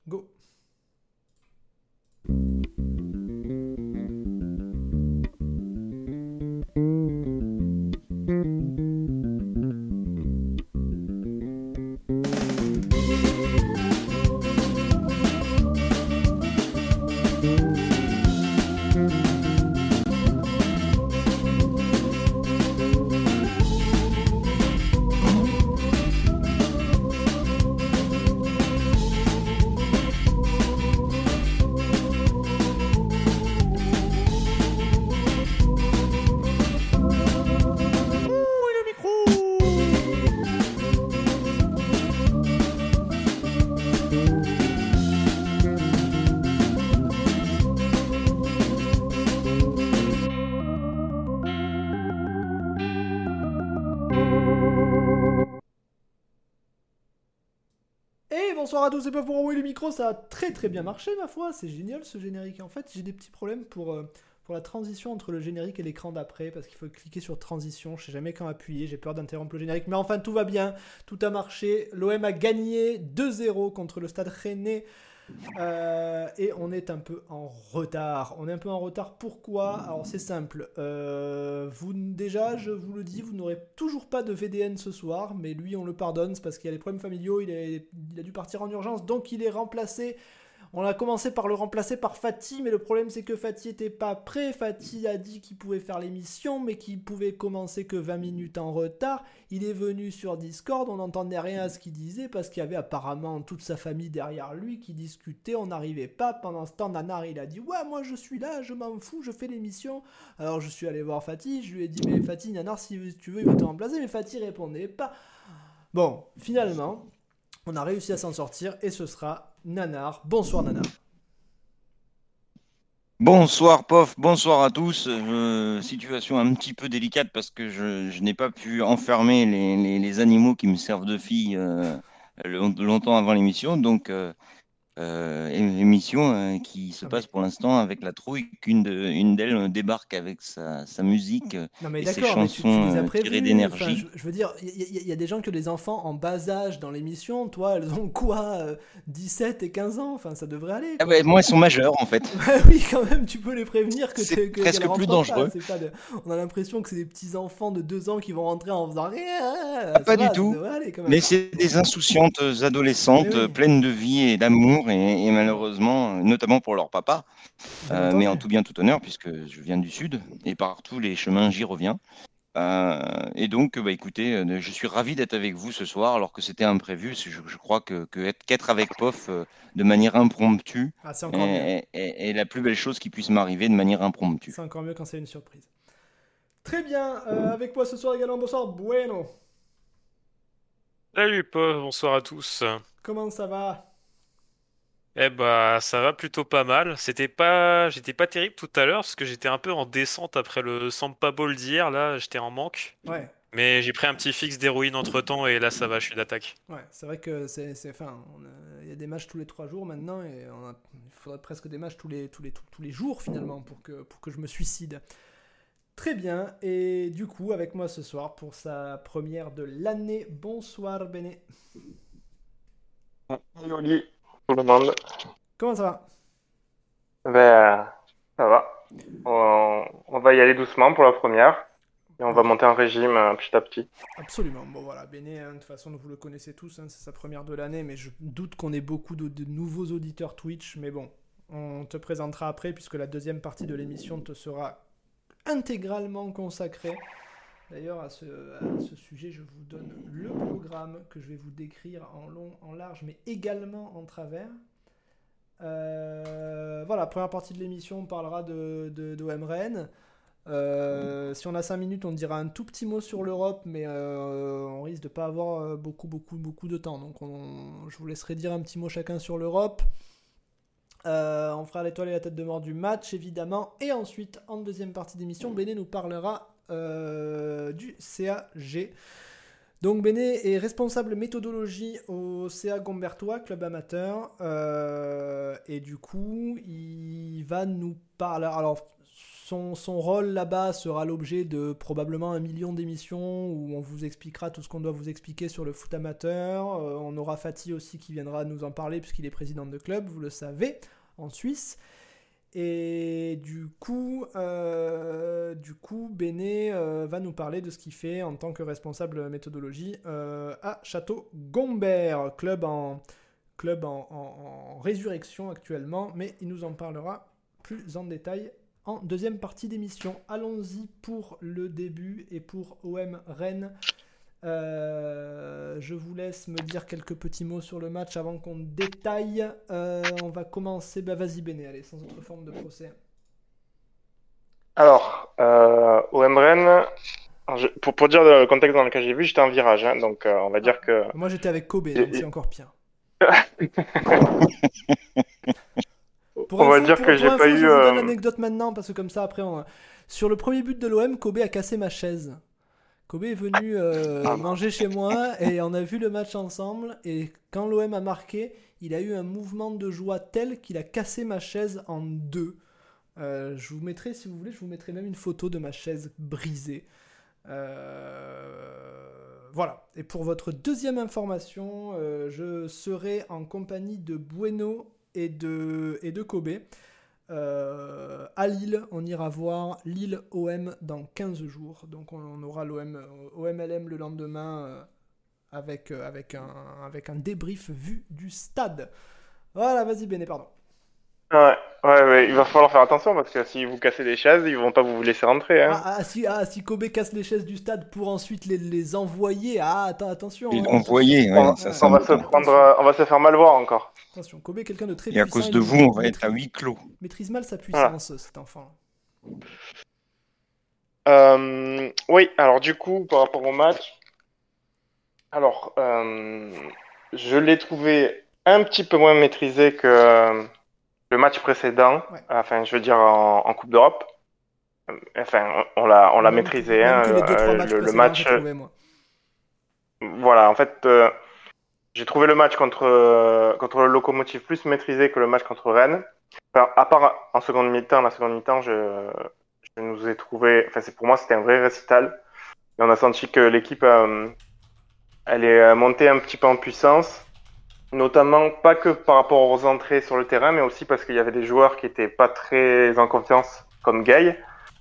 Go. Et bonsoir à tous, c'est pas pour envoyer le micro, ça a très très bien marché ma foi, c'est génial ce générique. En fait, j'ai des petits problèmes pour la transition entre le générique et l'écran d'après, parce qu'il faut cliquer sur transition, je sais jamais quand appuyer, j'ai peur d'interrompre le générique, mais enfin tout va bien, tout a marché, l'OM a gagné 2-0 contre le Stade Rennais. Et on est un peu en retard. On est un peu en retard. Pourquoi? Alors c'est simple. Vous déjà, je vous le dis, vous n'aurez toujours pas de VDN ce soir, mais lui on le pardonne, c'est parce qu'il y a des problèmes familiaux. Il a dû partir en urgence, donc il est remplacé. On a commencé par le remplacer par Fatih, mais le problème c'est que Fatih était pas prêt. Fatih a dit qu'il pouvait faire l'émission, mais qu'il pouvait commencer que 20 minutes en retard. Il est venu sur Discord, on n'entendait rien à ce qu'il disait, parce qu'il y avait apparemment toute sa famille derrière lui qui discutait, on n'arrivait pas. Pendant ce temps, Nanar il a dit « Ouais, moi je suis là, je m'en fous, je fais l'émission ». Alors je suis allé voir Fatih, je lui ai dit « Mais Fatih, Nanar, si tu veux, il va te remplacer ». Mais Fatih répondait pas. Bon, finalement, on a réussi à s'en sortir, et ce sera Nanar. Bonsoir Nanar. Bonsoir Pof, bonsoir à tous. Situation un petit peu délicate parce que je n'ai pas pu enfermer les animaux qui me servent de fille longtemps avant l'émission. Donc, émission qui se Non passe mais, pour l'instant avec la trouille une d'elles débarque avec sa musique non mais et ses d'accord, mais tu chansons les as tirées prévenus. Enfin, je, d'énergie. je veux dire, il y a des gens qui ont des enfants en bas âge dans l'émission. Toi, elles ont quoi 17 et 15 ans. Enfin, ça devrait aller, Ah ben, quoi. moi, elles sont majeures en fait. Bah oui, quand même, tu peux les prévenir C'est qu'elles presque plus rentrent pas. dangereux. C'est pas de... On a l'impression que c'est des petits enfants de 2 ans qui vont rentrer en faisant Ah, rien. Ça pas du va, ça tout. devrait aller quand Mais même. c'est Bon, des insouciantes mais adolescentes oui. pleines de vie et d'amour et Bon, malheureusement, notamment pour leur papa, bien mais en entendu. tout bien tout honneur puisque je viens du sud et par tous les chemins j'y reviens. Et donc, bah, écoutez, je suis ravi d'être avec vous ce soir alors que c'était imprévu. Je crois qu'être avec POF de manière impromptue Ah, c'est encore mieux. est la plus belle chose qui puisse m'arriver de manière C'est impromptue. encore mieux quand c'est une surprise. Très bien. Avec moi ce soir également, bonsoir. Bueno. Salut Paul, bonsoir à tous. Comment ça va? Eh bah ça va plutôt pas mal. J'étais pas terrible tout à l'heure parce que j'étais un peu en descente après le Sampa Ball d'hier. Là, j'étais en manque. Ouais. Mais j'ai pris un petit fixe d'héroïne entre temps et là ça va, je suis d'attaque. Ouais, c'est vrai que enfin, il y a des matchs tous les 3 jours maintenant et il faudrait presque des matchs tous les jours finalement pour que je me suicide. Très bien, et du coup, avec moi ce soir pour sa première de l'année, bonsoir Béné. Salut Oli, tout le monde. Comment ça va? Ben, ça va. On va y aller doucement pour la première. Et on va Ouais, monter en régime petit à petit. absolument. Bon voilà, Béné, hein, de toute façon, vous le connaissez tous, hein, c'est sa première de l'année, mais je doute qu'on ait beaucoup de nouveaux auditeurs Twitch, mais bon, on te présentera après puisque la deuxième partie de l'émission te sera intégralement consacrée. D'ailleurs, à ce sujet, je vous donne le programme que je vais vous décrire en long, en large, mais également en travers. Voilà, première partie de l'émission, on parlera d'OM Rennes. Si on a 5 minutes, on dira un tout petit mot sur l'Europe, mais on risque de ne pas avoir beaucoup de temps. Donc je vous laisserai dire un petit mot chacun sur l'Europe. On fera l'étoile et la tête de mort du match, évidemment. Et ensuite, en deuxième partie d'émission, Béné nous parlera du CAG. Donc Béné est responsable méthodologie au CA Gombertois, club amateur. Et du coup, il va nous parler... Alors, son rôle là-bas sera l'objet de probablement 1 million d'émissions où on vous expliquera tout ce qu'on doit vous expliquer sur le foot amateur. On aura Fatih aussi qui viendra nous en parler puisqu'il est président de club, vous le savez, en Suisse. Et du coup Béné va nous parler de ce qu'il fait en tant que responsable méthodologie à Château-Gombert, club en résurrection actuellement, mais il nous en parlera plus en détail en deuxième partie d'émission. Allons-y pour le début et pour OM Rennes. Je vous laisse me dire quelques petits mots sur le match avant qu'on détaille. On va commencer. Vas-y Béné, allez, sans autre forme de procès. Alors, OM Rennes, pour dire le contexte dans lequel j'ai vu, j'étais en virage, hein, donc on va dire que... Moi j'étais avec Kobe, donc c'est encore pire. On va dire que j'ai pas eu... Je vous donne l'anecdote maintenant, parce que comme ça, après, sur le premier but de l'OM, Kobe a cassé ma chaise. Kobe est venu manger chez moi et on a vu le match ensemble. Et quand l'OM a marqué, il a eu un mouvement de joie tel qu'il a cassé ma chaise en deux. Je vous mettrai, si vous voulez, je vous mettrai même une photo de ma chaise brisée. Voilà. Et pour votre deuxième information, je serai en compagnie de Bueno et de Kobe. À Lille, on ira voir Lille OM dans 15 jours. Donc on aura l'OMLM le lendemain avec un débrief vu du stade. Voilà, vas-y Béné, pardon. Ouais, il va falloir faire attention parce que si vous cassez des chaises, ils vont pas vous laisser rentrer. Hein. Si Kobe casse les chaises du stade pour ensuite les envoyer, attention. Les envoyer, on va se faire mal voir encore. Attention, Kobe est quelqu'un de très puissant. Et à cause de vous, on va être à huis clos. Maîtrise mal sa puissance, cet enfant. Oui, alors du coup, par rapport au match, alors je l'ai trouvé un petit peu moins maîtrisé que le match précédent, enfin je veux dire en Coupe d'Europe. Enfin, on l'a maîtrisé. Même que les 2-3 matchs le match. Trouvé, moi. Voilà, en fait, j'ai trouvé le match contre le Lokomotiv plus maîtrisé que le match contre Rennes. Enfin, à part en seconde mi-temps, je nous ai trouvé. Enfin, pour moi, c'était un vrai récital. Et on a senti que l'équipe, elle est montée un petit peu en puissance. Notamment, pas que par rapport aux entrées sur le terrain, mais aussi parce qu'il y avait des joueurs qui étaient pas très en confiance, comme Gay.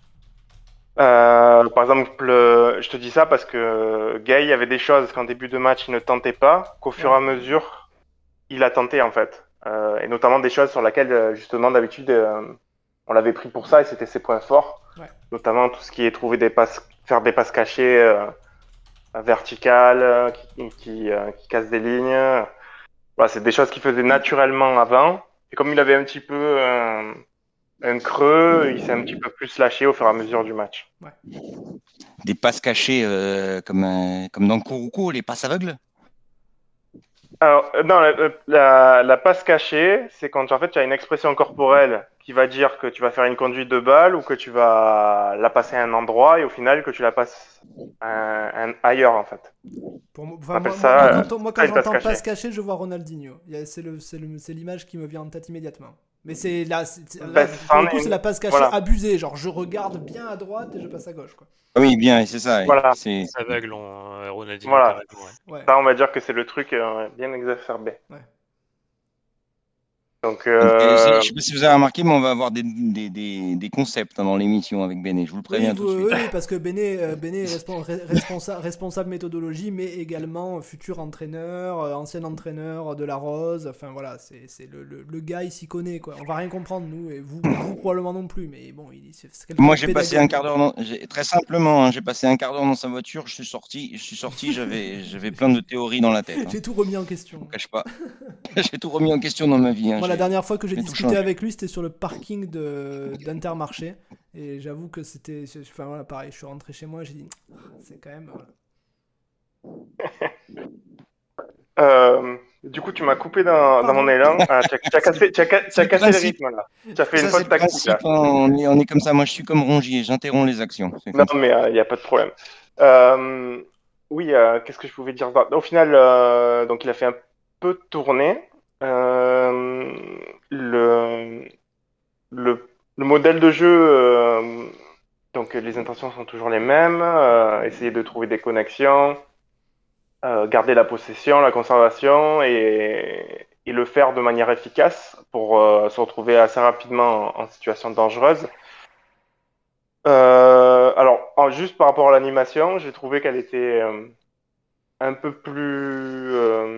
Par exemple, je te dis ça parce que Gay avait des choses qu'en début de match il ne tentait pas, qu'au fur et à mesure il a tenté en fait. Et notamment des choses sur lesquelles justement d'habitude on l'avait pris pour ça et c'était ses points forts. Ouais. Notamment tout ce qui est faire des passes cachées verticales, qui cassent des lignes. Voilà, c'est des choses qu'il faisait naturellement avant. Et comme il avait un petit peu un creux, il s'est un petit peu plus lâché au fur et à mesure du match. Ouais. Des passes cachées comme dans Kuroko, les passes aveugles. Alors, non, la passe cachée, c'est quand en fait tu as une expression corporelle qui va dire que tu vas faire une conduite de balle ou que tu vas la passer à un endroit et au final que tu la passes ailleurs en fait. Moi, quand j'entends passe cachée, je vois Ronaldinho. C'est l'image qui me vient en tête immédiatement. Mais c'est la passe cachée abusée. Genre, je regarde bien à droite et je passe à gauche, quoi. Oui, bien, c'est ça. Voilà. C'est aveugle, Ronaldinho. Voilà. Ouais. Ça, on va dire que c'est le truc bien exacerbé. Ouais. Donc, je sais pas si vous avez remarqué, mais on va avoir des concepts dans l'émission avec Béné. Je vous le préviens tout de suite. Oui, parce que Béné est responsable méthodologie, mais également futur entraîneur, ancien entraîneur de la Rose. Enfin voilà, c'est le gars, il s'y connaît, quoi. On va rien comprendre nous, et vous probablement non plus, mais bon, moi j'ai passé un quart d'heure. Très simplement, j'ai passé un quart d'heure dans sa voiture. Je suis sorti, j'avais plein de théories dans la tête. Hein. J'ai tout remis en question. Je ne cache pas. J'ai tout remis en question dans ma vie. Hein. Moi, la dernière fois que j'ai discuté avec lui, c'était sur le parking d'Intermarché. Et j'avoue que c'était... Enfin, voilà, pareil, je suis rentré chez moi et j'ai dit... C'est quand même... Du coup, tu m'as coupé dans mon élan. Tu as cassé le rythme, là. Tu as fait une faute tactique, là. On est comme ça. Moi, je suis comme Rongier. J'interromps les actions. Non, mais il n'y a pas de problème. Oui, qu'est-ce que je pouvais dire? Au final, donc il a fait un peu tourner. Le modèle de jeu donc les intentions sont toujours les mêmes, essayer de trouver des connexions, garder la possession, la conservation et le faire de manière efficace pour se retrouver assez rapidement en situation dangereuse. Juste par rapport à l'animation, j'ai trouvé qu'elle était un peu plus...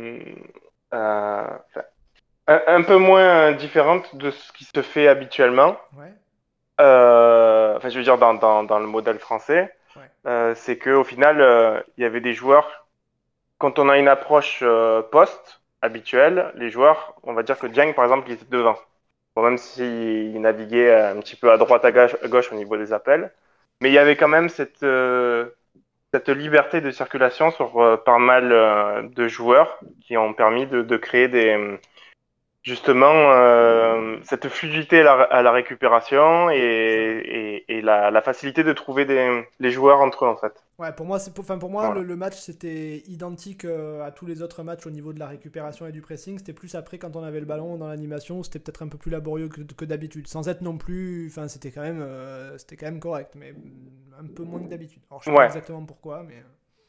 un peu moins différente de ce qui se fait habituellement. Ouais. Je veux dire, dans le modèle français, c'est qu'au final, il y avait des joueurs, quand on a une approche post habituelle, les joueurs, on va dire que Dieng, par exemple, il était devant. Bon, même s'il naviguait un petit peu à droite, à gauche au niveau des appels. Mais il y avait quand même cette liberté de circulation sur pas mal de joueurs qui ont permis de créer justement cette fluidité à la récupération et la facilité de trouver les joueurs entre eux en fait. Ouais, pour moi, Voilà. le match c'était identique à tous les autres matchs au niveau de la récupération et du pressing. C'était plus après quand on avait le ballon dans l'animation, c'était peut-être un peu plus laborieux que d'habitude, sans être non plus. Enfin, c'était quand même correct, mais un peu moins que d'habitude. Alors, je sais pas Ouais. exactement pourquoi, mais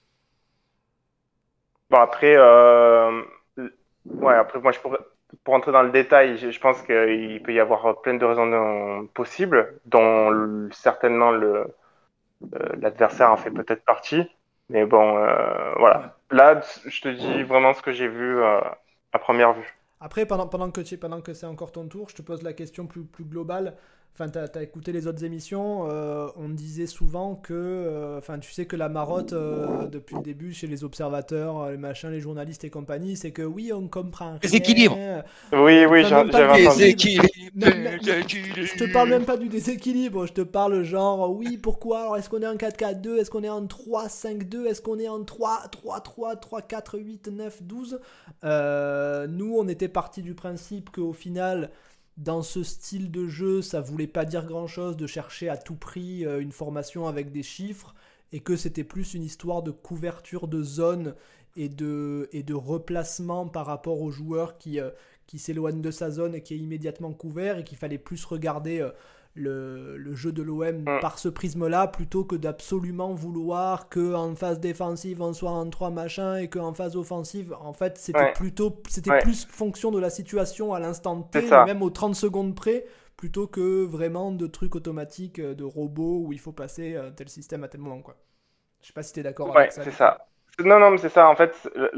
Bon après, après moi pour entrer dans le détail, je pense qu'il peut y avoir plein de raisons possibles, dont certainement l'adversaire en fait peut-être partie. Mais bon, voilà. Là, je te dis vraiment ce que j'ai vu à première vue. après, pendant que c'est encore ton tour, je te pose la question plus globale. Enfin, t'as écouté les autres émissions, on disait souvent que, enfin, tu sais que la marotte, depuis le début, chez les observateurs, les machins, les journalistes et compagnie, c'est que oui, on comprend Déséquilibre. rien. Oui, Enfin, même pas j'avais le entendu. déséquilibre. Déséquilibre. Je te parle même pas du déséquilibre, je te parle genre, oui, pourquoi? Alors, est-ce qu'on est en 4-4-2? Est-ce qu'on est en 3-5-2? Est-ce qu'on est en 3-3-3, 3-4-8-9-12? Nous, on était parti du principe qu'au final, dans ce style de jeu, ça voulait pas dire grand-chose de chercher à tout prix une formation avec des chiffres et que c'était plus une histoire de couverture de zone et de replacement par rapport au joueur qui s'éloigne de sa zone et qui est immédiatement couvert et qu'il fallait plus regarder le jeu de l'OM Mm. par ce prisme-là plutôt que d'absolument vouloir qu'en phase défensive on soit en 3 machins et qu'en phase offensive, en fait, c'était Ouais. plus fonction de la situation à l'instant T, C'est ça. mais même aux 30 secondes près, plutôt que vraiment de trucs automatiques, de robots où il faut passer tel système à tel moment, quoi. Je sais pas si t'es d'accord Ouais, avec ça. c'est ça. Non, mais c'est ça. En fait,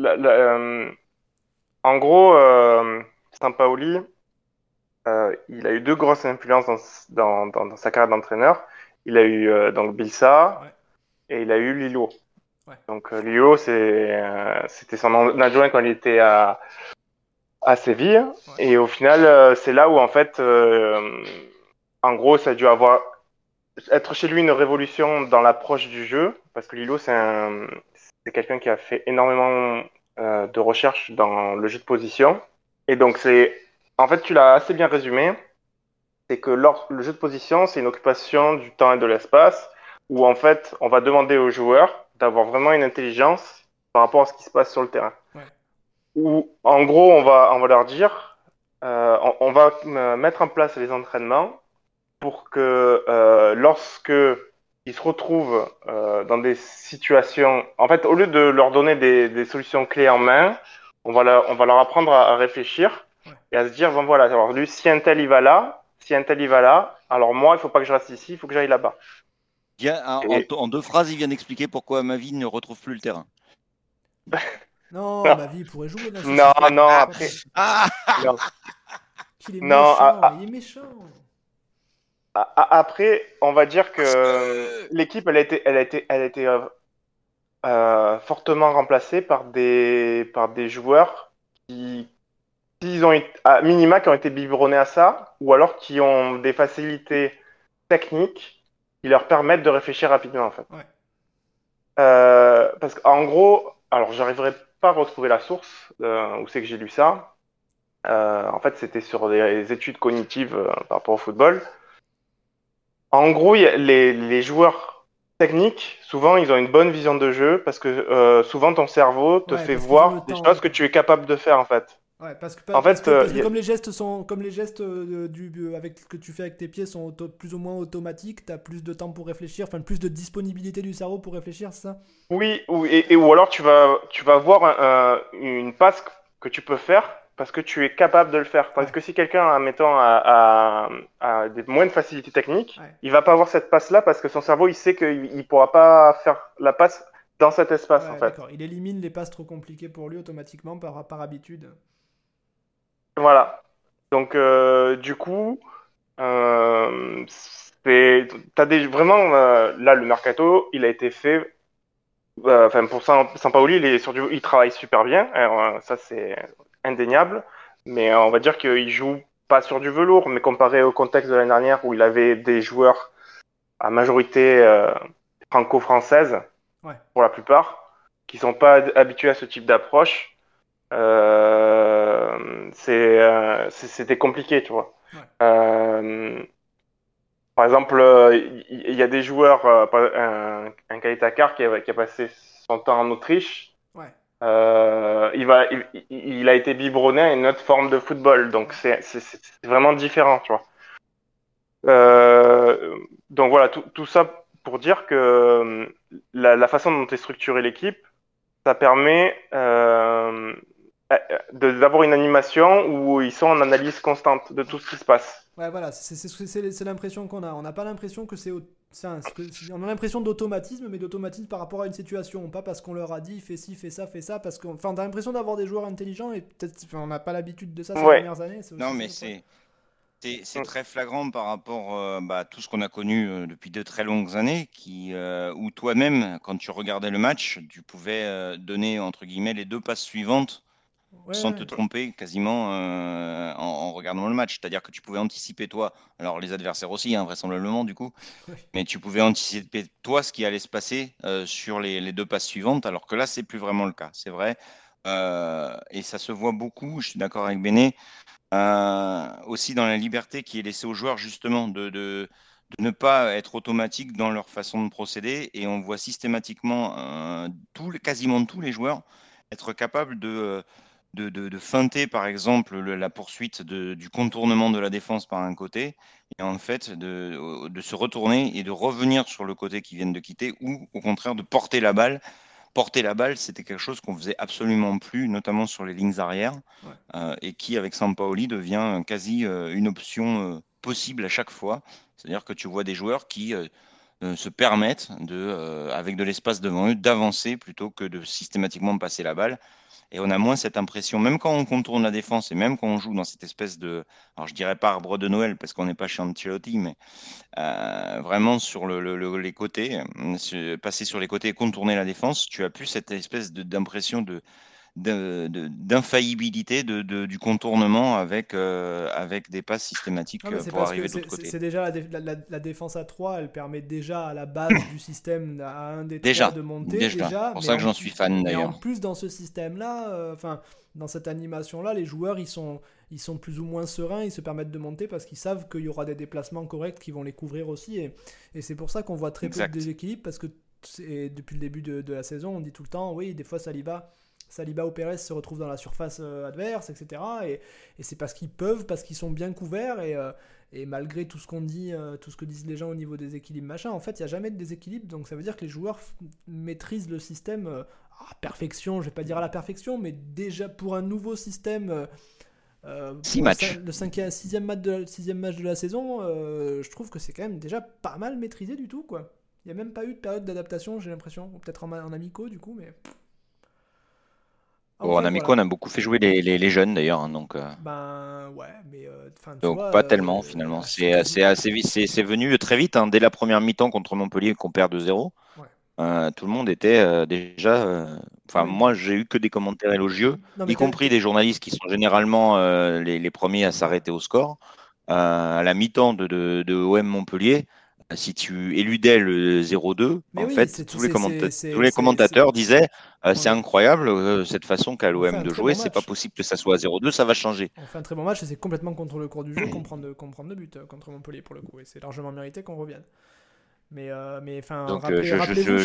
en gros, Sampaoli, il a eu deux grosses influences dans sa carrière d'entraîneur. Il a eu donc Bielsa Ouais. et il a eu Lillo. Ouais. Donc Lillo, c'était son adjoint quand il était à Séville. Ouais. Et au final, c'est là où en fait, en gros, ça a dû être chez lui une révolution dans l'approche du jeu, parce que Lillo, c'est quelqu'un qui a fait énormément de recherches dans le jeu de position. Et donc, en fait, tu l'as assez bien résumé, c'est que le jeu de position, c'est une occupation du temps et de l'espace, où en fait, on va demander aux joueurs d'avoir vraiment une intelligence par rapport à ce qui se passe sur le terrain. Ouais. Où, en gros, on va leur dire, on va mettre en place les entraînements pour que lorsque ils se retrouvent dans des situations, en fait, au lieu de leur donner des solutions clés en main, on va leur apprendre à réfléchir et à se dire, bon voilà, alors lui, si un tel il va là, si un tel il va là, alors moi, il faut pas que je reste ici, il faut que j'aille là-bas. En 2 phrases, il vient d'expliquer pourquoi Mavi ne retrouve plus le terrain. Non, ma vie, il pourrait jouer dans ce Non, système. non, après, Ah non. Qu'il est Non, méchant, il est méchant. Après, on va dire que l'équipe, elle a été fortement remplacée par des joueurs qui ont à minima qui ont été biberonnés à ça, ou alors qui ont des facilités techniques qui leur permettent de réfléchir rapidement en fait. Ouais. Parce qu'en gros, alors j'arriverai pas à retrouver la source où c'est que j'ai lu ça. En fait, c'était sur des études cognitives par rapport au football. En gros, les joueurs techniques, souvent, ils ont une bonne vision de jeu parce que souvent, ton cerveau te Ouais, fait parce qu'ils ont le voir des temps. choses que tu es capable de faire, en fait. Ouais, parce que, En parce fait, que, parce que comme les gestes que tu fais avec tes pieds sont plus ou moins automatiques, t'as plus de temps pour réfléchir, enfin plus de disponibilité du cerveau pour réfléchir, c'est ça? oui, ou alors tu vas voir une passe que tu peux faire parce que tu es capable de le faire. Tandis Ouais. que si quelqu'un, admettons, a des moyennes facilités techniques, Ouais. il va pas avoir cette passe-là parce que son cerveau, il sait qu'il pourra pas faire la passe dans cet espace, en Ouais, fait. d'accord. Il élimine les passes trop compliquées pour lui automatiquement par habitude. Voilà. Donc, du coup, t'as vraiment, là, le mercato, il a été fait. Enfin, pour Sampaoli, il travaille super bien. Alors, ça, c'est indéniable. Mais on va dire qu'il joue pas sur du velours, mais comparé au contexte de l'année dernière où il avait des joueurs à majorité franco-française, Ouais. pour la plupart, qui sont pas habitués à ce type d'approche, c'était compliqué, tu vois. Ouais. Par exemple, il y a des joueurs, un Keita Carr qui a passé son temps en Autriche. Ouais. Il a été biberonné à une autre forme de football, donc Ouais. c'est vraiment différent, tu vois. Euh, donc voilà, tout ça pour dire que la façon dont est structurée l'équipe, ça permet d'avoir une animation où ils sont en analyse constante de tout ce qui se passe. Ouais, voilà, c'est l'impression qu'on a. On n'a pas l'impression que on a l'impression d'automatisme, mais d'automatisme par rapport à une situation. Pas parce qu'on leur a dit fais ci, fais ça, parce qu'on. Enfin, on a l'impression d'avoir des joueurs intelligents et peut-être. Enfin, on n'a pas l'habitude de ça ces Ouais. dernières années. C'est aussi Non, ça mais le problème. c'est Mm. très flagrant par rapport à tout ce qu'on a connu depuis de très longues années, où toi-même, quand tu regardais le match, tu pouvais donner, entre guillemets, les deux passes suivantes Ouais, sans te ouais. tromper quasiment en regardant le match. C'est-à-dire que tu pouvais anticiper toi, alors les adversaires aussi, hein, vraisemblablement du coup, Ouais. mais tu pouvais anticiper toi ce qui allait se passer sur les deux passes suivantes, alors que là, c'est plus vraiment le cas, c'est vrai. Et ça se voit beaucoup, je suis d'accord avec Béné, aussi dans la liberté qui est laissée aux joueurs justement de ne pas être automatique dans leur façon de procéder. Et on voit systématiquement quasiment tous les joueurs être capables de feinter, par exemple, la poursuite du contournement de la défense par un côté, et en fait de se retourner et de revenir sur le côté qu'ils viennent de quitter, ou au contraire de porter la balle. Porter la balle, c'était quelque chose qu'on faisait absolument plus, notamment sur les lignes arrière, Ouais. et qui, avec Sampaoli, devient quasi une option possible à chaque fois. C'est-à-dire que tu vois des joueurs qui se permettent, avec de l'espace devant eux, d'avancer plutôt que de systématiquement passer la balle. Et on a moins cette impression, même quand on contourne la défense et même quand on joue dans cette espèce alors je dirais pas arbre de Noël parce qu'on n'est pas chez Ancelotti, mais vraiment sur les côtés, passer sur les côtés et contourner la défense, tu as plus cette espèce d'impression d'infaillibilité du contournement avec des passes Non, systématiques mais c'est pour parce que arriver de l'autre côté. c'est déjà la défense à 3, elle permet déjà à la base du système à un des 3 Déjà, de monter, déjà. C'est déjà, pour ça que j'en suis fan mais en d'ailleurs. plus dans ce système-là, enfin, dans cette animation-là, les joueurs ils sont plus ou moins sereins, ils se permettent de monter parce qu'ils savent qu'il y aura des déplacements corrects qui vont les couvrir aussi, et c'est pour ça qu'on voit très peu de Exact. déséquilibre parce que depuis le début de la saison, on dit tout le temps, oui, des fois Saliba ou Perez se retrouvent dans la surface adverse, etc. Et c'est parce qu'ils peuvent, parce qu'ils sont bien couverts, et malgré tout ce qu'on dit, tout ce que disent les gens au niveau des équilibres, machin, en fait, il n'y a jamais de déséquilibre, donc ça veut dire que les joueurs maîtrisent le système à perfection, je vais pas dire à la perfection, mais déjà pour un nouveau système, 6 pour matchs. le sixième match de la saison, je trouve que c'est quand même déjà pas mal maîtrisé du tout, quoi. Il n'y a même pas eu de période d'adaptation, j'ai l'impression, ou peut-être en amicaux, du coup, mais... Bon, en Enfin, Amico, on voilà. a beaucoup fait jouer les jeunes d'ailleurs, hein, Ben ouais, mais enfin tu donc vois, pas tellement finalement. C'est venu très vite, hein, dès la première mi-temps contre Montpellier qu'on perd 2-0. ouais. Tout le monde était déjà. Non Enfin, mais moi, j'ai eu que des commentaires élogieux, non y mais compris des journalistes qui sont généralement les premiers à s'arrêter au score. À la mi-temps de OM Montpellier, si tu éludais le 0-2, mais en oui, fait, c'est tous les commentateurs disaient c'est on a incroyable cette façon qu'a on fait l'OM un de très jouer, bon c'est pas match. possible que ça soit à 0-2, ça va changer. On fait un très bon match et c'est complètement contre le cours du jeu qu'on prend 2 buts contre Montpellier pour le coup et c'est largement mérité qu'on revienne. Mais enfin Donc rappelez-vous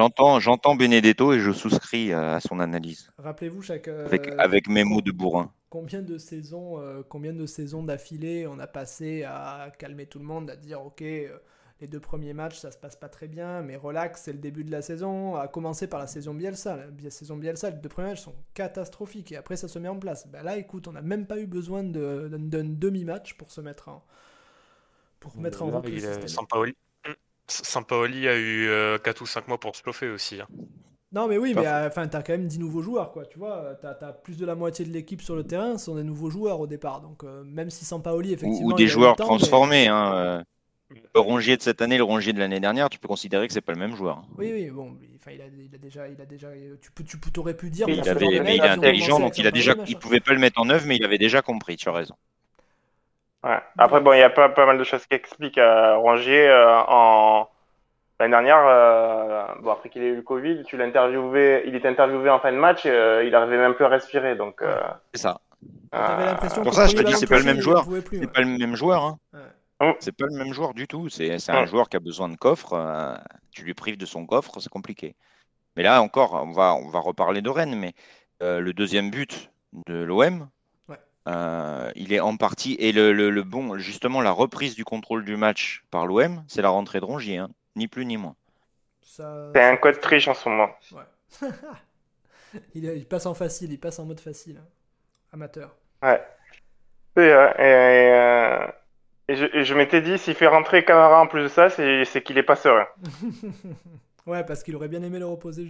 j'entends Benedetto et je souscris à son analyse rappelez-vous chaque avec mes mots de bourrin. combien de saisons d'affilée on a passé à calmer tout le monde, à dire ok, les 2 premiers matchs ça se passe pas très bien, mais relax, c'est le début de la saison, à commencer par la saison Bielsa. Les 2 premiers matchs sont catastrophiques et après ça se met en place. Ben là, écoute, on n'a même pas eu besoin d'un demi-match pour se mettre en route le système. Sampaoli a eu 4 ou 5 mois pour se chauffer aussi. Hein. Non mais oui, mais t'as quand même 10 nouveaux joueurs, quoi, tu vois, t'as plus de la moitié de l'équipe sur le terrain, ce sont des nouveaux joueurs au départ, donc même si Sampaoli effectivement... Ou des joueurs transformés, hein. Le Rongier de cette année, le Rongier de l'année dernière, tu peux considérer que c'est pas le même joueur. Oui, bon, il a déjà, t'aurais pu dire... Mais il est intelligent, donc il pouvait pas le mettre en œuvre, mais il avait déjà compris, tu as raison. Ouais. Après, bon, il y a pas mal de choses qui expliquent Rongier l'année dernière, après qu'il ait eu le Covid, il était interviewé en fin de match, il arrivait même plus à respirer, donc... C'est ça. Pour ça, je te dis, c'est pas le même joueur. C'est pas le même joueur, hein. Ouais. C'est pas le même joueur du tout. C'est un joueur qui a besoin de coffre. Tu lui prives de son coffre, c'est compliqué. Mais là encore, on va reparler de Rennes. Mais le deuxième but de l'OM, il est en partie. Et justement, la reprise du contrôle du match par l'OM, c'est la rentrée de Rongier, hein. Ni plus ni moins. C'est un code triche en ce moment. Ouais. il passe en facile, il passe en mode facile, hein. Amateur. Ouais. Et je m'étais dit, s'il fait rentrer Camara en plus de ça, c'est qu'il est pas serein. Ouais, parce qu'il aurait bien aimé le reposer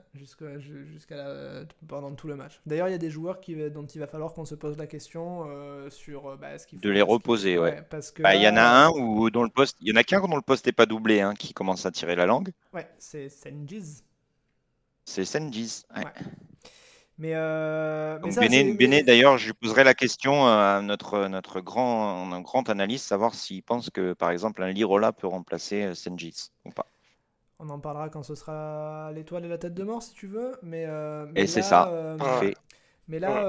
pendant tout le match. D'ailleurs, il y a des joueurs dont il va falloir qu'on se pose la question sur ce qu'il faut. De les reposer, ouais. Parce que il y en a un dont le poste, il y en a qu'un dont le poste n'est pas doublé, hein, qui commence à tirer la langue. Ouais, c'est Sengiz. C'est Sengiz. Ouais. Mais donc Béné, d'ailleurs, je lui poserai la question à notre grand analyste, savoir s'il pense que, par exemple, un Lirola peut remplacer Sengiz ou pas. On en parlera quand ce sera l'étoile et la tête de mort, si tu veux. Mais c'est ça. Fait. Mais là,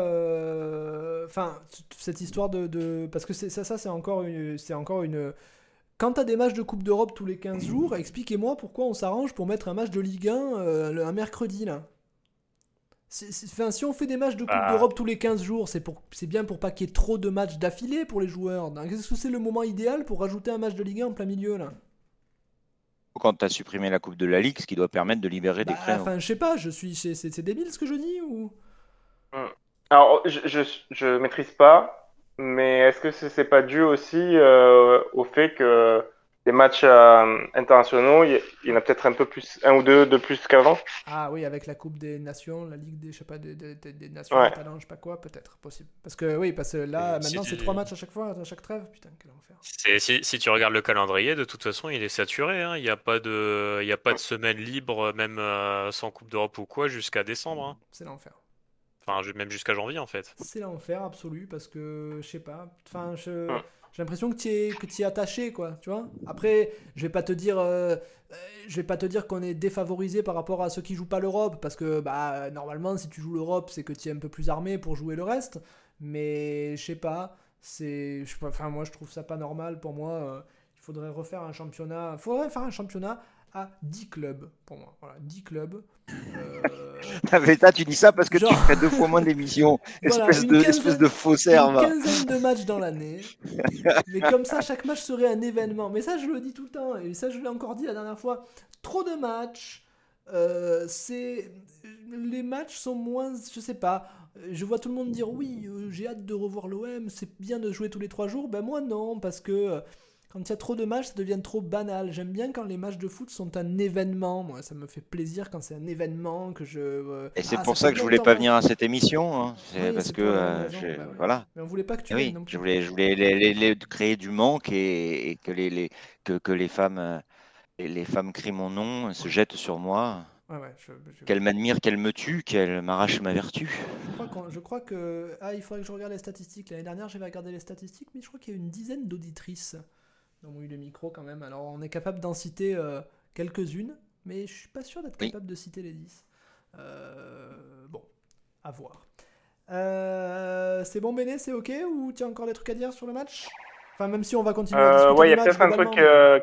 cette histoire parce que ça c'est encore une. Quand t'as des matchs de Coupe d'Europe tous les 15 jours, expliquez-moi pourquoi on s'arrange pour mettre un match de Ligue 1 un mercredi là. Si on fait des matchs de Coupe d'Europe tous les 15 jours, c'est bien pour pas qu'il y ait trop de matchs d'affilée pour les joueurs. Est-ce que c'est le moment idéal pour rajouter un match de Ligue 1 en plein milieu là? Quand tu as supprimé la Coupe de la Ligue, ce qui doit permettre de libérer des créneaux. Enfin, je sais pas, c'est débile ce que je dis ou... Alors, je maîtrise pas, mais est-ce que c'est pas dû aussi au fait que les matchs internationaux, il y en a peut-être un peu plus, un ou deux de plus qu'avant? Ah oui, avec la Coupe des Nations, la Ligue des, je sais pas, des Nations, des talents, je sais pas quoi, peut-être, possible. Parce que là, maintenant, c'est 3 matchs à chaque fois, à chaque trêve, putain, quel enfer. Si tu regardes le calendrier, de toute façon, il est saturé, hein. Il n'y a pas de semaine libre, même sans Coupe d'Europe ou quoi, jusqu'à décembre. Hein. C'est l'enfer. Enfin, même jusqu'à janvier, en fait. C'est l'enfer absolu, parce que, je sais pas, enfin, j'ai l'impression que tu es attaché, quoi, tu vois. Après, je vais pas te dire qu'on est défavorisé par rapport à ceux qui jouent pas l'Europe, parce que normalement, si tu joues l'Europe, c'est que tu es un peu plus armé pour jouer le reste. Mais je sais pas, moi je trouve ça pas normal. Pour moi, il faudrait refaire un championnat. Il faudrait faire un championnat à 10 clubs, pour moi. Voilà, 10 clubs. Tu dis ça parce que tu ferais 2 fois moins d'émissions. Voilà, espèce de faussaire. Une quinzaine de matchs dans l'année. Mais comme ça, chaque match serait un événement. Mais ça, je le dis tout le temps. Et ça, je l'ai encore dit la dernière fois. Trop de matchs. Les matchs sont moins... Je sais pas. Je vois tout le monde dire oui, j'ai hâte de revoir l'OM. C'est bien de jouer tous les 3 jours. Ben moi, non. Parce que... Quand il y a trop de matchs, ça devient trop banal. J'aime bien quand les matchs de foot sont un événement. Moi, ça me fait plaisir quand c'est un événement que je... Et c'est pour ça que je voulais pas venir à cette émission. Hein. Parce que... Voilà. Mais on voulait pas que tu viennes non plus. Je voulais créer du manque et que les femmes crient mon nom, se jettent sur moi. Qu'elles m'admirent, qu'elles me tuent, qu'elles m'arrachent ma vertu. Je crois que... il faudrait que je regarde les statistiques. L'année dernière, j'avais regardé les statistiques, mais je crois qu'il y a une dizaine d'auditrices dans mon le micro quand même. Alors, on est capable d'en citer quelques-unes, mais je suis pas sûr d'être capable de citer les 10. Bon, à voir. C'est bon, Béné, c'est ok? Ou tu as encore des trucs à dire sur le match? Enfin, même si on va continuer à discuter il y a peut-être un truc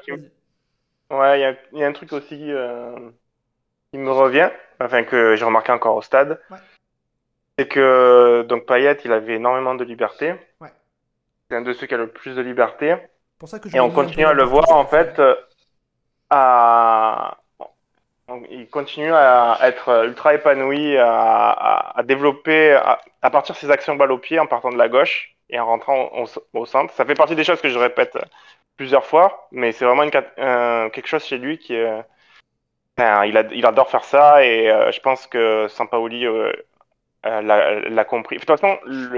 il y a un truc aussi... qui me revient, que j'ai remarqué encore au stade. c'est que donc Payet, il avait énormément de liberté. Ouais. C'est un de ceux qui a le plus de liberté. Pour ça que je Et l'ai on mis un peu continue dans à le le partage voir, en préféré. fait, à... il continue à être ultra épanoui, à développer, à partir de ses actions balle au pied en partant de la gauche et en rentrant au centre. Ça fait partie des choses que je répète plusieurs fois, mais c'est vraiment quelque chose chez lui qui est... Enfin, il adore faire ça et je pense que Sampaoli l'a compris. De toute façon,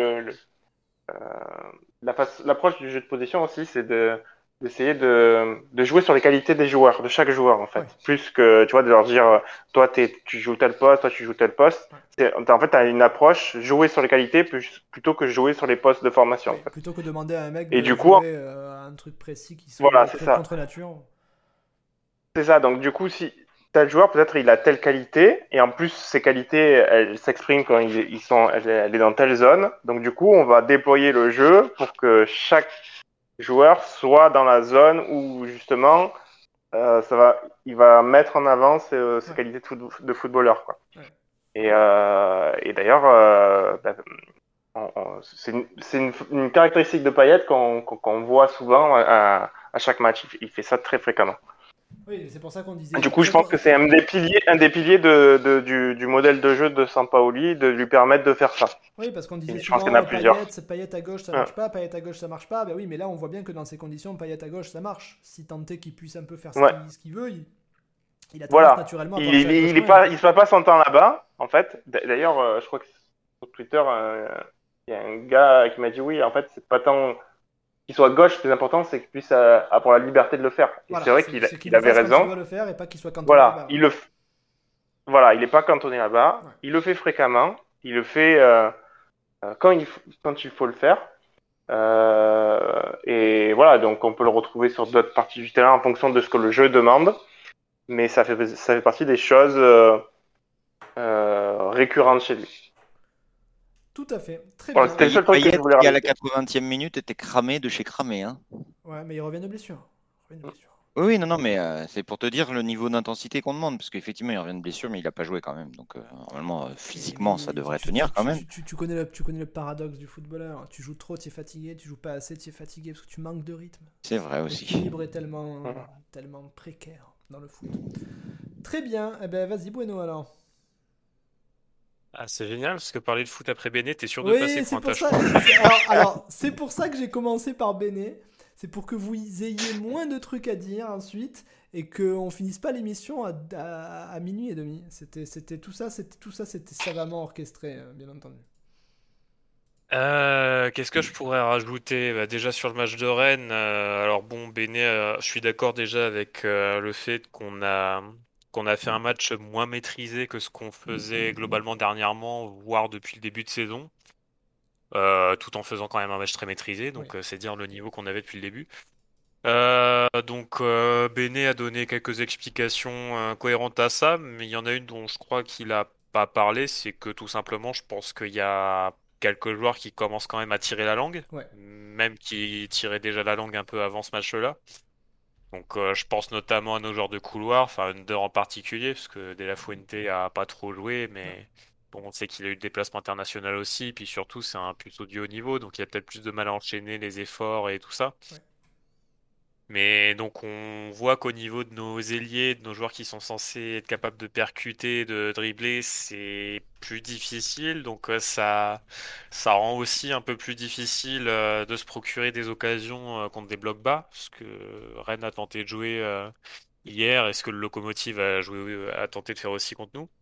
l'approche du jeu de position aussi, c'est d'essayer de jouer sur les qualités des joueurs, de chaque joueur en fait. Ouais. Plus que, tu vois, de leur dire, toi tu joues tel poste, toi tu joues tel poste. Ouais. En fait, tu as une approche, jouer sur les qualités plutôt que jouer sur les postes de formation. Oui, En fait. plutôt que demander à un mec Et de du coup, jouer un truc précis qui voilà, soit c'est ça. contre nature. C'est ça. Donc, du coup, si tel joueur, peut-être il a telle qualité, et en plus, ces qualités, elles s'expriment quand elle est dans telle zone. Donc, du coup, on va déployer le jeu pour que chaque joueur soit dans la zone où justement il va mettre en avant ses Ouais. qualités de footballeur, quoi. Ouais. Et d'ailleurs, c'est une caractéristique de Payet qu'on voit souvent à chaque match. Il fait ça très fréquemment. Oui, c'est pour ça qu'on disait Du coup, je très pense bon. que c'est un des piliers du modèle de jeu de Sampaoli de lui permettre de faire ça. Oui, parce qu'on disait Et je pense qu'il y en souvent a plusieurs. Payet à gauche ça Ouais. marche pas, Payet à gauche ça marche pas. Ben oui, mais là on voit bien que dans ces conditions, Payet à gauche ça marche. Si tant est qu'il puisse un peu faire Ouais. ce qu'il veut, il a tendance Voilà. naturellement à pencher à gauche quand même. Il se passe pas son temps là-bas, en fait. D'ailleurs, je crois que sur Twitter, il y a un gars qui m'a dit oui, en fait, c'est pas tant qu'il soit gauche, le plus important, c'est qu'il puisse avoir la liberté de le faire. Et c'est Voilà, vrai c'est qu'il il le avait fasse quand il raison. doit le faire et pas qu'il soit cantonné Voilà, là-bas. voilà, il est pas cantonné là-bas. Ouais. Il le fait fréquemment. Il le fait quand il faut le faire. Et voilà, donc on peut le retrouver sur d'autres parties du terrain en fonction de ce que le jeu demande. Mais ça fait partie des choses récurrentes chez lui. Tout à fait, très Voilà, bien. c'était le seul truc que je Payet voulais qui à la rajouter. 80e minute était cramé de chez cramé. Hein. Ouais, mais il revient de blessure. Il revient de blessure. Oui, oui, non, non, mais c'est pour te dire le niveau d'intensité qu'on demande, parce qu'effectivement, il revient de blessure, mais il n'a pas joué quand même. Donc, normalement, physiquement, ça Mais devrait tenir quand même. tu connais le paradoxe du footballeur. Tu joues trop, tu es fatigué. Tu joues pas assez, tu es fatigué parce que tu manques de rythme. C'est vrai aussi. L'équilibre est tellement précaire dans le foot. Très bien. Eh ben, vas-y, Bueno, alors. Ah, c'est génial parce que parler de foot après Béné, t'es sûr de passer Oui, pour c'est un pour tâcheron. ça. Alors, c'est pour ça que j'ai commencé par Béné. C'est pour que vous ayez moins de trucs à dire ensuite et qu'on finisse pas l'émission à minuit et demi. C'était tout ça, c'était savamment orchestré, bien entendu. Qu'est-ce que je pourrais rajouter? Bah, déjà sur le match de Rennes, alors bon, Béné, je suis d'accord déjà avec le fait qu'on a fait un match moins maîtrisé que ce qu'on faisait globalement dernièrement, voire depuis le début de saison, tout en faisant quand même un match très maîtrisé, Oui. donc c'est dire le niveau qu'on avait depuis le début. Donc Béné a donné quelques explications cohérentes à ça, mais il y en a une dont je crois qu'il a pas parlé, c'est que tout simplement, je pense qu'il y a quelques joueurs qui commencent quand même à tirer la langue, Ouais. même qui tiraient déjà la langue un peu avant ce match-là. Donc je pense notamment à nos joueurs de couloir, enfin Under en particulier, parce que De La Fuente a pas trop joué, Non. mais bon, on sait qu'il a eu le déplacement international aussi, puis surtout c'est un plutôt du haut niveau, donc il a peut-être plus de mal à enchaîner les efforts et tout ça. Ouais. Mais donc on voit qu'au niveau de nos ailiers, de nos joueurs qui sont censés être capables de percuter, de dribbler, c'est plus difficile. Donc ça rend aussi un peu plus difficile de se procurer des occasions contre des blocs bas. Ce que Rennes a tenté de jouer hier et ce que le Lokomotiv a tenté de faire aussi contre nous.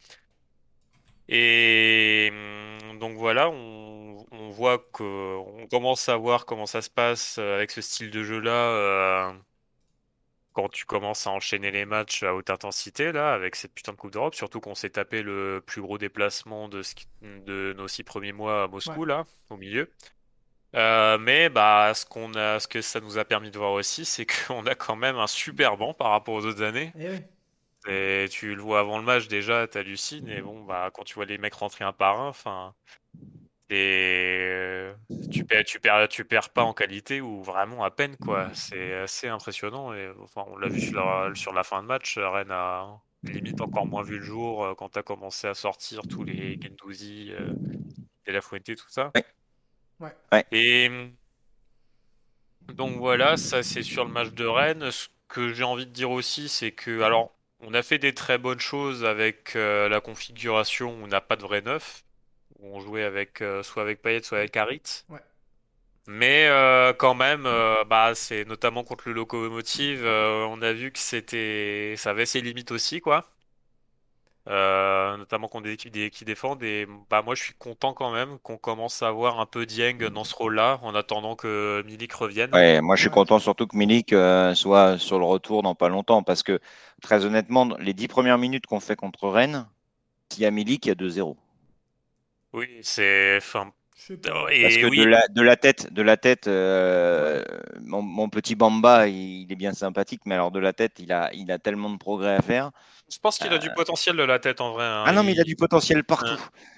Et donc voilà, on voit qu'on commence à voir comment ça se passe avec ce style de jeu-là. Quand tu commences à enchaîner les matchs à haute intensité, là, avec cette putain de Coupe d'Europe, surtout qu'on s'est tapé le plus gros déplacement de nos 6 premiers mois à Ouais. Moscou, là, au milieu. Mais bah, ce que ça nous a permis de voir aussi, c'est qu'on a quand même un super banc par rapport aux autres années. Eh oui. Et tu le vois avant le match déjà, t'hallucines. Et bon, bah, quand tu vois les mecs rentrer un par un, enfin, et tu perds pas en qualité ou vraiment à peine, quoi. C'est assez impressionnant. Et enfin, on l'a vu sur la fin de match. Rennes a limite encore moins vu le jour quand t'as commencé à sortir tous les Guendouzi. De La Fuente, tout ça. Ouais. Et donc voilà, ça c'est sur le match de Rennes. Ce que j'ai envie de dire aussi, c'est que, alors, on a fait des très bonnes choses avec la configuration où on n'a pas de vrai neuf, où on jouait avec soit avec Payet, soit avec Harit. Ouais. Mais quand même, bah, c'est notamment contre le Locomotive, on a vu que ça avait ses limites aussi, quoi. Notamment contre des équipes qui défendent. Et bah, moi, je suis content quand même qu'on commence à voir un peu Dieng dans ce rôle-là, en attendant que Milik revienne. Ouais, moi je suis Ouais. content surtout que Milik soit sur le retour dans pas longtemps parce que très honnêtement, dans les 10 premières minutes qu'on fait contre Rennes, s'il y a Milik, il y a 2-0. Oui, c'est, enfin, Je sais pas. Parce et que oui, de la tête, Ouais. mon petit Bamba, il est bien sympathique, mais alors de la tête, il a tellement de progrès à faire. je pense qu'il a du Euh, potentiel de la tête en vrai, hein. ah non, mais il a du potentiel partout. Hein,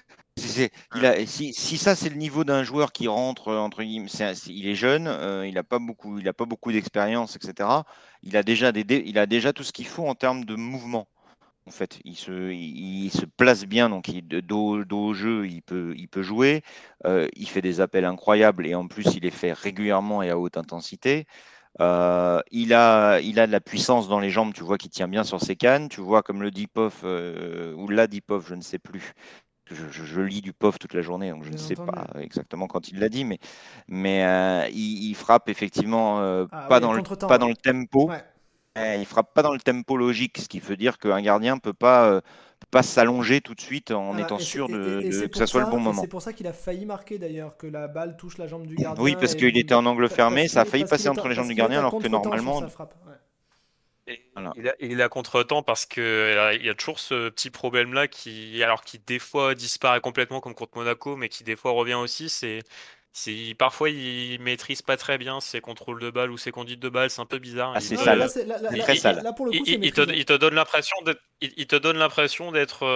Il hein. si ça c'est le niveau d'un joueur qui rentre entre guillemets, il est jeune, il a pas beaucoup d'expérience, etc. Il a déjà tout ce qu'il faut en termes de mouvement. En fait, il se place bien, donc dos au jeu, il peut jouer. Il fait des appels incroyables et en plus il les fait régulièrement et à haute intensité. Il a de la puissance dans les jambes, tu vois qu'il tient bien sur ses cannes. Tu vois comme le Dipov ou la Dipov, je ne sais plus. Je lis du POF toute la journée, donc je ne Bien sais entendu. pas exactement quand il l'a dit, mais il frappe effectivement Ah oui, à pas contre-temps, dans ouais. le tempo. Ouais. Il frappe pas dans le tempo logique, ce qui veut dire qu'un gardien peut pas s'allonger tout de suite en Ah, étant sûr et c'est que ça pour soit le bon ça, moment. qu'il a failli marquer d'ailleurs, que la balle touche la jambe du Oui, gardien parce qu'il était en angle fermé, ça a failli passer entre les jambes parce du qu'il est gardien, à alors que contre-temps sur normalement, sa frappe. Ouais. Et voilà. il a contre-temps parce que il y a toujours ce petit problème-là qui des fois disparaît complètement comme contre Monaco, mais qui des fois revient aussi. Parfois il maîtrise pas très bien ses contrôles de balle ou ses conduites de balle. C'est un peu bizarre. Ah, c'est Non, mais sale, c'est très sale. là, pour le coup, c'est maîtrisé. Il te donne l'impression il te donne l'impression d'être.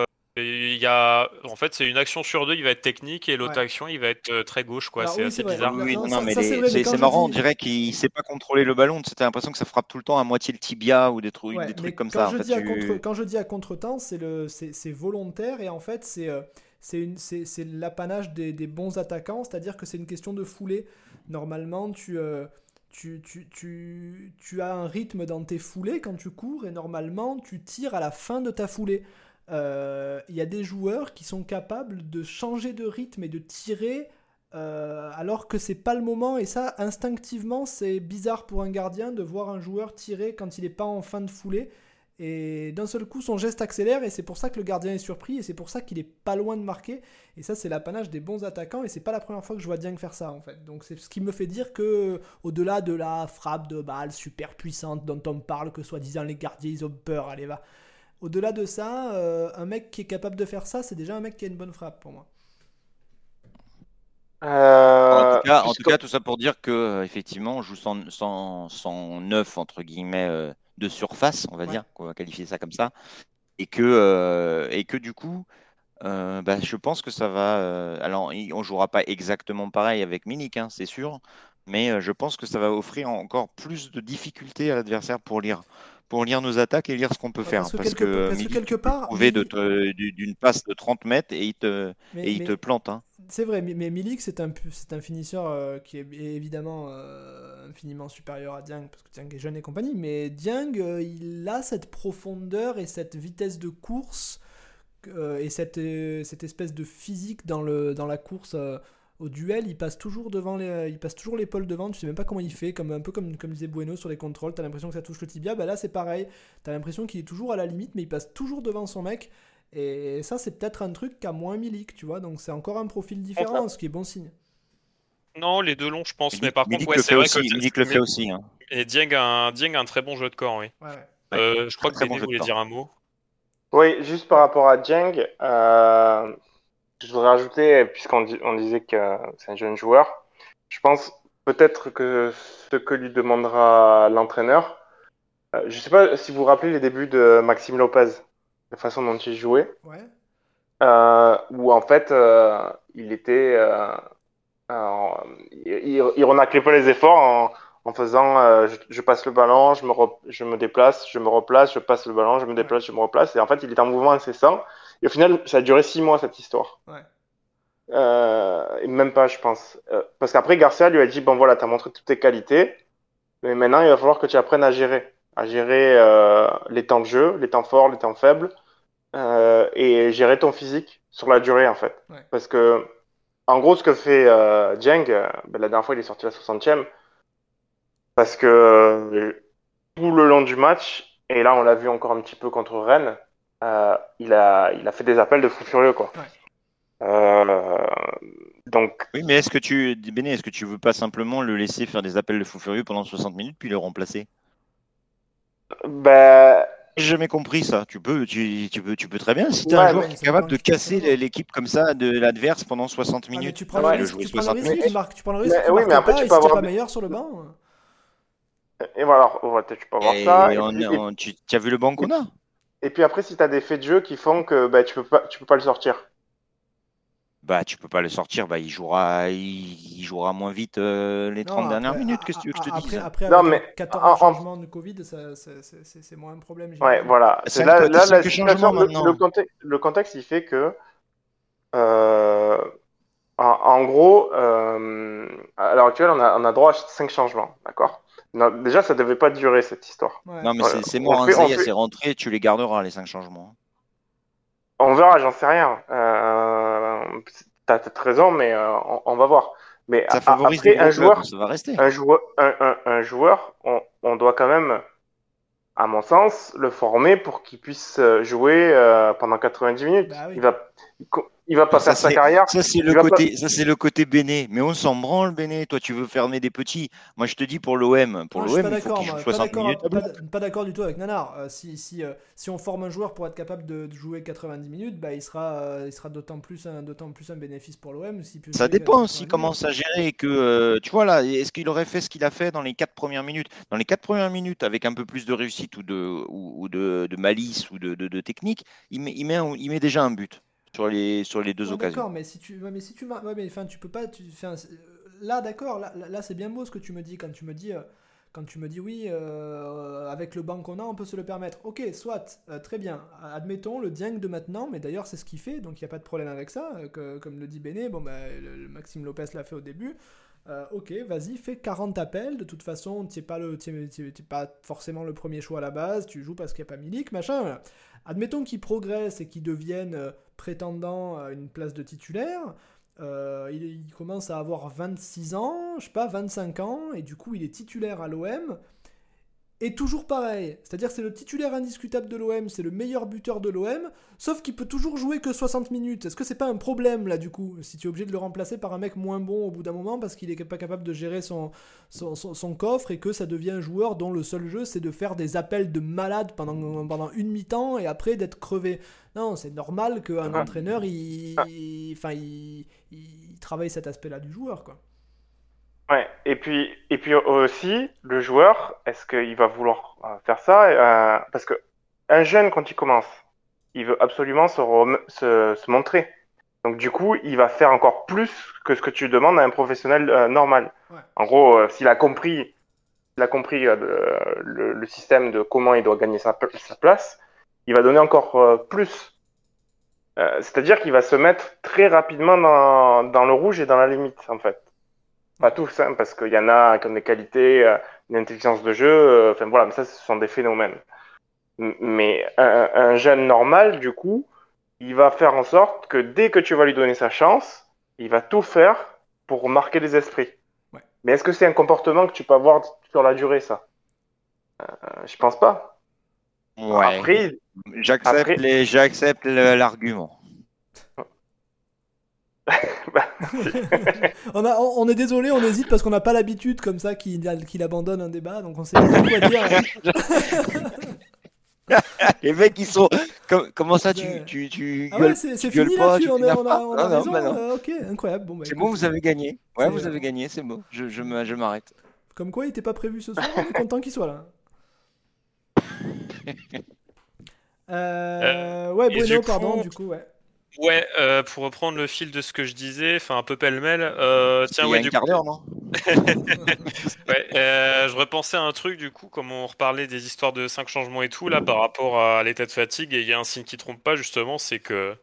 En fait, c'est une action sur deux, il va être technique et l'autre Ouais. action, il va être très gauche, quoi. Alors C'est oui, c'est assez vrai. Oui, bizarre. oui, Non, non, non, mais ça c'est vrai, mais quand c'est je marrant, on dis, dirait qu'il sait pas contrôler le ballon. Tu as l'impression que ça frappe tout le temps à moitié le tibia ou ouais, des trucs mais comme ça. En fait, quand je dis à contre-temps, c'est volontaire et en fait c'est l'apanage des bons attaquants, c'est-à-dire que c'est une question de foulée. Normalement, tu as un rythme dans tes foulées quand tu cours et normalement tu tires à la fin de ta foulée. Il y a des joueurs qui sont capables de changer de rythme et de tirer alors que c'est pas le moment, et ça instinctivement c'est bizarre pour un gardien de voir un joueur tirer quand il n'est pas en fin de foulée, et d'un seul coup son geste accélère et c'est pour ça que le gardien est surpris et c'est pour ça qu'il est pas loin de marquer, et ça c'est l'apanage des bons attaquants et c'est pas la première fois que je vois Dieng faire ça en fait, donc c'est ce qui me fait dire que au-delà de la frappe de balle super puissante dont on parle, que soi-disant les gardiens ils ont peur, allez va, au-delà de ça, un mec qui est capable de faire ça, c'est déjà un mec qui a une bonne frappe pour moi. En tout Puisque cas, tout ça pour dire que effectivement, on joue sans neuf entre guillemets de surface, on va Ouais. dire, qu'on va qualifier ça comme ça, et que du coup, bah, je pense que ça va. Alors, on jouera pas exactement pareil avec Milik, hein, c'est sûr, mais je pense que ça va offrir encore plus de difficultés à l'adversaire pour lire nos attaques et lire ce qu'on peut Ouais, faire. Parce que parce que Milik, quelque tu peux le part, trouver d'une passe de 30 mètres et il te mais plante, hein. c'est vrai, mais Milik, c'est un finisseur qui est évidemment infiniment supérieur à Dieng, parce que Dieng est jeune et compagnie, mais Dieng, il a cette profondeur et cette vitesse de course et cette espèce de physique dans la course au duel, il passe toujours l'épaule devant, tu sais même pas comment il fait, un peu comme disait Bueno sur les contrôles, t'as l'impression que ça touche le tibia, bah là c'est pareil, t'as l'impression qu'il est toujours à la limite, mais il passe toujours devant son mec, et ça c'est peut-être un truc qu'a moins Milik, tu vois, donc c'est encore un profil différent, ce qui est bon signe. Non, les deux longs, je pense. Mais Milik, par contre, Milik ouais, le c'est fait vrai que. aussi, Milik le fait aussi, hein. Et Dieng a un très bon jeu de corps, oui. Ouais, ouais. Ouais. Je crois Très que très bon Dédé jeu de voulait corps. dire un mot. Oui, juste par rapport à Dieng, je voudrais rajouter, on disait que c'est un jeune joueur, je pense peut-être que ce que lui demandera l'entraîneur, je ne sais pas si vous vous rappelez les débuts de Maxime Lopez, la façon dont il jouait, Ouais. où en fait il était, il renaclait pas les efforts en faisant je passe le ballon, je me déplace, je me replace, je passe le ballon, je me Ouais, déplace, je me replace, et en fait il était en mouvement incessant, et au final ça a duré 6 mois cette histoire. ouais. Et même pas, je pense. Parce qu'après, Garcia lui a dit, bon voilà, t'as montré toutes tes qualités, mais maintenant, il va falloir que tu apprennes à gérer les temps de jeu, les temps forts, les temps faibles, et gérer ton physique sur la durée, en fait. Ouais. Parce que, en gros, ce que fait Dieng, la dernière fois, il est sorti à la 60e, parce que tout le long du match, et là, on l'a vu encore un petit peu contre Rennes, il a fait des appels de fou furieux, quoi. Ouais. Euh, donc, Oui, mais Béné, est-ce que tu veux pas simplement le laisser faire des appels de fou furieux pendant 60 minutes puis le remplacer? ben, J'ai jamais compris ça. Tu peux très bien. Si tu as un ouais, joueur Ouais, qui mais est ça dépend capable de qui tu mets sur le casser banc. l'équipe comme ça de l'adverse pendant 60 Ah, mais minutes, tu prends le ouais, le risque, jouer tu prends le 60 risque minutes. qu'il marque, tu prends le risque qu'il oui, mais marque après, pas tu et peux si t'es avoir pas meilleur sur le banc. et voilà, ouais, tu peux avoir ça. Et tu as vu le banc Et, qu'on a? et puis après, si tu as des faits de jeu qui font que bah, tu peux pas le sortir. Bah, tu peux pas le sortir. Bah, il jouera moins vite les Non, 30 dernières minutes. Qu'est-ce que tu veux que je te dise? après Non, avec mais les 14 en, changements de Covid, c'est moins un problème, ouais, j'imagine. voilà. C'est Cinq, là, toi, t'es là la 5 situation, changements maintenant. le contexte, il fait que, euh, en gros, à l'heure actuelle, on a droit à 5 changements, d'accord? Non, déjà, ça devait pas durer cette histoire. Ouais. Non, mais Voilà. c'est On mort. Hein. fait, Ça on y est, fait, c'est rentré. Tu les garderas, les 5 changements. On verra, j'en sais rien. T'as raison, mais on va voir. Mais Ça favorise les après, gros clubs. Ça va rester. un joueur, on doit quand même, à mon sens, le former pour qu'il puisse jouer pendant 90 minutes. Bah oui. Il va pas Ça, faire sa c'est carrière. ça, c'est Il le va pas. côté, ça, c'est le côté Béné. Mais on s'en branle, Béné. Toi, tu veux fermer des petits. Moi, je te dis pour l'OM. Pour Non, je suis pas l'OM, il faut d'accord, qu'il joue moi. 60 minutes à bloc. Pas d'accord du tout avec Nanar. Si on forme un joueur pour être capable de jouer 90 minutes, bah, il sera d'autant plus un bénéfice pour l'OM s'il peut Ça jouer dépend s'il 90 minutes. commence à gérer et que, tu vois là, est-ce qu'il aurait fait ce qu'il a fait dans les 4 premières minutes? Dans les 4 premières minutes, avec un peu plus de réussite ou de malice ou de technique, il met déjà un but sur les deux Ouais, occasions. d'accord, mais si tu ouais, mais enfin, tu peux pas. Là, d'accord, là, c'est bien beau ce que tu me dis quand tu me dis oui, avec le banc qu'on a, on peut se le permettre. Ok, soit, très bien. Admettons le Dieng de maintenant, mais d'ailleurs c'est ce qu'il fait, donc il n'y a pas de problème avec ça. Comme le dit Béné, bon, bah, le Maxime Lopez l'a fait au début. Ok, vas-y, fais 40 appels. De toute façon, t'es pas forcément le premier choix à la base. Tu joues parce qu'il n'y a pas Milik, machin. Voilà. Admettons qu'il progresse et qu'il devienne prétendant à une place de titulaire. Il commence à avoir 26 ans, je sais pas, 25 ans, et du coup il est titulaire à l'OM. Et toujours pareil, c'est-à-dire que c'est le titulaire indiscutable de l'OM, c'est le meilleur buteur de l'OM, sauf qu'il peut toujours jouer que 60 minutes. Est-ce que c'est pas un problème là du coup, si tu es obligé de le remplacer par un mec moins bon au bout d'un moment parce qu'il est pas capable de gérer son coffre et que ça devient un joueur dont le seul jeu c'est de faire des appels de malade pendant une mi-temps et après d'être crevé. Non, c'est normal qu'un entraîneur il travaille cet aspect-là du joueur quoi. Ouais. Et puis aussi, le joueur, est-ce qu'il va vouloir faire ça? Parce que un jeune, quand il commence, il veut absolument se montrer. Donc du coup, il va faire encore plus que ce que tu demandes à un professionnel normal. Ouais. En gros, s'il a compris le système de comment il doit gagner sa place, il va donner encore plus. C'est-à-dire qu'il va se mettre très rapidement dans le rouge et dans la limite, en fait. Pas tous, hein, parce qu'il y en a qui ont des qualités, une intelligence de jeu, enfin voilà, mais ça, ce sont des phénomènes. Mais un jeune normal, du coup, il va faire en sorte que dès que tu vas lui donner sa chance, il va tout faire pour marquer les esprits. Ouais. Mais est-ce que c'est un comportement que tu peux avoir sur la durée, ça? Je pense pas. Ouais, Après, j'accepte après, l'argument. bah, On est désolé, on hésite parce qu'on n'a pas l'habitude comme ça qu'il abandonne un débat, donc on sait pas trop quoi dire. Les mecs, ils sont. Comment ça, tu Ah ouais, gueules, c'est tu gueules fini pas, là-dessus, tu on a, t'énerves on pas? a, on a Non, non, raison. bah non. Ok, incroyable. Bon, bah, C'est bon, écoute, vous avez gagné. Ouais, c'est, vous avez gagné, c'est bon. Je m'arrête. comme quoi il était pas prévu ce soir, on est content qu'il soit là. Ouais, Et Bruno, du pardon, coup, du coup, ouais. ouais, pour reprendre le fil de ce que je disais, enfin un peu pêle-mêle, C'était tiens, il y a ouais, un du quart coup, d'heure, non? ouais, je repensais à un truc, du coup, comme on reparlait des histoires de 5 changements et tout, là, par rapport à l'état de fatigue, et il y a un signe qui trompe pas, justement, c'est que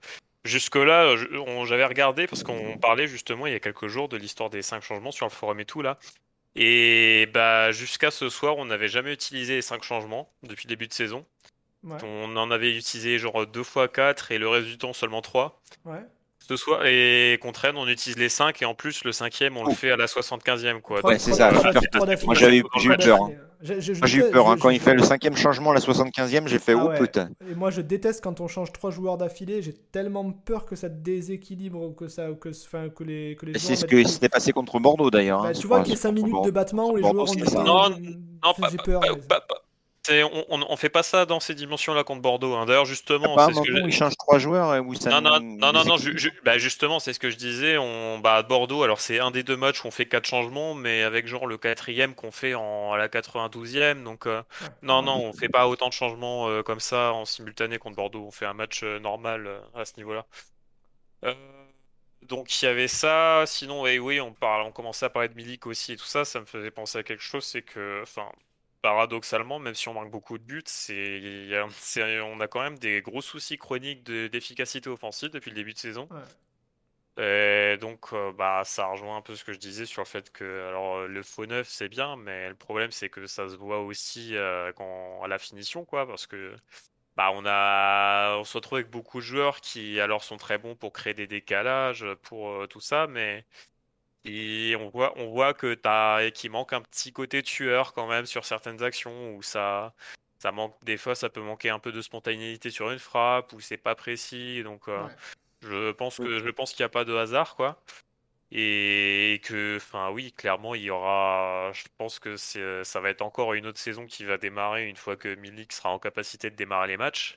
Jusque-là, j'avais regardé parce qu'on parlait justement il y a quelques jours de l'histoire des 5 changements sur le forum et tout là. Et bah jusqu'à ce soir, on n'avait jamais utilisé les 5 changements depuis le début de saison. Ouais, On en avait utilisé genre 2 fois 4 et le reste du temps seulement 3. ouais. Ce soir, et contre Rennes, on utilise les 5 et en plus le cinquième, on le Oh. fait à la 75e quoi. Trois, Ouais, Donc, c'est ça, j'ai peur. trois Moi, d'affilée. j'ai dans le eu Trois match. peur. Hein. d'affilée. Je Moi, j'ai eu déteste- peur. Hein. Quand il fait le 5e changement, la 75e, j'ai fait Ah oh ouais. putain. Et moi, je déteste quand on change 3 joueurs d'affilée. J'ai tellement peur que ça déséquilibre ou que les Et joueurs c'est ce mettent que plus. s'était passé contre Bordeaux d'ailleurs. Hein. Bah, Je tu vois crois, qu'il y a c'est 5 contre minutes de battement où les Bordeaux, joueurs ont c'est du ça. temps. Non, non, J'ai peur. Mais... on fait pas ça dans ces dimensions-là contre Bordeaux. Hein. D'ailleurs, Il n'y a justement, pas un c'est ce que moment où il change 3 joueurs et où ça non, non, nous non, non, non, déséquilibre. bah justement, c'est ce que je disais. À Bordeaux, alors c'est un des 2 matchs où on fait 4 changements, mais avec genre le quatrième qu'on fait à la 92e. Donc, Ouais. non, non, on fait pas autant de changements comme ça en simultané contre Bordeaux. On fait un match normal à ce niveau-là. Euh, donc, il y avait ça. Sinon, et oui, on commençait à parler de Milik aussi et tout ça. Ça me faisait penser à quelque chose, c'est que, enfin, paradoxalement, même si on marque beaucoup de buts, on a quand même des gros soucis chroniques d'efficacité offensive depuis le début de saison. Ouais. Et donc, bah, ça rejoint un peu ce que je disais sur le fait que, alors, le faux neuf, c'est bien, mais le problème, c'est que ça se voit aussi à la finition, quoi, parce que, bah, on se retrouve avec beaucoup de joueurs qui, alors, sont très bons pour créer des décalages, pour tout ça, mais on voit qu'il manque un petit côté tueur quand même sur certaines actions où ça manque, des fois, ça peut manquer un peu de spontanéité sur une frappe, où c'est pas précis, donc. Ouais. Je pense qu'il n'y a pas de hasard, quoi. Et que, enfin, oui, clairement, il y aura. Je pense que ça va être encore une autre saison qui va démarrer une fois que Milik sera en capacité de démarrer les matchs.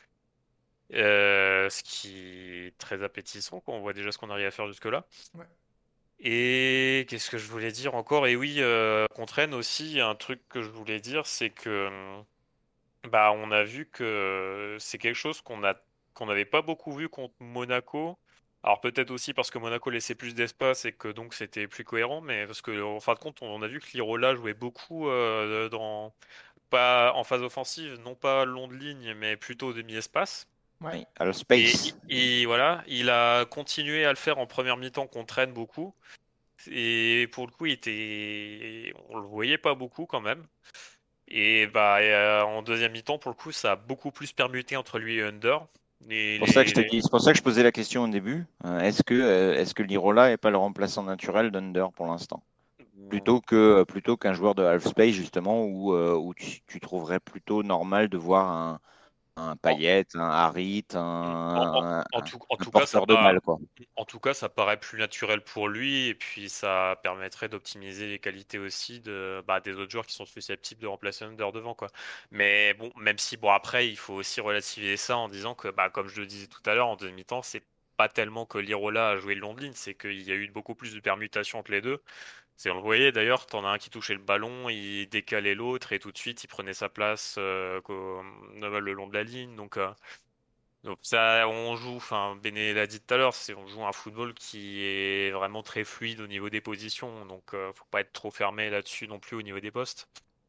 Ce qui est très appétissant, quoi. On voit déjà ce qu'on arrive à faire jusque-là. Ouais. Et qu'est-ce que je voulais dire encore? Et oui, contre Rennes aussi, un truc que je voulais dire, c'est que bah, on a vu que c'est quelque chose qu'on n'avait pas beaucoup vu contre Monaco. Alors peut-être aussi parce que Monaco laissait plus d'espace et que donc c'était plus cohérent, mais parce que en fin de compte, on a vu que Lirola jouait beaucoup pas en phase offensive, non pas long de ligne, mais plutôt au demi-espace. Ouais. Oui, à le Et, space. voilà, il a continué à le faire en première mi-temps contre Rennes beaucoup. Et pour le coup, on le voyait pas beaucoup quand même. Et bah en deuxième mi-temps, pour le coup, ça a beaucoup plus permuté entre lui et Under. C'est pour ça que je t'ai dit, c'est pour ça que je posais la question au début. Est-ce que Lirola n'est pas le remplaçant naturel d'Under pour l'instant? Plutôt qu'un joueur de half space justement où tu trouverais plutôt normal de voir un En, Payet, un Harit, en- en- un, en un- tout, en un tout cas, porteur de balle quoi. ça paraît plus naturel pour lui, et puis ça permettrait d'optimiser les qualités aussi des autres joueurs qui sont susceptibles de remplacer Under devant, quoi. Mais bon, même si, bon, après, il faut aussi relativiser ça en disant que, bah, comme je le disais tout à l'heure, en demi-temps, c'est pas tellement que Lirola a joué le long de ligne, c'est qu'il y a eu beaucoup plus de permutations entre les deux. On le voyait d'ailleurs, t'en as un qui touchait le ballon, il décalait l'autre, et tout de suite, il prenait sa place le long de la ligne, donc ça, on joue, enfin Béné l'a dit tout à l'heure, on joue un football qui est vraiment très fluide au niveau des positions, donc faut pas être trop fermé là-dessus non plus au niveau des postes.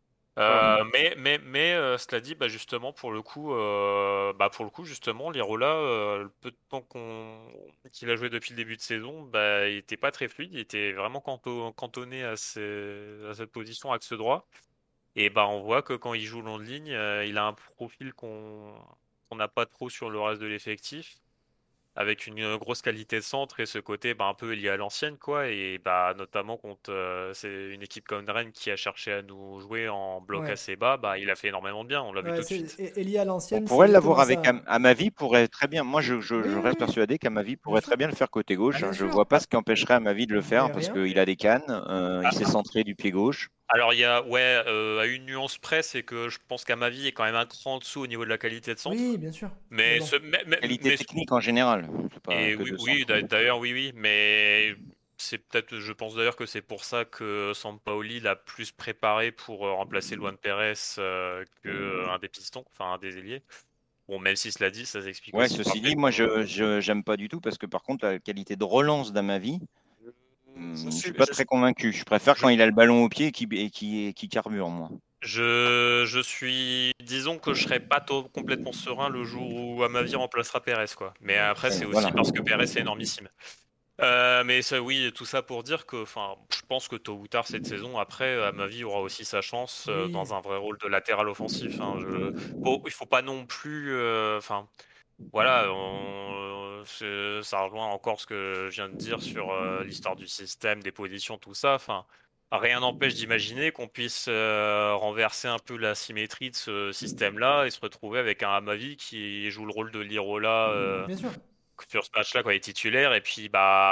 Mais cela dit, bah justement pour le coup justement, Lirola, le peu de temps qu'il a joué depuis le début de saison, bah il était pas très fluide, il était vraiment cantonné à cette position axe droit. Et bah on voit que quand il joue long de ligne, il a un profil qu'on n'a pas trop sur le reste de l'effectif, avec une grosse qualité de centre et ce côté un peu lié à l'ancienne, quoi. Et bah notamment contre c'est une équipe comme Rennes qui a cherché à nous jouer en bloc Ouais. assez bas, bah il a fait énormément de bien, on l'a vu Ouais, tout de suite. Elie à On l'ancienne, c'est pourrait l'avoir exactement avec ça. Amavi pourrait très bien. Moi, Oui, je oui, reste oui, persuadé qu'Amavi bien pourrait sûr. très bien le faire côté Ah, gauche. bien Je sûr. vois pas ce qui empêcherait Amavi de le Mais faire parce rien. qu'il a des cannes, il Ah, s'est centré du pied gauche. alors il y a ouais à une nuance près, c'est que je pense qu'Amavi est quand même un cran en dessous au niveau de la qualité de Oui, centre. bien sûr. Mais Mais, bon. ce, Qualité mais technique en général, c'est pas Et que oui, de oui, centre. d'ailleurs, oui, oui, mais je pense d'ailleurs que c'est pour ça que Sampaoli l'a plus préparé pour remplacer Luan Pérez que un des pistons, enfin un des ailiers. Bon, même si cela dit, ça s'explique Ouais, aussi par ceci le fait dit, moi, qu'on. j'aime pas du tout parce que par contre, la qualité de relance d'Amavi, Je je suis, suis pas je très suis, convaincu. Je préfère je, quand il a le ballon au pied et qui carbure, moi. Disons que je serais pas complètement serein le jour où Amavi remplacera Perez, quoi. Mais après, c'est aussi Voilà. parce que Perez est énormissime. Mais ça, oui, tout ça pour dire que, enfin, je pense que tôt ou tard cette saison, après, Amavi aura aussi sa chance Oui. dans un vrai rôle de latéral offensif. Hein. Bon, il faut pas non plus, enfin, voilà, ça rejoint encore ce que je viens de dire sur l'histoire du système, des positions, tout ça. Enfin, rien n'empêche d'imaginer qu'on puisse renverser un peu la symétrie de ce système-là et se retrouver avec un Amavi qui joue le rôle de Lirola Bien sûr. sur ce match-là, quoi, il est titulaire, et puis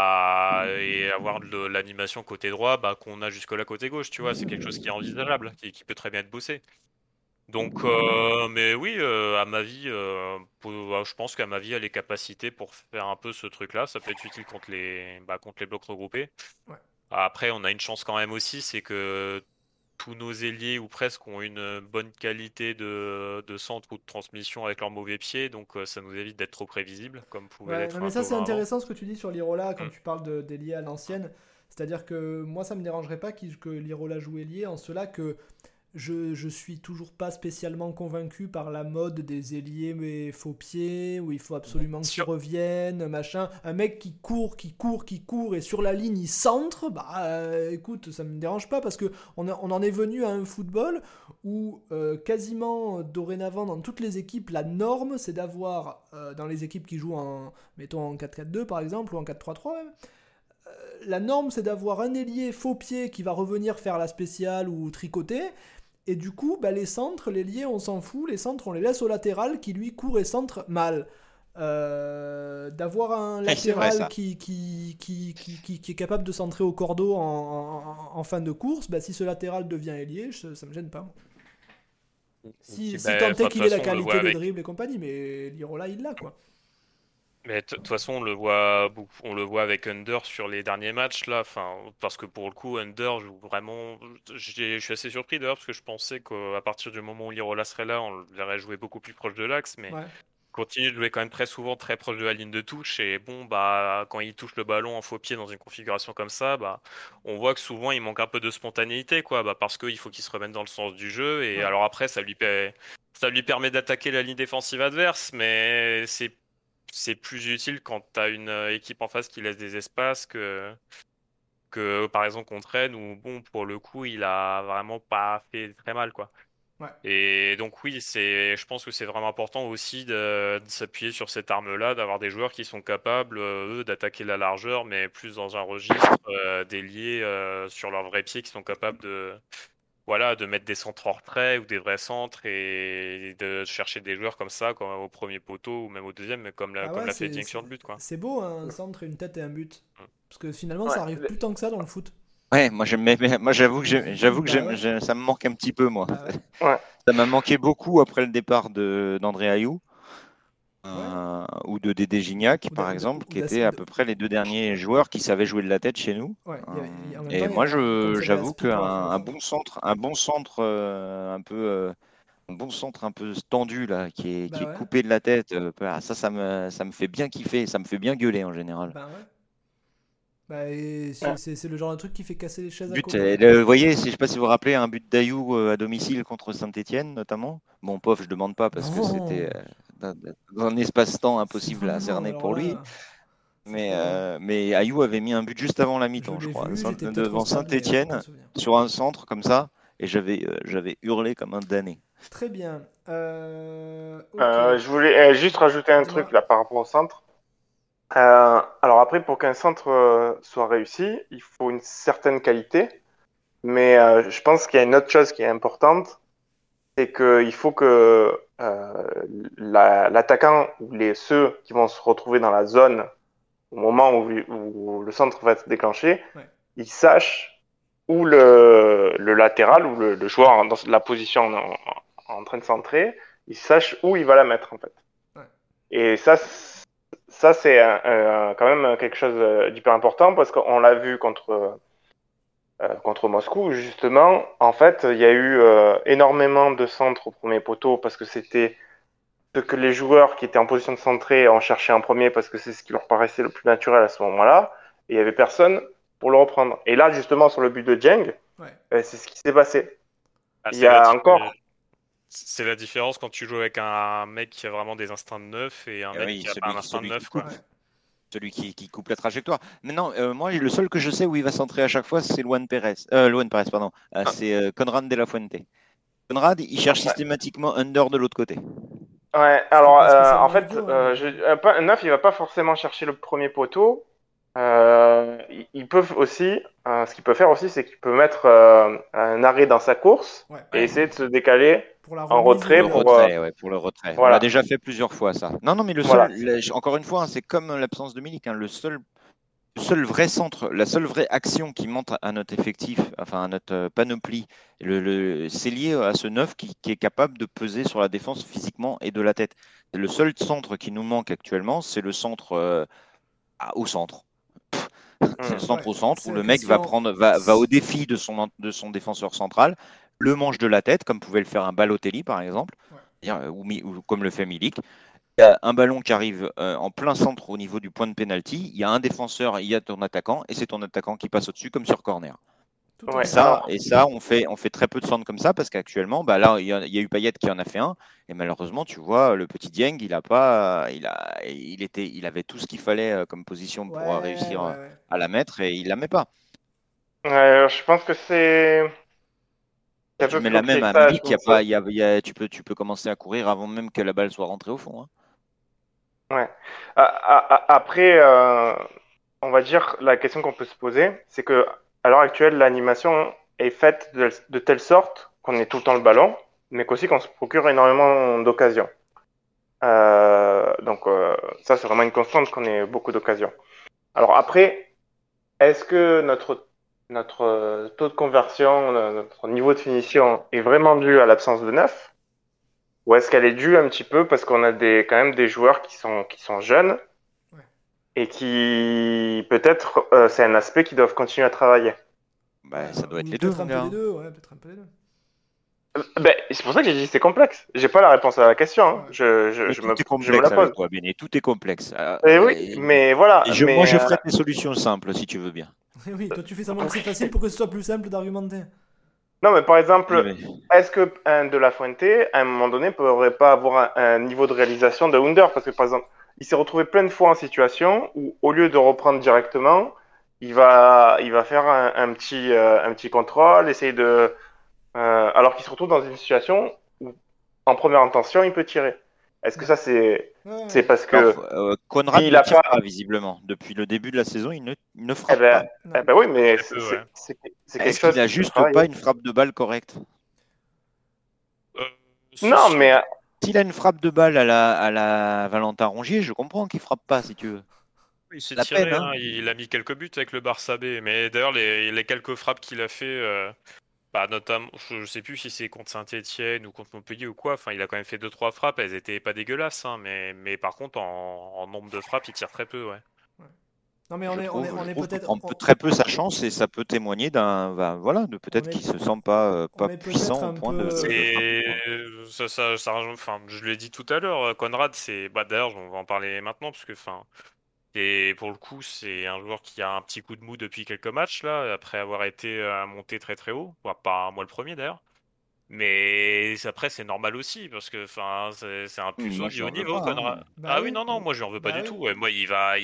et avoir de l'animation côté droit, qu'on a jusque-là côté gauche, tu vois, c'est quelque chose qui est envisageable, qui peut très bien être bossé. Donc, mais oui, à ma vie, je pense qu'à ma vie, a les capacités pour faire un peu ce truc-là. Ça peut être utile contre les blocs regroupés. Ouais. Après, on a une chance quand même aussi, c'est que tous nos ailiers ou presque ont une bonne qualité de centre ou de transmission avec leur mauvais pied, donc ça nous évite d'être trop prévisible, comme pouvait Ouais, non, l'être mais un ça c'est Thauvin avant. intéressant ce que tu dis sur l'Irola quand Mm. tu parles d'ailier à l'ancienne. C'est-à-dire que moi ça me dérangerait pas que l'Irola joue ailier en cela que je suis toujours pas spécialement convaincu par la mode des ailiers mais faux pieds où il faut absolument qu'ils Sur... reviennent, machin. Un mec qui court et sur la ligne il centre, écoute, ça me dérange pas parce que on en est venu à un football où quasiment dorénavant dans toutes les équipes, la norme c'est d'avoir, dans les équipes qui jouent mettons en 4-4-2 par exemple ou en 4-3-3 même, la norme c'est d'avoir un ailier faux pied qui va revenir faire la spéciale ou tricoter et du coup, les centres, les liés, on s'en fout. Les centres, on les laisse au latéral qui lui court et centre mal. D'avoir un Ouais, c'est vrai latéral ça. qui est capable de centrer au cordeau en fin de course, si ce latéral devient ailier, ça me gêne pas. Moi. Si tant est De toute qu'il ait la façon, on le voit qualité de avec. dribble et compagnie, mais Lirola, il l'a quoi. Mais de toute façon, on le voit avec Under sur les derniers matchs là. Enfin, parce que pour le coup, Under joue vraiment. Je suis assez surpris d'ailleurs parce que je pensais qu'à partir du moment où Lirola serait là, on le verrait jouer beaucoup plus proche de l'axe, mais Ouais. il continue de jouer quand même très souvent très proche de la ligne de touche. Et bon, quand il touche le ballon en faux pied dans une configuration comme ça, on voit que souvent il manque un peu de spontanéité, quoi. Parce qu'il faut qu'il se remette dans le sens du jeu. Et Ouais. alors après, ça lui permet d'attaquer la ligne défensive adverse, mais c'est plus utile quand tu as une équipe en face qui laisse des espaces que par exemple contre Rennes où bon pour le coup il a vraiment pas fait très mal quoi. Ouais. Et donc oui, je pense que c'est vraiment important aussi de s'appuyer sur cette arme-là, d'avoir des joueurs qui sont capables, eux, d'attaquer la largeur, mais plus dans un registre délié sur leurs vrais pieds, qui sont capables voilà, de mettre des centres hors trait ou des vrais centres et de chercher des joueurs comme ça, comme au premier poteau ou même au deuxième, mais comme Bah comme ouais, l'a fait Dieng sur le but, quoi. c'est beau hein, un centre, une tête et un but. Mm. Parce que finalement, ça arrive Ouais. plus tant que ça dans le foot. Ouais, moi Bah ouais. ça me manque un petit peu moi. Bah ouais. Ouais. Ça m'a manqué beaucoup après le départ d'André Ayou Ouais. ou de Dédé Gignac Ou par d'a- ou d'a- exemple, ou qui d'a- étaient ou à d'a- peu près les deux derniers joueurs qui savaient jouer de la tête chez nous. Ouais, en même temps, Et moi comme il y avait j'avoue Aspi pour la qu'un formation. un bon centre un bon centre un peu tendu là, qui Bah est ouais, coupé de la tête, ça me fait bien kiffer, ça me fait bien gueuler en général. bah ouais. Et Ouais. c'est le genre de truc qui fait casser les chaises à But, côté. vous voyez, je ne sais pas si vous vous rappelez un but d'Ayou à domicile contre Saint-Étienne notamment. Bon, pof, je demande pas parce que c'était Non, dans un espace-temps impossible à non, cerner alors pour lui. là, c'est trop drôle. Mais Ayou avait mis un but juste avant la Je mi-temps, je l'ai crois, vu, j'étais peut-être au devant stade, mais j'ai pas le Saint-Étienne, souvenir. sur un centre comme ça, et j'avais hurlé comme un damné. Très bien. Ok, Je voulais juste rajouter un truc dis-moi. là par rapport au centre. Alors après, pour qu'un centre soit réussi, il faut une certaine qualité. Mais je pense qu'il y a une autre chose qui est importante, c'est qu'il faut que l'attaquant ou ceux qui vont se retrouver dans la zone au moment où le centre va être déclenché, Ouais. ils sachent où le latéral ou le joueur dans la position en train de centrer, il sache où il va la mettre en fait. Ouais. Et ça c'est quand même quelque chose d'hyper important parce qu'on l'a vu contre Moscou, justement, en fait, il y a eu énormément de centres au premier poteau parce que c'était ce que les joueurs qui étaient en position de centrer en cherchaient en premier parce que c'est ce qui leur paraissait le plus naturel à ce moment-là. Et il y avait personne pour le reprendre. Et là, justement, sur le but de Dieng, Ouais. c'est ce qui s'est passé. Ah, Il c'est y la, a di- encore. c'est la différence quand tu joues avec un mec qui a vraiment des instincts de neuf et un Eh mec oui, qui a pas un instinct de celui qui neuf, quoi. coupe. Ouais. Celui qui coupe la trajectoire. Maintenant, moi, le seul que je sais où il va centrer à chaque fois, c'est Luan Perez, pardon. Ah, C'est Conrad de la Fuente. Conrad, il cherche ouais. systématiquement under de l'autre côté. Ouais, Ce qui est alors pas en spécialement fait, idiot, hein, mais... un neuf, il va pas forcément chercher le premier poteau. Ils peuvent aussi, ce qu'il peut faire aussi, c'est qu'il peut mettre un arrêt dans sa course Ouais. et Ouais. essayer de se décaler Pour la en remise Pour retrait le ou... pour, retrait, ouais, pour le retrait. On l'a voilà, déjà fait plusieurs fois, ça. Non, non, mais voilà. encore une fois, hein, c'est comme l'absence de Milik, hein, le seul vrai centre, la seule vraie action qui monte à notre effectif, enfin à notre panoplie, c'est lié à ce neuf qui est capable de peser sur la défense physiquement et de la tête. Le seul centre qui nous manque actuellement, c'est le centre au centre. C'est le Hmm. centre Ouais, au centre où c'est la le mec va question... prendre, va au défi de son défenseur central, le manche de la tête, comme pouvait le faire un Balotelli par exemple, Ouais. c'est-à-dire, ou comme le fait Milik. Il y a un ballon qui arrive en plein centre au niveau du point de pénalty. Il y a un défenseur, il y a ton attaquant, et c'est ton attaquant qui passe au-dessus comme sur corner. Tout à Et Ouais, fait. ça, alors, et ça on fait très peu de centres comme ça parce qu'actuellement, bah là, il y a eu Payet qui en a fait un. Et malheureusement, tu vois, le petit Dieng, il a pas, il avait tout ce qu'il fallait comme position pour Ouais, réussir ouais, ouais. à la mettre et il la met pas. je pense que c'est Si un tu peu mets plus la compliqué même que à ça. Je Milik, il y a pense. pas, tu peux commencer à courir avant même que la balle soit rentrée au fond, hein. Ouais. Après, on va dire, la question qu'on peut se poser, c'est que à l'heure actuelle, l'animation est faite de telle sorte qu'on ait tout le temps le ballon, mais qu'aussi qu'on se procure énormément d'occasions. Donc ça, c'est vraiment une constante qu'on ait beaucoup d'occasions. Alors après, est-ce que notre taux de conversion, notre niveau de finition est vraiment dû à l'absence de neuf, ou est-ce qu'elle est due un petit peu parce qu'on a quand même des joueurs qui sont jeunes Ouais. et qui peut-être c'est un aspect qu'ils doivent continuer à travailler. Bah, ça doit être Ou les deux, peut-être mon un peu gars, les hein. deux, ouais, peut-être un peu les deux. Ben, c'est pour ça que j'ai dit c'est complexe. J'ai pas la réponse à la question, hein. Ouais. Mais tout est Je me complexe la pose. avec toi, Béné. Tout est complexe. Et oui, mais voilà. Moi, Mais je ferai des solutions simples, si tu veux bien. Oui, toi tu fais semblant que c'est oui. facile pour que ce soit plus simple d'argumenter. Non, mais par Oui, exemple, mais- est-ce que un De La Fuente, à un moment donné, pourrait pas avoir un niveau de réalisation de Under? Parce que par exemple, il s'est retrouvé plein de fois en situation où, au lieu de reprendre directement, il va faire un petit contrôle, essayer de, alors qu'il se retrouve dans une situation où, en première intention, il peut tirer. Est-ce que Ouais. ça, c'est Ouais. parce que Alors, Conrad il ne a tire pas. pas, visiblement. Depuis le début de la saison, il ne Eh frappe ben, pas. eh Non. ben oui, mais Très peu, ouais. c'est quelque Est-ce qu'il chose a qui peut juste pas travailler. une frappe de balle correcte? Euh, si, Non, si, mais S'il a une frappe de balle à la Valentin Rongier, je comprends qu'il frappe pas, si tu veux. il s'est La peine, tiré, hein. hein, il a mis quelques buts avec le Barça B, mais d'ailleurs les quelques frappes qu'il a fait, bah, notamment, je sais plus si c'est contre Saint-Étienne ou contre Montpellier ou quoi, enfin il a quand même fait deux trois frappes, elles étaient pas dégueulasses, hein, mais par contre en nombre de frappes il tire très peu, ouais. Ouais. Non mais Je on est trouve qu'il peut-être prend très peu sa chance et ça peut témoigner voilà, de on peut-être est qu'il se sent pas, on pas est puissant peut-être au un point peu de frapper, C'est quoi. enfin je l'ai dit tout à l'heure, Conrad c'est bah d'ailleurs on va en parler maintenant parce que enfin et pour le coup c'est un joueur qui a un petit coup de mou depuis quelques matchs là après avoir été monté très très haut, bah, pas moi le premier d'ailleurs. Mais après, c'est normal aussi, parce que enfin, c'est un puceau Moi, du je haut n'en veux niveau, pas, hein. Conrad. bah Ah oui, oui, non, non, moi, je n'en veux pas bah du oui. tout. Ouais. Moi,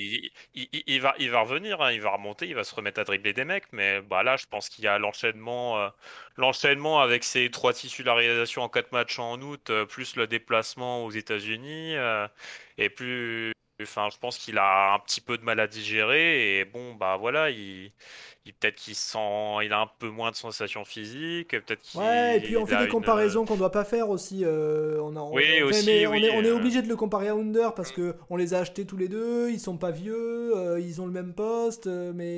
il va revenir, hein, il va remonter, il va se remettre à dribbler des mecs. Mais bah, là, je pense qu'il y a l'enchaînement avec ses trois titularisations en 4 matchs en août, plus le déplacement aux États-Unis, et plus. Enfin, je pense qu'il a un petit peu de mal à digérer. Et bon, bah voilà, peut-être qu'il sent, il a un peu moins de sensations physiques, peut-être Ouais, et puis on qu'il fait a des une. comparaisons qu'on doit pas faire aussi. Oui, Enfin, aussi, mais oui. on est obligé de le comparer à Under parce que on les a achetés tous les deux. Ils sont pas vieux, ils ont le même poste,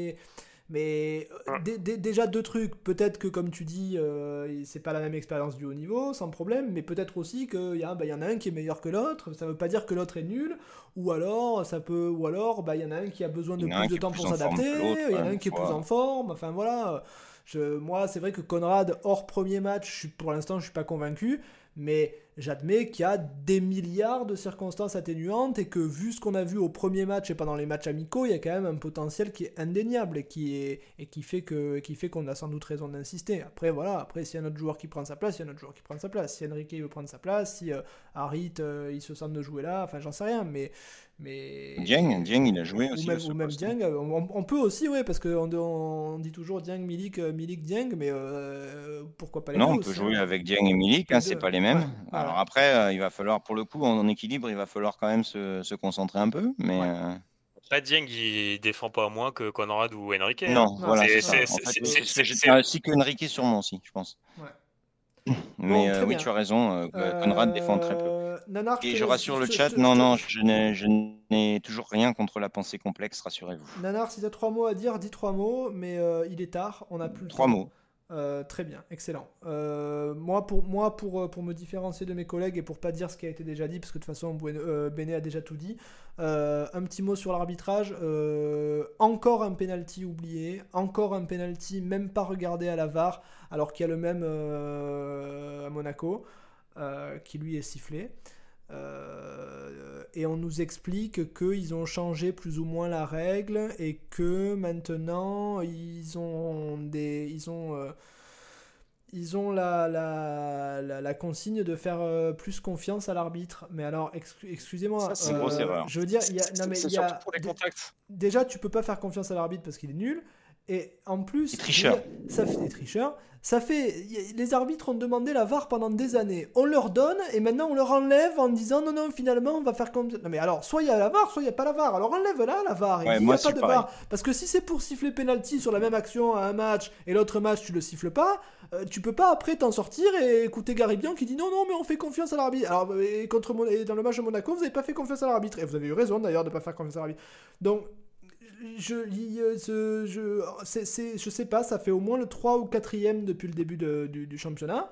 déjà deux trucs. Peut-être que comme tu dis, c'est pas la même expérience du haut niveau, sans problème. Mais peut-être aussi qu'il y en a un qui est meilleur que l'autre. Ça veut pas dire que l'autre est nul. Ou alors, il y en a un qui a besoin Il de y en a un plus de qui est temps pour plus en forme que l'autre, s'adapter. Il y en a ouais, un ma qui est plus foi. en forme. Enfin voilà. Moi, c'est vrai que Conrad, hors premier match, pour l'instant, je suis pas convaincu. Mais j'admets qu'il y a des milliards de circonstances atténuantes et que vu ce qu'on a vu au premier match et pendant les matchs amicaux, il y a quand même un potentiel qui est indéniable et qui fait qu'on a sans doute raison d'insister. Après, voilà, s'il y a un autre joueur qui prend sa place, il y a un autre joueur qui prend sa place. Si Enrique veut prendre sa place, si Harit il se sent de jouer là, enfin j'en sais rien, mais Dieng, il a joué aussi. ou même Dieng, on peut aussi, ouais, parce qu'on dit toujours Dieng, Milik, Dieng, mais pourquoi pas les deux Non, on aussi, peut jouer hein. avec Dieng et Milik, Les c'est deux. pas les mêmes. Ouais, Alors voilà. après, il va falloir, pour le coup, en équilibre, il va falloir quand même se concentrer un peu. Mais Ouais. Après, Dieng, il défend pas moins que Conrad ou Enrique. non, Hein. voilà, c'est ça. C'est- En fait, c'est- oui, c'est- c'est ce que c'est- j'ai c'est- ainsi que Enrique sûrement aussi, je pense. Ouais. Mais Bon, très oui, bien. tu as raison, Conrad défend très peu. Nanar, Et je rassure le chat, non, je n'ai toujours rien contre la pensée complexe, rassurez-vous. Nanar, si tu as 3 mots à dire, dis 3 mots, mais il est tard, on n'a plus le 3 temps. mots. Très bien, excellent. Moi, pour me différencier de mes collègues et pour pas dire ce qui a été déjà dit, parce que de toute façon, Benet a déjà tout dit, un petit mot sur l'arbitrage. Encore un penalty oublié, encore un penalty même pas regardé à la VAR, alors qu'il y a le même à Monaco, qui lui est sifflé. Et on nous explique qu'ils ont changé plus ou moins la règle et que maintenant ils ont la consigne de faire plus confiance à l'arbitre. Mais alors, excusez-moi, Ça, c'est une grosse erreur. je veux dire, c'est surtout pour les contacts. déjà tu peux pas faire confiance à l'arbitre parce qu'il est nul. Et en plus, Les tricheurs. Ça fait des tricheurs. Les arbitres ont demandé la VAR pendant des années. On leur donne et maintenant on leur enlève en disant non, finalement on va faire comme. Non mais alors, soit il y a la VAR, soit il n'y a pas la VAR. Alors enlève-la la VAR. Ouais, Il n'y moi, a pas c'est de pareil. VAR. Parce que si c'est pour siffler penalty sur la même action à un match et l'autre match tu le siffles pas, tu peux pas après t'en sortir et écouter Garibian qui dit non, mais on fait confiance à l'arbitre. Alors, et dans le match de Monaco, vous n'avez pas fait confiance à l'arbitre. Et vous avez eu raison d'ailleurs de ne pas faire confiance à l'arbitre. Donc. Je sais pas, ça fait au moins le 3 ou 4e depuis le début du championnat.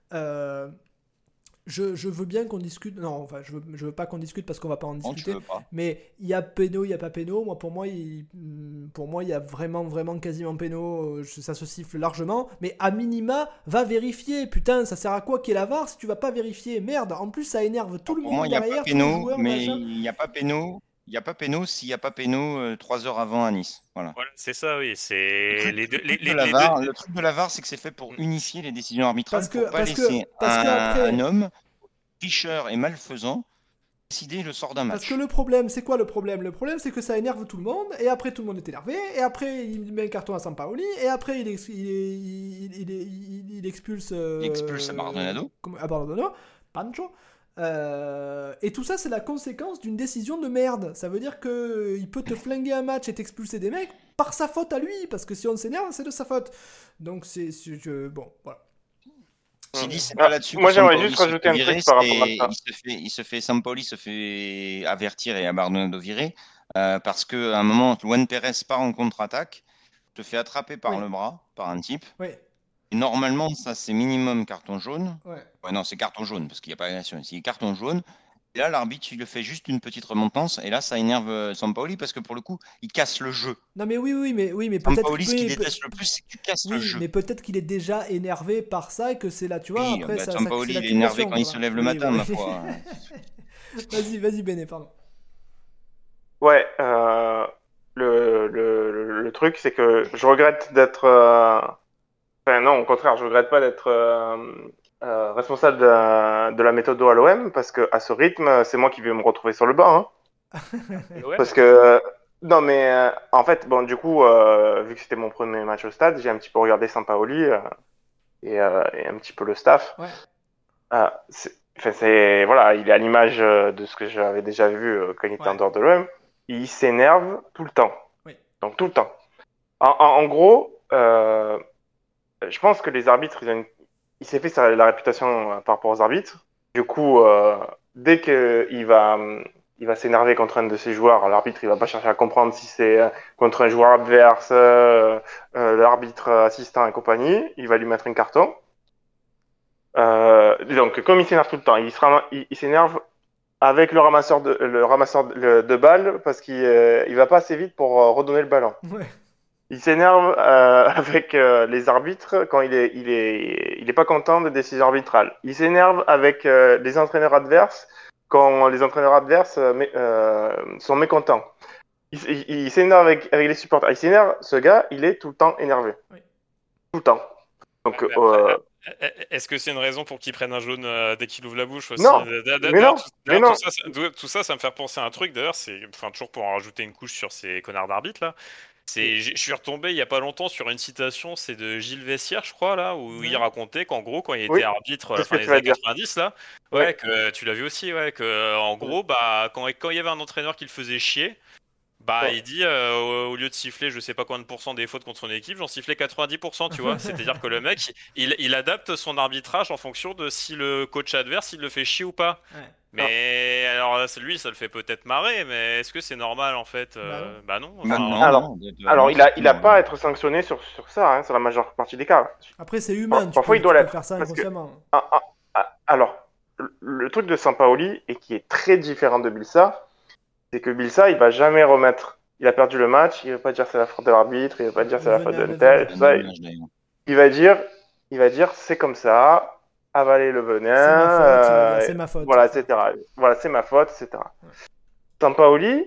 Je veux bien qu'on discute. Non, enfin, je veux pas qu'on discute parce qu'on va pas en Non, tu discuter. veux pas. Mais il y a péno, il y a pas péno. Moi, pour moi, il y a vraiment quasiment péno. Ça se siffle largement. Mais à minima, va vérifier. Putain, ça sert à quoi qu'il y ait la VAR si tu vas pas vérifier? Merde. En plus, ça énerve tout le Pour monde moi, il n'y a pas derrière, tous les péno, joueurs, mais machin. il n'y a pas péno. Il n'y a pas péno s'il n'y a pas péno 3 heures avant à Nice. Voilà. Voilà, c'est ça, oui. Le C'est truc, les deux. le truc de la VAR, le truc de la VAR, c'est que c'est fait pour unifier les décisions arbitrales, pour pas laisser un homme tricheur et malfaisant décider le sort d'un match. Parce que le problème, c'est quoi le problème? Le problème, c'est que ça énerve tout le monde, et après tout le monde est énervé, et après il met un carton à Sampaoli, et après il expulse... Il expulse Abardonado. Abardonado, Pancho. Et tout ça, c'est la conséquence d'une décision de merde. Ça veut dire qu'il peut te flinguer un match et t'expulser des mecs par sa faute à lui, parce que si on s'énerve, c'est de sa faute. Donc bon, voilà. Sidi, c'est pas là-dessus. Moi, j'aimerais juste rajouter un truc par rapport à ça. Sampaoli se fait avertir et Abardonado virer parce qu'à un moment, Juan Pérez part en contre-attaque, te fait attraper par le bras par un type. Oui. Et normalement, ça, c'est minimum carton jaune. Ouais. Non, c'est carton jaune parce qu'il n'y a pas d'agression ici. Carton jaune. Et là, l'arbitre, il le fait juste une petite remontance. Et là, ça énerve Sampaoli parce que pour le coup, il casse le jeu. Non, mais oui, mais peut-être. Sampaoli, ce qu'il déteste le plus, c'est que tu casses le jeu. Mais peut-être qu'il est déjà énervé par ça et que c'est là, tu vois. Oui, après, Sampaoli, il est énervé quand il se lève le matin, ma foi. Vas-y, Béné, pardon. Ouais, le truc, c'est que je regrette d'être. Enfin, non, au contraire, je regrette pas d'être responsable de la méthode à l'OM parce que à ce rythme, c'est moi qui vais me retrouver sur le banc. Hein. Parce que non, mais en fait, bon, du coup, vu que c'était mon premier match au stade, j'ai un petit peu regardé Sampaoli et un petit peu le staff. Ouais. Voilà, il est à l'image de ce que j'avais déjà vu quand il était en dehors de l'OM. Il s'énerve tout le temps. Oui. Donc tout le temps. En gros, je pense que les arbitres, il s'est fait la réputation par rapport aux arbitres. Du coup, dès qu'il va s'énerver contre un de ses joueurs, l'arbitre il va pas chercher à comprendre si c'est contre un joueur adverse, l'arbitre assistant et compagnie, il va lui mettre un carton. Donc comme il s'énerve tout le temps, il s'énerve avec le ramasseur de balles parce qu'il va pas assez vite pour redonner le ballon. Ouais. Il s'énerve avec les arbitres quand il est pas content des décisions arbitrales. Il s'énerve avec les entraîneurs adverses quand les entraîneurs adverses sont mécontents. Il s'énerve avec les supporters. Il s'énerve, ce gars, il est tout le temps énervé. Oui. Tout le temps. Donc, Après, est-ce que c'est une raison pour qu'il prenne un jaune dès qu'il ouvre la bouche aussi? Non, D'ailleurs, mais non. tout ça, ça me fait penser à un truc. D'ailleurs, c'est, enfin, toujours pour en rajouter une couche sur ces connards d'arbitres là. Je suis retombé il y a pas longtemps sur une citation, c'est de Gilles Vessière, je crois, là, où il racontait qu'en gros, quand il était Oui, arbitre à c'est la ce fin que des tu vas années dire. 90, là, Ouais. que tu l'as vu aussi, que en gros, bah, quand il y avait un entraîneur qui le faisait chier, bah, Ouais. il dit, au lieu de siffler je sais pas combien de pourcents des fautes contre son équipe, j'en sifflais 90%, tu vois. C'est-à-dire que le mec, il adapte son arbitrage en fonction de si le coach adverse, il le fait chier ou pas. Ouais. Mais alors, lui, ça le fait peut-être marrer, mais est-ce que c'est normal en fait? Bah non. Bah, Enfin, non, Alors, non, Alors, non, il a pas à être sanctionné sur ça, hein, sur la majeure partie des cas. Après, c'est humain, Parfois, il doit tu peux l'être. faire ça Parce que, inconsciemment. alors, le truc de Sampaoli, et qui est très différent de Bielsa, c'est que Bielsa, il va jamais remettre. Il a perdu le match, il va pas dire c'est la faute de l'arbitre, il va pas dire c'est la faute de tel, et tout ça. Il va dire c'est comme ça, avaler le venin, c'est ma faute. voilà, etc. Voilà, c'est ma faute, etc. Sampaoli,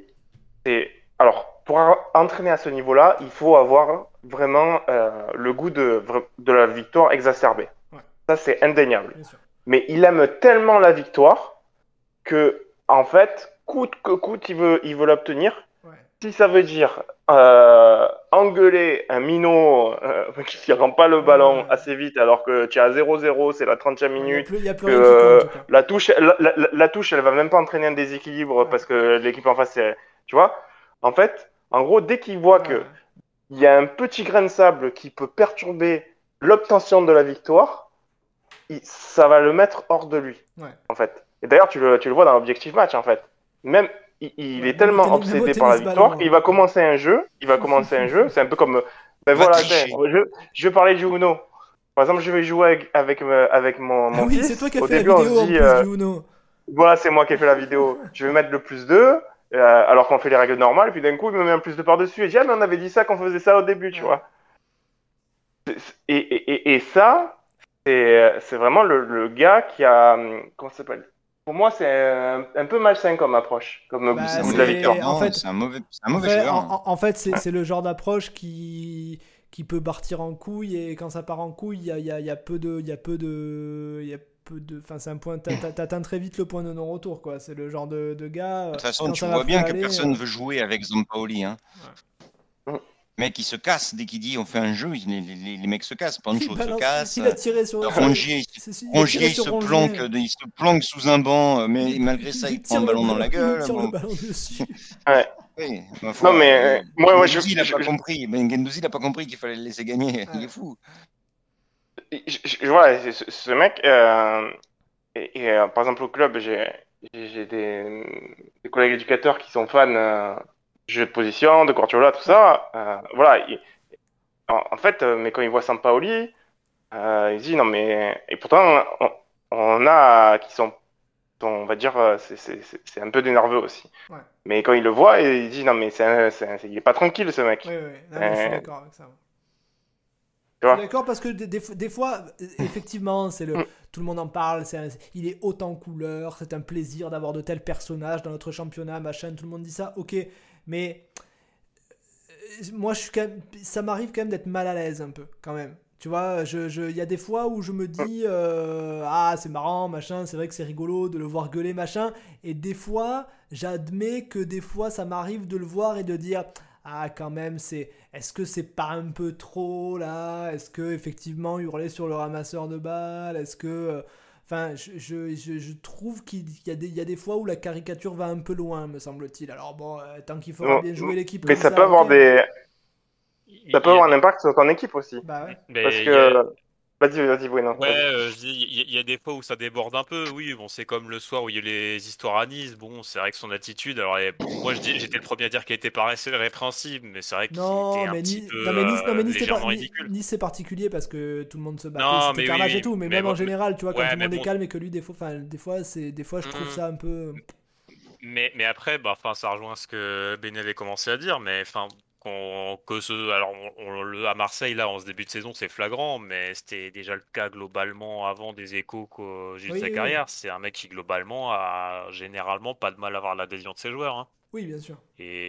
alors, pour entraîner à ce niveau-là, il faut avoir vraiment le goût de la victoire exacerbée. Ouais. Ça, c'est indéniable. Bien sûr. Mais il aime tellement la victoire que, en fait, coûte que coûte, il veut l'obtenir. Ouais. Si ça veut dire engueuler un minot qui ne rend pas le ballon assez vite alors que tu es à 0-0, c'est la 30e minute, il y a plus rien qui compte, quoi. la touche, elle va même pas entraîner un déséquilibre parce que l'équipe en face, tu vois. En fait, en gros, dès qu'il voit que il y a un petit grain de sable qui peut perturber l'obtention de la victoire, ça va le mettre hors de lui, en fait. Et d'ailleurs, tu le vois dans l'objectif match, en fait. Même il est tellement obsédé par la victoire qu'il va commencer un jeu. C'est un peu comme. Ben voilà, je vais parler du Uno. Par exemple, je vais jouer avec mon fils. C'est toi qui as Au fait début, la on vidéo se dit, en plus du Uno. voilà, c'est moi qui ai fait la vidéo. Je vais mettre le +2, alors qu'on fait les règles normales. Puis d'un coup, il me met un +2 par-dessus. Et je dis, ah, mais on avait dit ça, qu'on faisait ça au début, tu vois. Et ça, c'est vraiment le gars qui a. Comment ça s'appelle? Pour moi, c'est un peu malsain comme approche, comme goût de la victoire. En fait, c'est un mauvais joueur. En fait, c'est le genre d'approche qui peut partir en couille, et quand ça part en couille, il y a peu de, enfin, c'est un point, t'atteins très vite le point de non-retour, quoi. C'est le genre de gars. De toute façon, tu vois bien que personne ne veut jouer avec Sampaoli, hein. Mec, il se casse dès qu'il dit on fait un jeu, les mecs se cassent. Pancho se casse. Il a tiré sur Rongier, il se planque sous un banc, mais malgré ça, il prend le ballon dans la gueule. Il tire le ballon dessus. Ouais. Oui, non, mais moi, Guendouzi, il n'a pas compris. Guendouzi, il n'a pas compris qu'il fallait le laisser gagner. Il est fou. Voilà, ce mec, par exemple, au club, j'ai des collègues éducateurs qui sont fans jeu de position, de Guardiola, tout ça. Voilà. En fait, mais quand ils voient Sampaoli, ils disent non, mais. Et pourtant, on a qui sont, on va dire, c'est un peu d'énerveux aussi. Ouais. Mais quand ils le voient, ils disent non, mais il est pas tranquille, ce mec. Oui. Non, mais je suis d'accord avec ça. Je suis d'accord parce que des fois, effectivement, tout le monde en parle, il est haut en couleur, c'est un plaisir d'avoir de tels personnages dans notre championnat, machin, tout le monde dit ça, ok, mais moi, ça m'arrive quand même d'être mal à l'aise un peu, quand même. Tu vois, il y a des fois où je me dis c'est marrant, machin, c'est vrai que c'est rigolo de le voir gueuler, machin, et des fois, j'admets que des fois, ça m'arrive de le voir et de dire quand même, est-ce que c'est pas un peu trop là? Est-ce que effectivement hurler sur le ramasseur de balles? Est-ce que enfin, je trouve qu'il y a des fois où la caricature va un peu loin, me semble-t-il. Alors bon, tant qu'il faudra bien jouer l'équipe. Mais ça peut avoir ça peut avoir un impact sur ton équipe aussi. Bah ouais. Parce que Vas-y, Bruno. Ouais, je dis, il y a des fois où ça déborde un peu, oui, bon, c'est comme le soir où il y a eu les histoires à Nice, bon, c'est vrai que son attitude, alors moi j'étais le premier à dire qu'elle était pas répréhensible, mais c'est vrai qu'il était un petit peu légèrement ridicule. Nice c'est particulier parce que tout le monde se battait, c'était carnage et tout, mais même en général, tu vois, quand tout le monde est calme et que lui, des fois je trouve ça un peu... Mais après, ça rejoint ce que Benny avait commencé à dire, mais Alors, à Marseille, là, en ce début de saison, c'est flagrant, mais c'était déjà le cas globalement avant des échos de Oui, sa oui, oui. carrière. C'est un mec qui, globalement, a généralement pas de mal à avoir l'adhésion de ses joueurs, hein. Oui, bien sûr.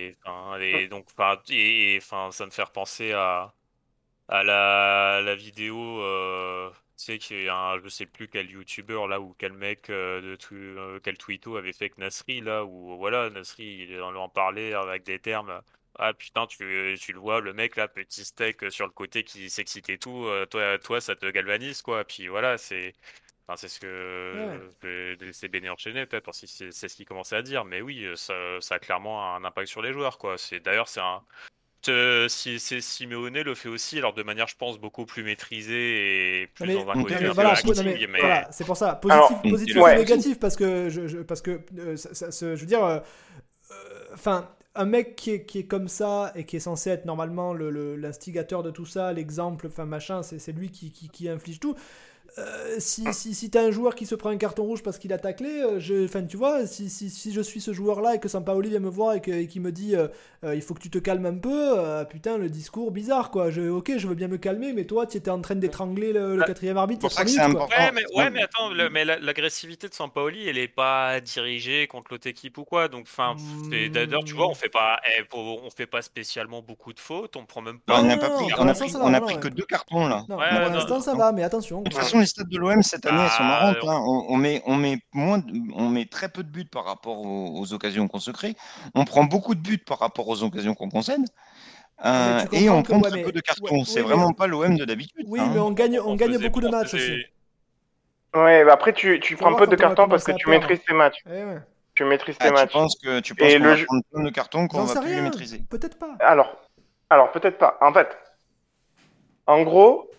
Et ça me fait repenser à la vidéo, tu sais, je sais plus quel youtubeur là ou quel mec quel tweeto avait fait que Nasri là, où voilà, Nasri il en parlait avec des termes. Ah putain, tu le vois, le mec là, petit steak sur le côté qui s'excite et tout, toi ça te galvanise quoi. Puis voilà, c'est ce Ouais. que je vais laisser Béné enchaîner peut-être, parce que c'est ce qu'il commençait à dire. Mais oui, ça a clairement un impact sur les joueurs quoi. C'est un si c'est Simeone le fait aussi, alors de manière, je pense, beaucoup plus maîtrisée et Non plus dans mais, un Tout à non côté mais fait, un c'est peu voilà, aussi. non mais acting, mais voilà, c'est pour ça, Alors, positif le ou ouais, négatif, parce que je veux dire, enfin, un mec qui est comme ça et qui est censé être normalement l'instigateur de tout ça, l'exemple, enfin machin, c'est lui qui inflige tout. Si t'as un joueur qui se prend un carton rouge parce qu'il a taclé, enfin tu vois, si je suis ce joueur-là et que Sampaoli vient me voir et qui me dit il faut que tu te calmes un peu, putain le discours bizarre quoi. Ok, je veux bien me calmer, mais toi tu étais en train d'étrangler le quatrième arbitre il y a C'est pour 3 ça que c'est minutes quoi. important. ouais, mais attends, l'agressivité de Sampaoli, elle est pas dirigée contre l'autre équipe ou quoi. Donc, enfin, d'ailleurs, tu vois, Hmm, on fait pas spécialement beaucoup de fautes. On prend même Bah, pas non, on non, n'a beaucoup pas de non, non, pris, pour cartons l'instant ça rouges. va, on a non, pris non, que 2 cartons là. non, pour Ouais, l'instant ça Donc, va, mais attention de toute quoi. façon, les stats de l'OM cette année, elles sont Bah, marrantes, hein. On met très peu de buts par rapport aux occasions qu'on se crée. On prend beaucoup de buts par rapport aux occasions qu'on concède. Ouais, mais tu Et comprends on que prend ouais très peu mais de ouais, cartons. C'est oui mais vraiment pas l'OM de d'habitude, ça, oui mais hein. on gagne beaucoup de on matchs aussi. faisait, ouais, bah après, tu Tu vas prends voir peu de quand on va cartons parce commencer que à tu maîtrises perdre. tes matchs. Eh ouais. Tu maîtrises tes Ah, matchs. tu penses Et qu'on le va jeu. prendre plein de cartons qu'on J'en va sais plus les rien, maîtriser. peut-être pas. Alors peut-être pas. En fait, en gros,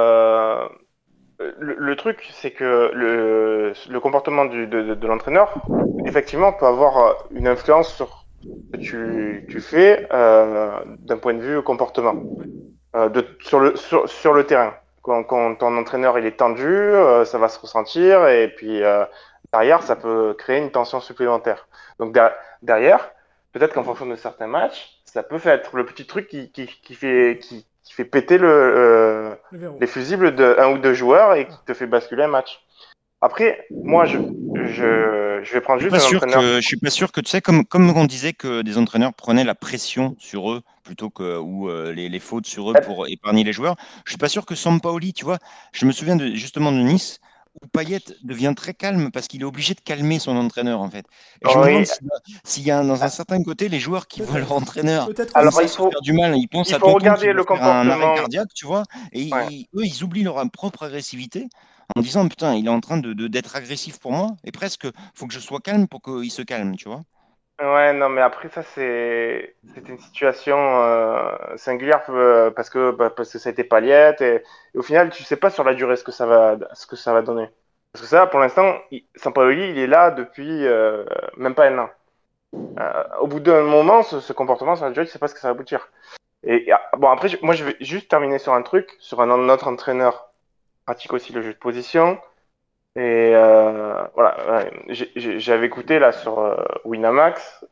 le truc, c'est que le comportement de l'entraîneur, effectivement, peut avoir une influence sur ce que tu fais d'un point de vue comportement, Ouais. sur le terrain. Quand ton entraîneur il est tendu, ça va se ressentir et puis derrière, ça peut créer une tension supplémentaire. Donc derrière, peut-être qu'en fonction de certains matchs, ça peut être le petit truc qui fait péter Le verrou. les fusibles de un ou deux joueurs et qui Ah. te fait basculer un match. Après, moi, je vais prendre juste un entraîneur. Je suis pas sûr que, tu sais, comme on disait que des entraîneurs prenaient la pression sur eux plutôt que ou les fautes sur eux pour épargner les joueurs. Je suis pas sûr que Sampaoli, tu vois, je me souviens justement de Nice où Payet devient très calme parce qu'il est obligé de calmer son entraîneur en fait. Et je me demande Oui, s'il y a dans un certain côté les joueurs qui voient leur Peut-être. entraîneur Peut-être comme alors aussi. ça se faire du mal, ils pensent il à faut Tonton qui regarder va le faire un arrêt comportement. cardiaque, tu vois, et Ouais. eux ils oublient leur propre agressivité en disant putain, il est en train d'être agressif pour moi et presque faut que je sois calme pour qu'il se calme, tu vois. Ouais, non, mais après ça, c'était une situation singulière parce que ça a été Paliette et au final, tu sais pas sur la durée ce que ça va donner. Parce que ça, pour l'instant, Sampaoli, il est là depuis même pas un an. Au bout d'un moment, ce comportement sur la durée, tu sais pas ce que ça va aboutir. Bon, après, moi, je vais juste terminer sur un truc, sur un autre entraîneur qui pratique aussi le jeu de position. Et voilà, ouais, j'avais écouté là sur Winamax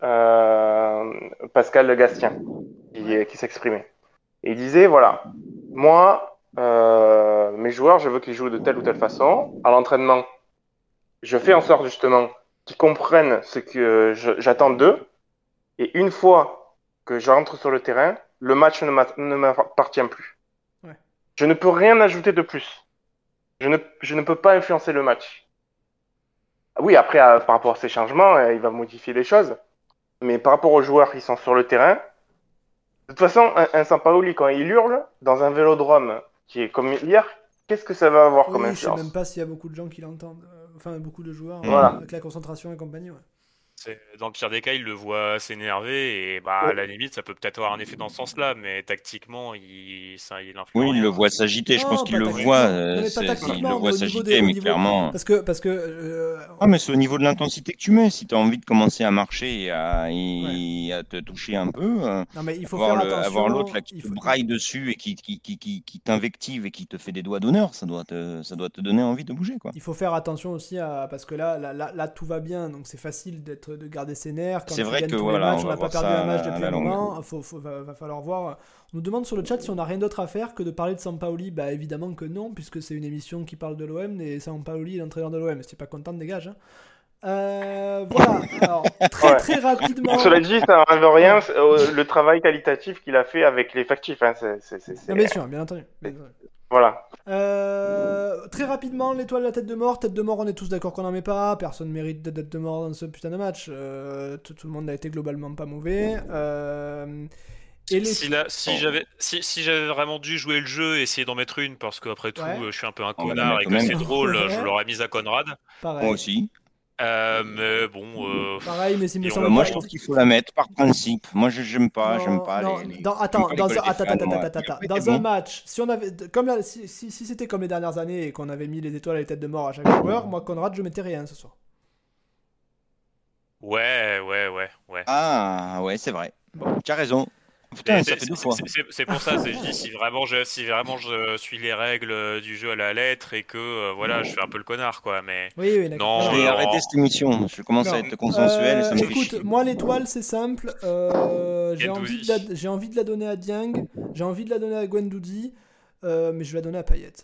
Pascal Le Gastien Ouais. qui s'exprimait. Et il disait, voilà, moi, mes joueurs, je veux qu'ils jouent de telle ou telle façon. À l'entraînement, je fais en sorte justement qu'ils comprennent ce que j'attends d'eux. Et une fois que je rentre sur le terrain, le match ne m'appartient plus. Ouais. Je ne peux rien ajouter de plus. Je ne peux pas influencer le match. Oui, après, par rapport à ces changements, il va modifier les choses. Mais par rapport aux joueurs qui sont sur le terrain, de toute façon, un Sampaoli, quand il hurle dans un vélodrome qui est comme hier, qu'est-ce que ça va avoir comme Oui, je sais même influence? pas s'il y a beaucoup de gens qui l'entendent. Enfin, beaucoup de joueurs Hmm. Voilà. avec la concentration et compagnie. Ouais. Dans le pire des cas, il le voit s'énerver et bah à la limite, ça peut peut-être avoir un effet dans ce sens-là, mais tactiquement, il influe Oui, il le rien. voit s'agiter. Je pense Non, qu'il pas le voit. tactiquement. Non, mais pas Il le tactiquement, mais voit s'agiter, au mais niveau, clairement. parce que Ah, mais c'est au niveau de l'intensité que tu mets. Si tu as envie de commencer à marcher ouais. et à te toucher un peu, Non, mais il faut faire avoir l'autre attention. là qui te braille dessus et qui t'invective et qui te fait des doigts d'honneur, ça doit te donner envie de bouger, quoi. Il faut faire attention aussi parce que là, tout va bien, donc c'est facile de garder ses nerfs. Quand C'est tu vrai gagnes que tous voilà, les matchs, on on va n'a pas voir perdu ça un match à depuis la un longue. moment. Va falloir voir. On nous demande sur le chat si on n'a rien d'autre à faire que de parler de Sampaoli. Bah évidemment que non, puisque c'est une émission qui parle de l'OM et Sampaoli est l'entraîneur de l'OM. Si t'es pas content, dégage. Hein. Voilà, alors Ouais. très rapidement. Cela dit, ça n'enlève rien le travail qualitatif qu'il a fait avec l'effectif. Hein. Non, bien sûr, bien entendu. Voilà. Très rapidement, l'étoile de la tête de mort. Tête de mort, on est tous d'accord qu'on n'en met pas. Personne mérite de tête de mort dans ce putain de match. Tout le monde a été globalement pas mauvais. Et Si j'avais vraiment dû jouer le jeu et essayer d'en mettre une, parce qu'après tout, Ouais. je suis un peu un On va la connard mettre et quand que même. c'est drôle, Ouais. je l'aurais mise à Conrad. Pareil. Moi aussi. Mais bon. Pareil, mais s'il me Et semble Moi, pas- je trouve qu'il faut la mettre par principe. Moi, j'aime pas Non, les. attends, j'aime pas dans les un, coller des fans, moi. Après, dans c'est un bon. match, si on avait, si c'était comme les dernières années et qu'on avait mis les étoiles et les têtes de mort à chaque joueur, moi Conrad, je mettais rien ce soir. Ouais. Ah, ouais, c'est vrai. Bon. Tu as raison. Putain, Et ça fait 2 fois. C'est pour ça, je dis, si vraiment je suis les règles du jeu à la lettre et que voilà, je fais un peu le connard, quoi. Mais Oui, d'accord. non, Je vais non. arrêter cette émission. Je commence à Non. être consensuel et ça me fait Écoute, chier. moi l'étoile c'est simple. J'ai Gendouzi. envie de la donner à Dieng, j'ai envie de la donner à Guendouzi, mais je vais la donner à Payet.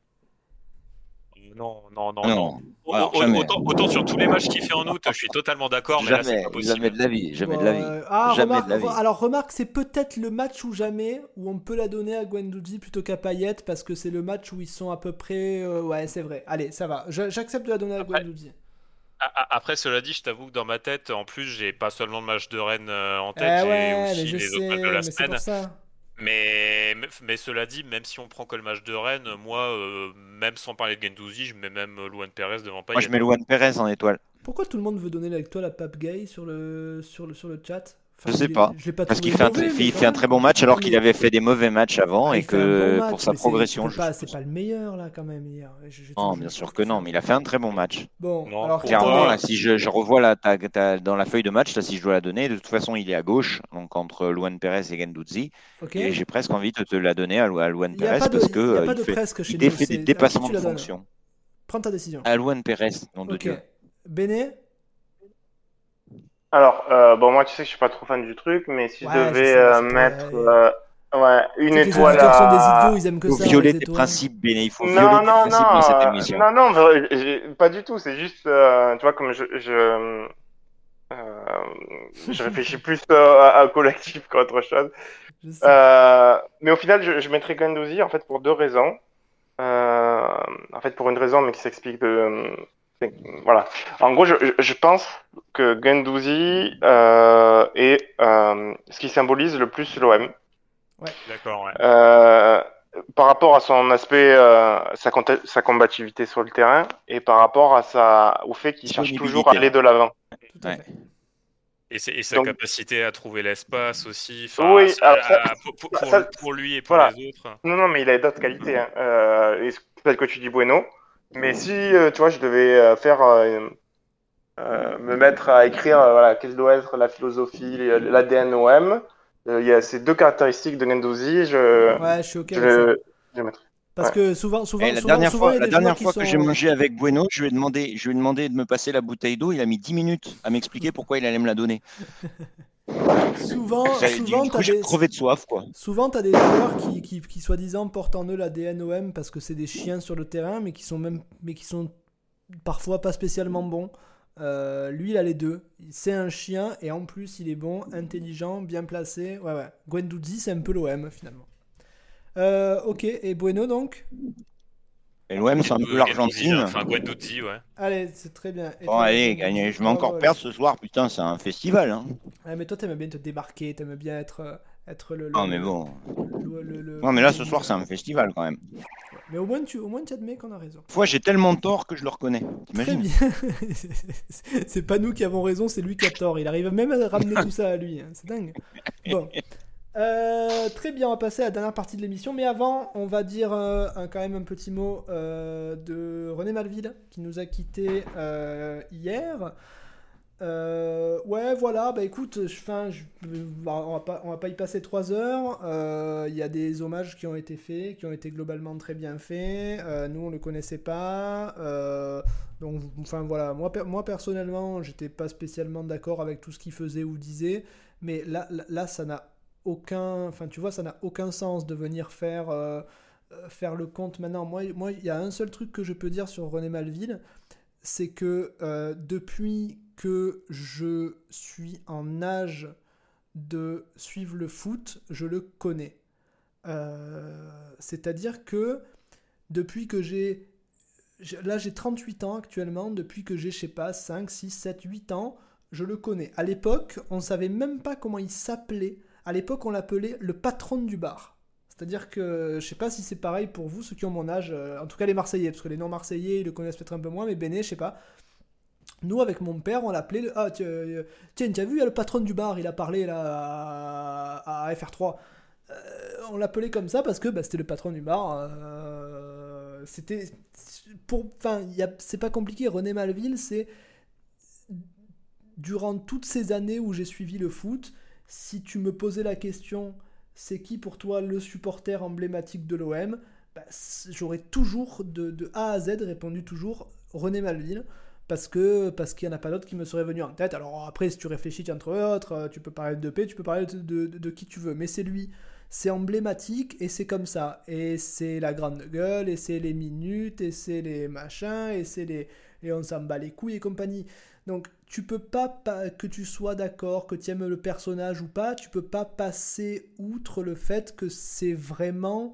Non. Non. Alors, jamais. Autant sur tous les matchs qu'il fait en août, je suis totalement d'accord, mais là c'est Jamais, pas possible. jamais de la vie. Jamais Bon, de la vie. Jamais remarque, de la vie. alors remarque, c'est peut-être le match ou jamais où on peut la donner à Guendouzi plutôt qu'à Payet parce que c'est le match où ils sont à peu près. Ouais, c'est vrai. Allez, ça va. J'accepte de la donner à Après- Guendouzi. Après, cela dit, je t'avoue que dans ma tête, en plus, j'ai pas seulement le match de Rennes en Eh tête, ouais, j'ai mais je aussi les sais, autres matchs de la mais c'est semaine. pour ça. Mais cela dit, même si on prend que le match de Rennes, moi, même sans parler de Guendouzi, je mets même Luan Perez devant Payet. Moi, je mets Luan Perez en étoile. Pourquoi tout le monde veut donner l'étoile à Pape Gay sur le chat? Je sais pas. Je l'ai pas Parce trouvé qu'il fait mauvais, mais il quand fait un même. très bon match alors qu'il Mais- avait fait des mauvais matchs avant et il fait un bon que match, pour sa mais progression. c'est pas le meilleur là quand même hier. Non, bien sûr que non, mais il a fait un très bon match. Bon, Non, alors pour Clairement, moi, là, si je revois dans la feuille de match, là, si je dois la donner, de toute façon, il est à gauche, donc entre Luan Perez et Guendouzi. ok. Et j'ai presque envie de te la donner à Luan Il n'y a Perez pas de, parce il y a que pas de presque chez il nous. fait des À qui dépassements tu de la donnes fonction. Prends ta décision. À Luan Perez, nom de Ok. Dieu. Béné. Alors, bon, moi, tu sais que je suis pas trop fan du truc, mais si Ouais, je je devais sais, mais c'est mettre une Les étoile auditeurs sont des à... idiots, ils aiment que Il faut ça. violer les tes étoiles. principes, Béné. Il faut Non, violer tes non, principes dans cette non, émission. non, pas du tout. C'est juste, tu vois, comme je réfléchis plus au collectif qu'autre chose. Je sais. Mais au final, je mettrais Guendouzi en fait pour 2 raisons. En fait, pour une raison, mais qui s'explique voilà. En gros, je pense que Guendouzi est ce qui symbolise le plus l'OM. d'accord, ouais. Par rapport à son aspect, sa combativité sur le terrain, et par rapport au fait qu'il cherche toujours à aller de l'avant. Tout à Ouais. fait. Et sa Donc- capacité à trouver l'espace aussi, enfin, Oui, alors pour lui et pour voilà. les autres. Non, mais il a d'autres qualités. Hein. Et c'est peut-être que tu dis Bueno. Mais si, tu vois, je devais me mettre à écrire voilà, quelle doit être la philosophie, l'ADN OM, il y a ces 2 caractéristiques de Guendouzi. Ouais, je suis ok avec ça. Je mettrais. Parce Ouais. que souvent, Et la il dernière y a fois, des la joueurs dernière qui fois que sont- j'ai mangé avec Bueno, je lui ai demandé de me passer la bouteille d'eau. Il a mis 10 minutes à m'expliquer pourquoi il allait me la donner. Souvent, Du coup, j'ai crevé de soif, quoi. Souvent, t'as des joueurs qui soi-disant portent en eux l'ADN OM parce que c'est des chiens sur le terrain, mais qui sont parfois pas spécialement bons. Lui, il a les deux. C'est un chien et en plus, il est bon, intelligent, bien placé. Ouais. Guendouzi, c'est un peu l'OM finalement. Ok, et Bueno donc. Et l'OM, c'est un peu l'Argentine. Enfin, Guendouzi, ouais. Allez, c'est très bien. Et Bon, toi, allez, Guendouzi, gagné. Je vais bravo, encore allez. perdre ce soir. Putain, c'est un festival. Hein. Ouais, mais toi, t'aimes bien te démarquer, t'aimes bien être le. Non, mais bon. le- Non, mais là, ce soir, c'est un festival quand même. Mais au moins, tu admets qu'on a raison. Fois, j'ai tellement tort que je le reconnais. Très T'imagines? bien. C'est pas nous qui avons raison, c'est lui qui a tort. Il arrive même à ramener tout ça à lui. Hein. C'est dingue. Bon. Très bien, on va passer à la dernière partie de l'émission. Mais avant, on va dire quand même un petit mot de René Malville qui nous a quittés hier. Ouais, voilà, bah écoute, on va pas y passer 3 heures. Il y a des hommages qui ont été faits, qui ont été globalement très bien faits. Nous, on le connaissait pas. Donc enfin voilà, moi personnellement, j'étais pas spécialement d'accord avec tout ce qu'il faisait ou disait, mais là, ça n'a aucun, enfin tu vois, ça n'a aucun sens de venir faire le compte maintenant. Moi, il y a un seul truc que je peux dire sur René Malville, c'est que depuis que je suis en âge de suivre le foot, je le connais. C'est-à-dire que depuis que là j'ai 38 ans actuellement, depuis que j'ai, je sais pas, 5, 6, 7, 8 ans, je le connais. À l'époque, on ne savait même pas comment il s'appelait. À l'époque, on l'appelait le patron du bar. C'est-à-dire que, je sais pas si c'est pareil pour vous, ceux qui ont mon âge, en tout cas les Marseillais, parce que les non-Marseillais, ils le connaissent peut-être un peu moins, mais Béné, je sais pas. Nous, avec mon père, on l'appelait Ah, tiens, tu as vu, il y a le patron du bar, il a parlé là à FR3. On l'appelait comme ça parce que bah, c'était le patron du bar. C'était. Enfin, c'est pas compliqué. René Malville, c'est. Durant toutes ces années où j'ai suivi le foot, si tu me posais la question, c'est qui pour toi le supporter emblématique de l'OM, bah, j'aurais toujours, de A à Z, répondu toujours René Malville. Parce qu'il n'y en a pas d'autres qui me seraient venus en tête. Alors après, si tu réfléchis entre autres, tu peux parler de P, tu peux parler de qui tu veux. Mais c'est lui. C'est emblématique et c'est comme ça. Et c'est la grande gueule, et c'est les minutes, et c'est les machins, et c'est les on s'en bat les couilles et compagnie. Donc tu peux pas, que tu sois d'accord, que tu aimes le personnage ou pas, tu peux pas passer outre le fait que c'est vraiment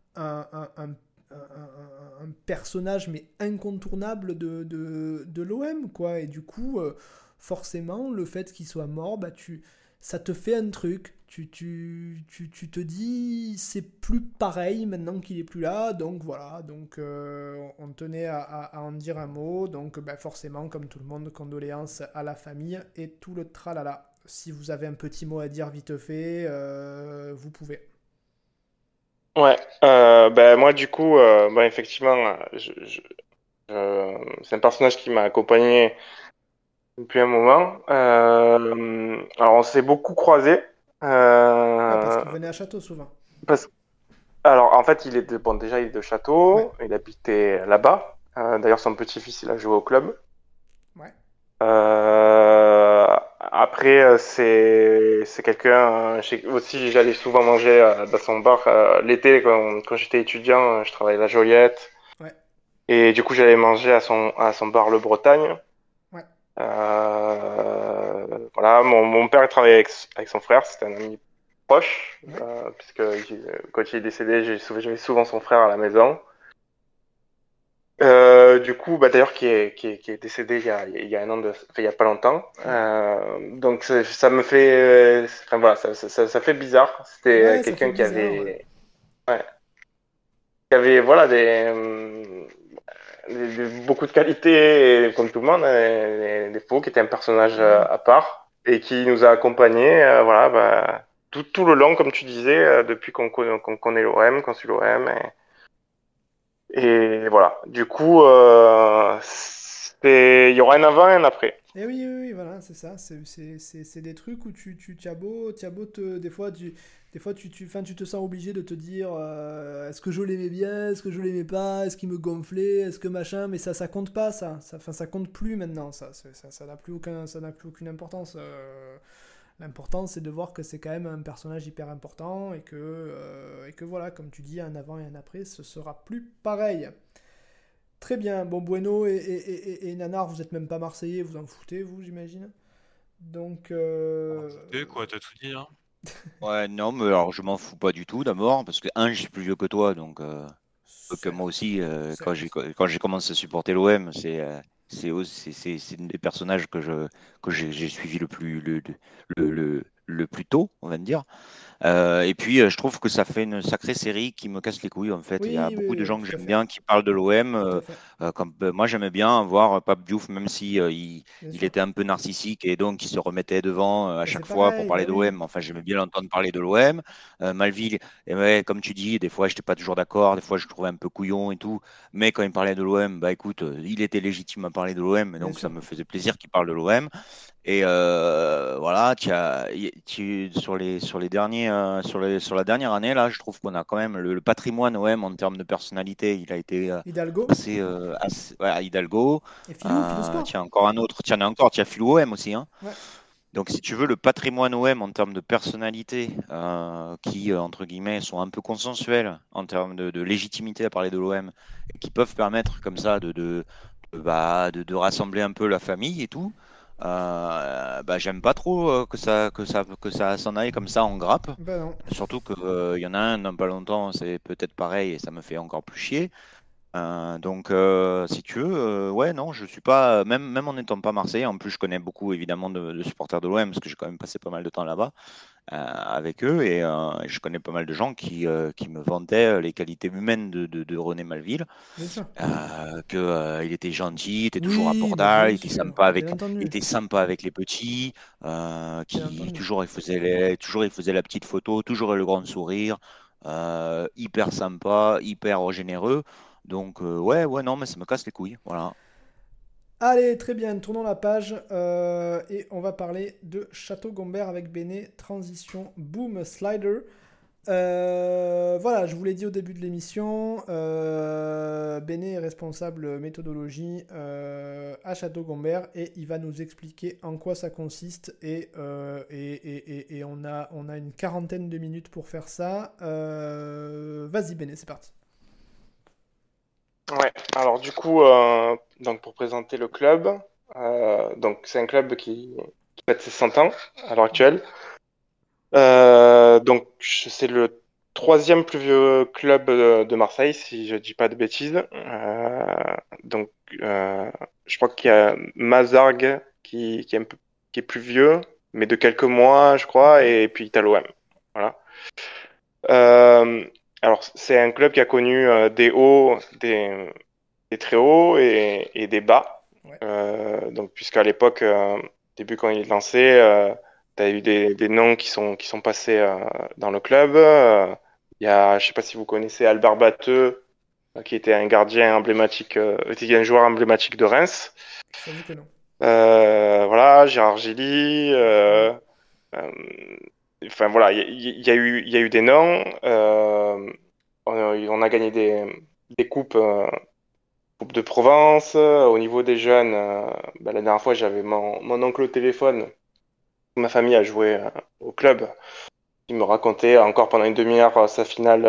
un personnage mais incontournable de l'OM, quoi. Et du coup, forcément, le fait qu'il soit mort, bah, ça te fait un truc. Tu te dis, c'est plus pareil maintenant qu'il est plus là, donc voilà. Donc on tenait à en dire un mot. Donc bah, forcément, comme tout le monde, condoléances à la famille et tout le tralala. Si vous avez un petit mot à dire vite fait, vous pouvez. Ouais, ben moi du coup, ben, effectivement, c'est un personnage qui m'a accompagné depuis un moment. Alors on s'est beaucoup croisés. Ah, parce Euh, qu'il venait à Château souvent. parce, alors en fait, il est de, bon déjà il est de Ouais, Château, il habitait là-bas. D'ailleurs son petit-fils il a joué au club. ouais. Après c'est quelqu'un. Aussi j'allais souvent manger dans son bar l'été quand j'étais étudiant. Je travaillais à la Joliette. Ouais, Et du coup, j'allais manger à son bar Le Bretagne. ouais. Voilà, mon père travaillait avec son frère, c'était un ami proche, Ouais. puisque quand il est décédé, j'avais souvent son frère à la maison. Du coup, bah, d'ailleurs, qui est décédé il y a un an enfin, il y a pas longtemps. Ouais. Donc, ça me fait, enfin, voilà, ça fait bizarre. C'était Ouais, ça fait quelqu'un bizarre, ouais. ouais, qui avait, voilà, beaucoup de qualités, et comme tout le monde, des défauts, qui était un personnage Ouais. à part et qui nous a accompagnés, voilà, bah, tout le long, comme tu disais, depuis qu'on connaît l'OM, qu'on suit l'OM. Et voilà. Du coup, il y aura un avant et un après. Et oui, oui, oui, voilà, c'est ça. C'est des trucs où t'as beau des fois, enfin, tu te sens obligé de te dire est-ce que je l'aimais bien, est-ce que je l'aimais pas, est-ce qu'il me gonflait, est-ce que machin, mais ça compte pas, ça. Enfin, ça compte plus maintenant, ça n'a plus ça n'a plus aucune importance. L'important, c'est de voir que c'est quand même un personnage hyper important et que voilà, comme tu dis, un avant et un après, ce sera plus pareil. Très bien. Bon, Bueno et Nanar, vous êtes même pas Marseillais, vous en foutez, vous, j'imagine. Donc, Quoi, t'as tout dit, hein. Ouais, non, mais alors je m'en fous pas du tout d'abord, parce que un, je suis plus vieux que toi, donc que moi certes, aussi, certes. quand j'ai commencé à supporter l'OM, c'est un des personnages que j'ai suivi le plus tôt, on va dire. Et puis, je trouve que ça fait une sacrée série qui me casse les couilles, en fait. Il y a Oui, oui, beaucoup de oui, gens que tout à j'aime fait. bien qui parlent de l'OM. Tout à fait. Comme, moi, j'aimais bien voir Pape Diouf, même si Bien il sûr. était un peu narcissique et donc il se remettait devant à Bah, c'est chaque fois pour pareil, parler bah de oui. l'OM. Enfin, j'aimais bien l'entendre parler de l'OM. Malville, et ouais, comme tu dis, des fois, j'étais pas toujours d'accord. Des fois, je le trouvais un peu couillon et tout. Mais quand il parlait de l'OM, bah écoute, il était légitime à parler de l'OM. Et Bien donc, ça sûr. me faisait plaisir qu'il parle de l'OM. Et voilà, sur les derniers, sur la dernière année, là, je trouve qu'on a quand même le patrimoine OM en termes de personnalité. Il a été Hidalgo ouais, Hidalgo. et Philou Sport. Tiens, encore un autre. Tiens, encore. Tiens, Philou OM aussi. Hein. Ouais. Donc, si tu veux, le patrimoine OM en termes de personnalité, qui, entre guillemets, sont un peu consensuels en termes de légitimité à parler de l'OM, et qui peuvent permettre comme ça de rassembler un peu la famille et tout. J'aime pas trop que ça s'en aille comme ça en grappe. Ben non. Surtout qu'il y en a un dans pas longtemps, c'est peut-être pareil et ça me fait encore plus chier. Si tu veux, ouais, non, je suis pas, même en n'étant pas Marseillais, en plus je connais beaucoup évidemment de supporters de l'OM parce que j'ai quand même passé pas mal de temps là-bas avec eux et je connais pas mal de gens qui me vantaient les qualités humaines de René Malville, Bien sûr. il était gentil, il était toujours à Oui, mais Port-Dalle, bien sûr, bien il entendu. était sympa avec les petits, Bien entendu. toujours il faisait la petite photo, toujours le grand sourire, hyper sympa, hyper généreux. Donc ouais, non, mais ça me casse les couilles, voilà. Allez, très bien, tournons la page et on va parler de Château-Gombert avec Béné, transition, boom, slider. Voilà, je vous l'ai dit au début de l'émission, Béné est responsable méthodologie à Château-Gombert et il va nous expliquer en quoi ça consiste et on a une quarantaine de minutes pour faire ça. Vas-y Béné, c'est parti. Ouais, alors du coup, donc pour présenter le club, donc c'est un club qui fête ses 100 ans à l'heure actuelle. C'est le troisième plus vieux club de Marseille, si je dis pas de bêtises. Donc, euh, je crois qu'il y a Mazargues qui est qui est plus vieux, mais de quelques mois, je crois, et puis t'as l'OM. Voilà. Euh, alors, c'est un club qui a connu des hauts, des très hauts et des bas. Ouais. Donc, puisqu'à l'époque, début quand il est lancé, tu as eu des noms qui sont passés dans le club. Il y a, je sais pas si vous connaissez Albert Batteux, qui était un gardien emblématique, était un joueur emblématique de Reims. J'avoue que non. Voilà, Gérard Gilly. Euh, enfin voilà, il y a eu des noms. On a gagné des coupes. Coupe de Provence. Au niveau des jeunes, la dernière fois, j'avais mon oncle au téléphone. Ma famille a joué au club. Il me racontait encore pendant une demi-heure sa finale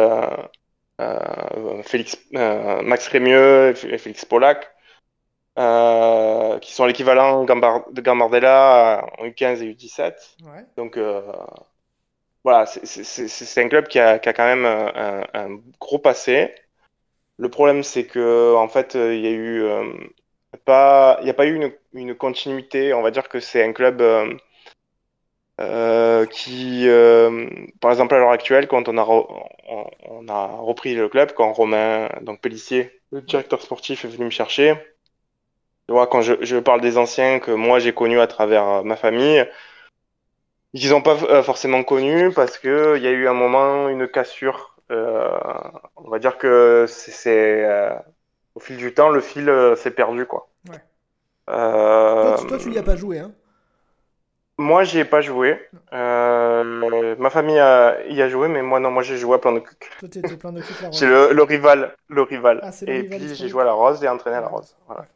Max Rémieux et Félix Pollack, qui sont l'équivalent de Gambardella en U15 et U17. Ouais. Donc voilà, c'est un club qui a quand même un gros passé. Le problème, c'est que en fait, il y a eu il y a pas eu une continuité. On va dire que c'est un club par exemple, à l'heure actuelle, quand on a repris le club, quand Romain, donc Pellissier, le directeur sportif, est venu me chercher. Tu vois, quand je parle des anciens que moi j'ai connus à travers ma famille, ils n'ont pas forcément connu parce que il y a eu un moment, une cassure. On va dire que au fil du temps, le fil s'est perdu, quoi. Ouais. Euh, Toi, tu n'y as pas joué, hein? Moi, j'y ai pas joué. Ma famille y a joué, mais moi, non, moi, j'ai joué à plein de cucs. Toi, tu étais plein de cucs la C'est Rose. le rival. Ah, c'est le Et rival puis, j'ai historique. joué à la Rose et entraîné à la Ouais. Rose. Voilà. Ouais.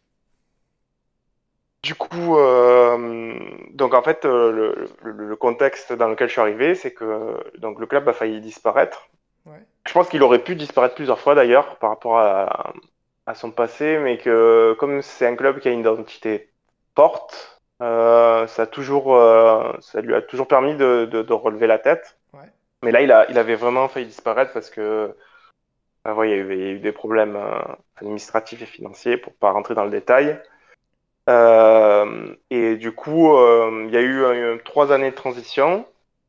Du coup, donc en fait, le contexte dans lequel je suis arrivé, c'est que donc le club a failli disparaître. Ouais. Je pense qu'il aurait pu disparaître plusieurs fois d'ailleurs par rapport à son passé, mais que comme c'est un club qui a une identité forte, ça lui a toujours permis de relever la tête. Ouais. Mais là, il avait vraiment failli disparaître parce que ouais, il y a eu des problèmes administratifs et financiers pour pas rentrer dans le détail. Et du coup, il y a eu 3 années de transition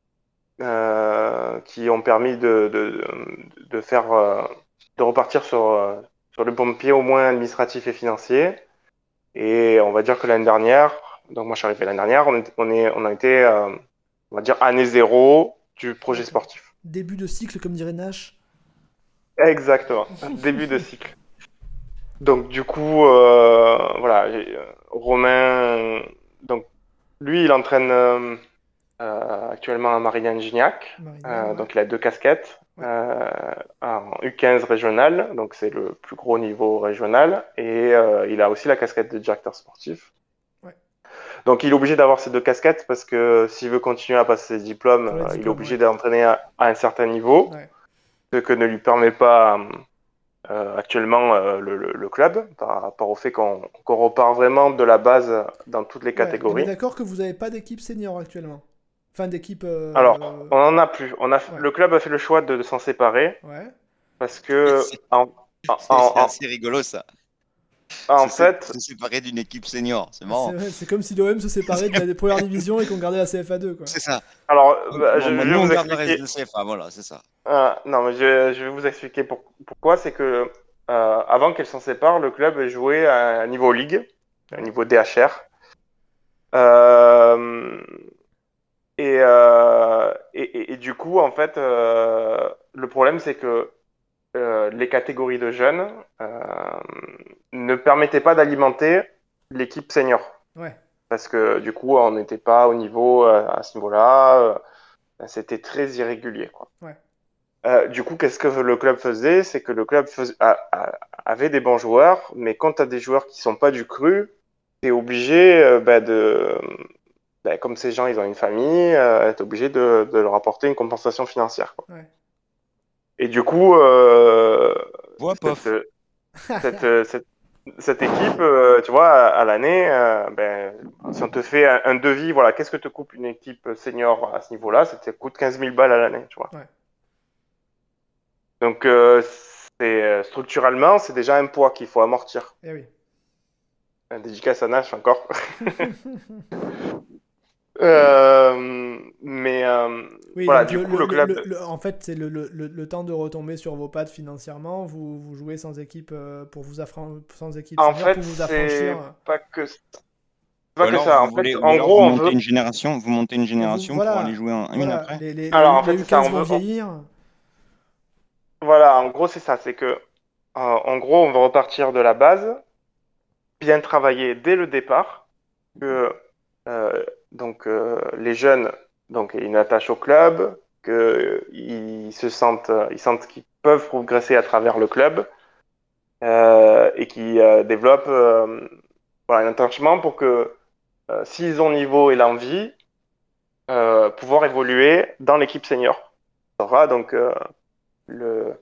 qui ont permis de faire, de repartir sur le bon pied, au moins administratif et financier. Et on va dire que l'année dernière, donc moi je suis arrivé l'année dernière, on a été, on va dire, année zéro du projet D'accord. sportif. Début de cycle, comme dirait Nash. Exactement, début de cycle. Donc du coup, voilà, Romain, donc Lui, il entraîne actuellement à Marignan-Gignac. Marignan, ouais. Donc, il a 2 casquettes. Ouais. En U15 régional, donc c'est le plus gros niveau régional. Et il a aussi la casquette de directeur sportif. Ouais. Donc, il est obligé d'avoir ces 2 casquettes parce que s'il veut continuer à passer ses diplômes, Pour les il est diplômes, obligé ouais. d'entraîner à un certain niveau, Ouais. ce que ne lui permet pas actuellement le club, par rapport au fait qu'on repart vraiment de la base dans toutes les Ouais, on est catégories. d'accord que vous n'avez pas d'équipe senior actuellement. Enfin, d'équipe. Alors, on en a plus. Ouais. Le club a fait le choix de s'en séparer Ouais. parce que, C'est en, c'est en- assez rigolo ça. en fait, Se séparer d'une équipe senior, c'est C'est marrant. vrai, c'est comme si l'OM se séparait de la première division et qu'on gardait la CFA2, quoi. C'est ça. alors, je Nous, vais on vous garde le reste expliquer. de CFA, voilà, c'est ça. Non, mais je vais vous expliquer pourquoi. C'est que avant qu'elle s'en sépare, le club jouait à un niveau ligue, à un Ouais. niveau DHR. Euh, et du coup, en fait, le problème, c'est que les catégories de jeunes ne permettaient pas d'alimenter l'équipe senior. Ouais. Parce que du coup, on n'était pas au niveau à ce niveau-là. C'était très irrégulier, quoi. Ouais. Du coup, qu'est-ce que le club faisait? C'est que le club avait des bons joueurs, mais quand tu as des joueurs qui sont pas du cru, tu es obligé comme ces gens, ils ont une famille, tu es obligé de leur apporter une compensation financière, quoi. Ouais. Et du coup, Vois, cette, pof. cette, cette, cette équipe, tu vois, à l'année, si on te fait un devis, voilà, qu'est-ce que te coupe une équipe senior à ce niveau-là? Ça te coûte 15 000 balles à l'année, tu vois. Ouais. Donc, structurellement, c'est déjà un poids qu'il faut amortir. Eh oui. Un dédicace à Nash encore. Mais Oui, voilà, donc du coup, le club. en fait, c'est le temps de retomber sur vos pattes financièrement. Vous jouez sans équipe sans équipe En senior fait, pour vous c'est affranchir. pas que ça. En fait, Ou en alors gros, vous on montez veut. une génération, pour aller Voilà, jouer une voilà. après. Alors, en Les fait, c'est ça. U15 vont vieillir. Voilà, en gros, c'est ça. C'est que, en gros, on va repartir de la base, bien travailler dès le départ, que les jeunes donc aient une attache au club, ils sentent qu'ils peuvent progresser à travers le club et qu'ils développent voilà, un attachement pour que s'ils ont niveau et l'envie, pouvoir évoluer dans l'équipe senior. Ça sera donc le,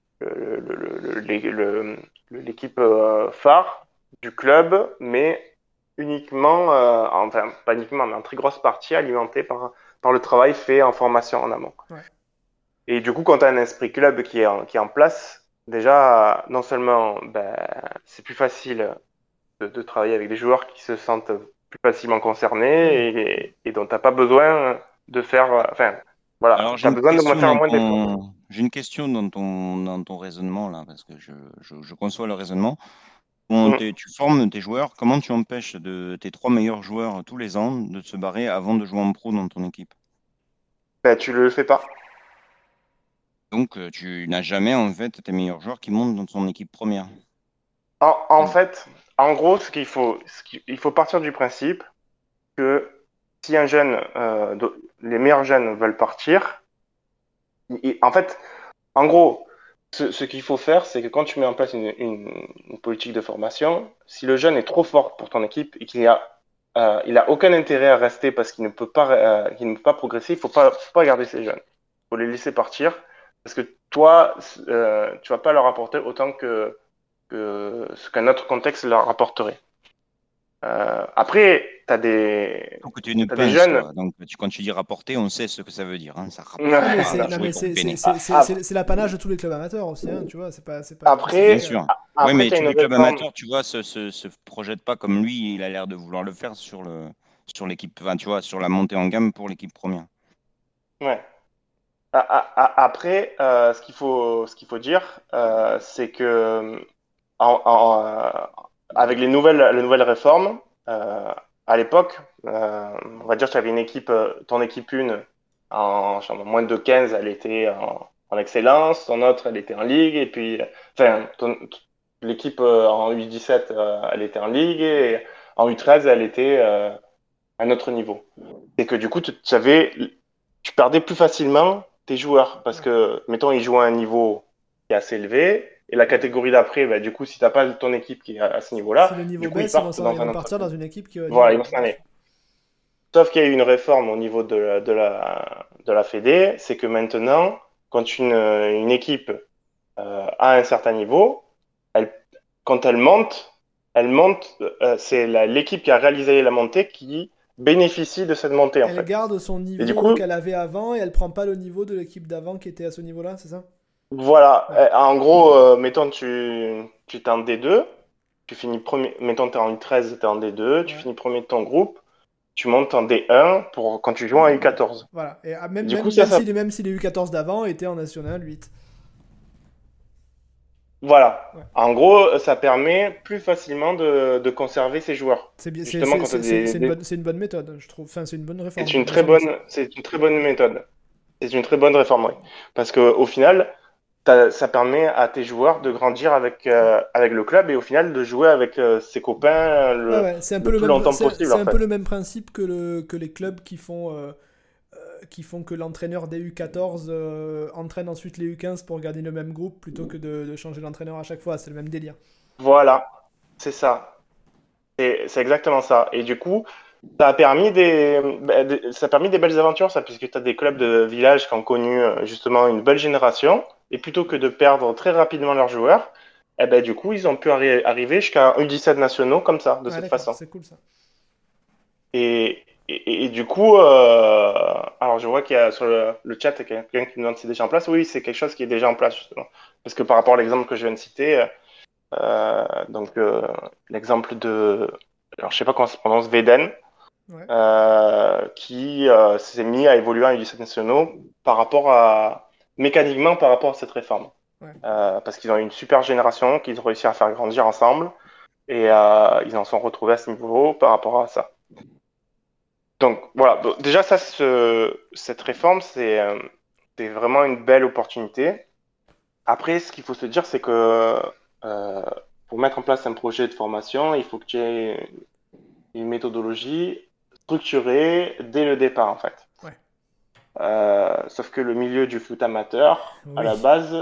l'équipe phare du club, mais uniquement, enfin pas uniquement, mais en très grosse partie alimentée par le travail fait en formation en amont. Ouais. Et du coup, quand tu as un esprit club qui est en place, déjà, non seulement c'est plus facile de travailler avec des joueurs qui se sentent plus facilement concernés et dont tu n'as pas besoin de faire... Enfin, voilà, Alors tu as besoin de faire moins d'efforts. j'ai une question dans ton raisonnement là, parce que je conçois le raisonnement. Bon, Mm. tu formes tes joueurs, comment tu empêches tes trois meilleurs joueurs tous les ans de se barrer avant de jouer en pro dans ton équipe? Ben, tu le fais pas. Donc tu n'as jamais en fait tes meilleurs joueurs qui montent dans ton équipe première. En fait, en gros, il faut partir du principe que si un jeune, les meilleurs jeunes veulent partir, en fait, en gros, ce qu'il faut faire, c'est que quand tu mets en place une politique de formation, si le jeune est trop fort pour ton équipe et il a aucun intérêt à rester parce qu'il ne peut pas progresser, faut pas garder ces jeunes. Il faut les laisser partir parce que toi, tu vas pas leur apporter autant que ce qu'un autre contexte leur apporterait. Après, Faut que tu ne t'as des pinces, jeunes. quoi. Donc quand tu dis rapporter, on sait ce que ça veut dire, hein. Ça rapporte Non, mais pas c'est à non, jouer mais pour peiner. c'est l'apanage de tous les clubs amateurs aussi, hein, tu vois. C'est pas Bien Après, spécifique. sûr. Oui, après, mais tu as tous une les clubs réforme. amateurs, tu vois, se projettent pas comme lui, il a l'air de vouloir le faire sur l'équipe, enfin, tu vois, sur la montée en gamme pour l'équipe première. Ouais. Après, ce qu'il faut dire, c'est que avec les nouvelles réformes, à l'époque, on va dire que tu avais une équipe, ton équipe 1, en moins de 15, elle était en excellence, ton autre, elle était en ligue, et puis, enfin, l'équipe en U17, elle était en ligue, et en U13, elle était un autre niveau. C'est que du coup, tu perdais plus facilement tes joueurs. Parce que, mettons, ils jouent à un niveau qui est assez élevé. Et la catégorie d'après, bah, du coup, si tu n'as pas ton équipe qui est à ce Si niveau-là, le niveau du coup, ils baisse, ils partent vont, dans ils un vont autre partir dans niveau. une équipe qui va Voilà, ils niveau. vont s'en aller. Sauf qu'il y a eu une réforme au niveau de la Fédé, c'est que maintenant, quand une équipe a un certain niveau, elle, quand elle monte, c'est l'équipe qui a réalisé la montée qui bénéficie de cette montée, en Elle fait. garde son Et du niveau coup, qu'elle avait avant et elle prend pas le niveau de l'équipe d'avant qui était à ce niveau-là, c'est ça? voilà. Ouais. En gros, mettons, tu es en D2, tu finis premier, mettons, tu es en U13, tu es en D2, tu Ouais. finis premier de ton groupe, tu montes en D1 quand tu joues en U14. Voilà. Et Et du coup, ça, même si les U14 d'avant étaient en National 8. voilà. Ouais. En gros, ça permet plus facilement de conserver ses joueurs. C'est bien, Justement, quand tu as c'est une bonne méthode, je trouve. Enfin, c'est une bonne réforme. c'est une très bonne, c'est une très bonne méthode. C'est une très bonne réforme, oui. Parce qu'au final, ça permet à tes joueurs de grandir avec le club et au final de jouer avec ses copains Ouais, ouais, c'est un peu le plus longtemps possible, c'est en un fait. peu le même principe que les clubs qui font que l'entraîneur des U14 entraîne ensuite les U15 pour garder le même groupe plutôt que de changer l'entraîneur à chaque fois. C'est le même délire. Voilà, c'est ça. C'est exactement ça. Et du coup, ça a permis ça a permis des belles aventures, ça, puisque tu as des clubs de village qui ont connu justement une belle génération. Et plutôt que de perdre très rapidement leurs joueurs, eh ben, du coup, ils ont pu arriver jusqu'à U17 nationaux comme ça, de Ouais, cette d'accord, façon. c'est cool ça. Et du coup, alors je vois qu'il y a sur le chat quelqu'un qui me demande si c'est déjà en place. Oui, c'est quelque chose qui est déjà en place, justement. Parce que par rapport à l'exemple que je viens de citer, donc l'exemple de, alors je sais pas comment ça se prononce, Veden, Ouais. qui s'est mis à évoluer en U17 nationaux mécaniquement par rapport à cette réforme. Ouais. Parce qu'ils ont eu une super génération qu'ils ont réussi à faire grandir ensemble et ils en sont retrouvés à ce niveau par rapport à ça. Donc voilà, bon, déjà ça, cette réforme, c'est vraiment une belle opportunité. Après, ce qu'il faut se dire, c'est que euh, pour mettre en place un projet de formation, il faut que tu aies une méthodologie structurée dès le départ, en fait. Ouais. Sauf que le milieu du foot amateur, à la Oui. base,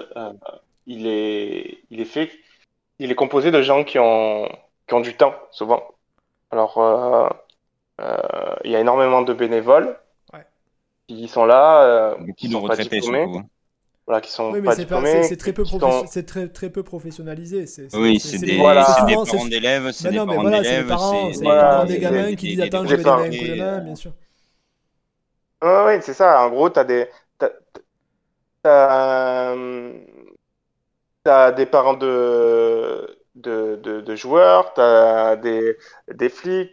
il est composé de gens qui ont du temps, souvent. Alors, il y a énormément de bénévoles Ouais. qui sont là, Beaucoup qui de sont pas retraités diplômés, surtout. voilà, qui sont Oui, mais pas diplômés, c'est très peu qui sont, c'est très peu professionnalisé. Oui, C'est voilà, c'est des souvent, parents d'élèves, c'est ben des non, mais parents voilà, c'est les d'élèves, parents, c'est les parents voilà, des gamins qui disent attends, je des vais c'est donner un coup de retraités. main, bien sûr. ouais, ouais, c'est ça. En gros, t'as, t'as, t'as des parents de joueurs, des flics,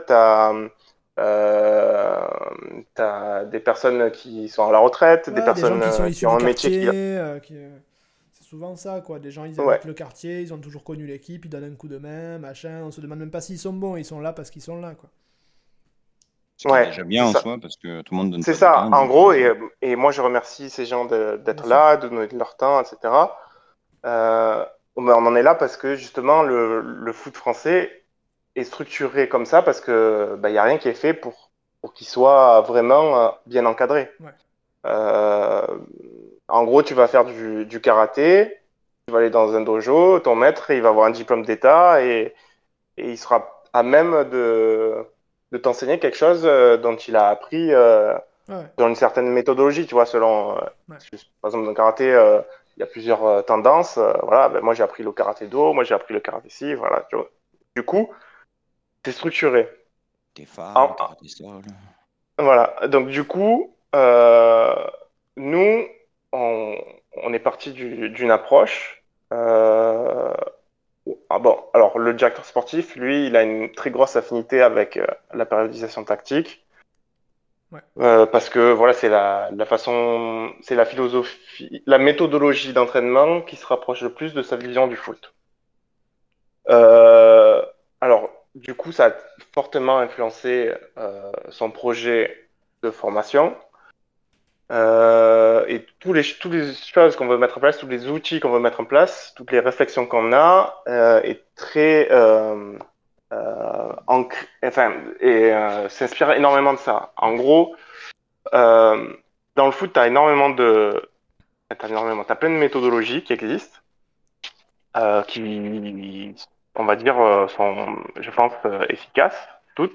euh, t'as des personnes qui sont à la retraite, des Ouais, des gens personnes qui sont qui issus ont du un métier quartier, qui... c'est souvent ça, quoi. Des gens, ils Ouais, habitent le quartier, ils ont toujours connu l'équipe, ils donnent un coup de main, machin. On se demande même pas s'ils sont bons, ils sont là parce qu'ils sont là, quoi. Ce qui est ouais, déjà c'est bien en ça. soi, parce que tout le monde donne C'est pas du ça, temps. en Donc, gros, et moi je remercie ces gens Bien d'être sûr. là, de donner de leur temps, etc. Euh, ben, on en est là parce que justement le foot français est structuré comme ça parce que ben, y a rien qui est fait pour qu'il soit vraiment bien encadré. Ouais. Euh, En gros, tu vas faire du karaté, tu vas aller dans un dojo, ton maître il va avoir un diplôme d'État et il sera à même de t'enseigner quelque chose dont il a appris Ouais, dans une certaine méthodologie, tu vois, selon, ouais. par exemple, dans le karaté, il y a plusieurs tendances. Voilà, ben, moi j'ai appris le karaté do, moi j'ai appris le karaté ci, voilà. Tu vois. Du coup, c'est structuré. t'es phare, En- t'es raté sol. voilà, donc du coup, nous, on, on est parti d'une approche. euh, ah bon, alors le directeur sportif, lui, il a une très grosse affinité avec la périodisation tactique. Ouais. Parce que voilà, c'est la façon, c'est la philosophie, la méthodologie d'entraînement qui se rapproche le plus de sa vision du foot. Euh, alors, du coup, ça a fortement influencé son projet de formation et toutes les choses qu'on veut mettre en place, tous les outils qu'on veut mettre en place, toutes les réflexions qu'on a est très s'inspire énormément de ça. En gros, dans le foot, t'as plein de méthodologies qui existent, qui, on va dire, sont, je pense, efficaces, toutes.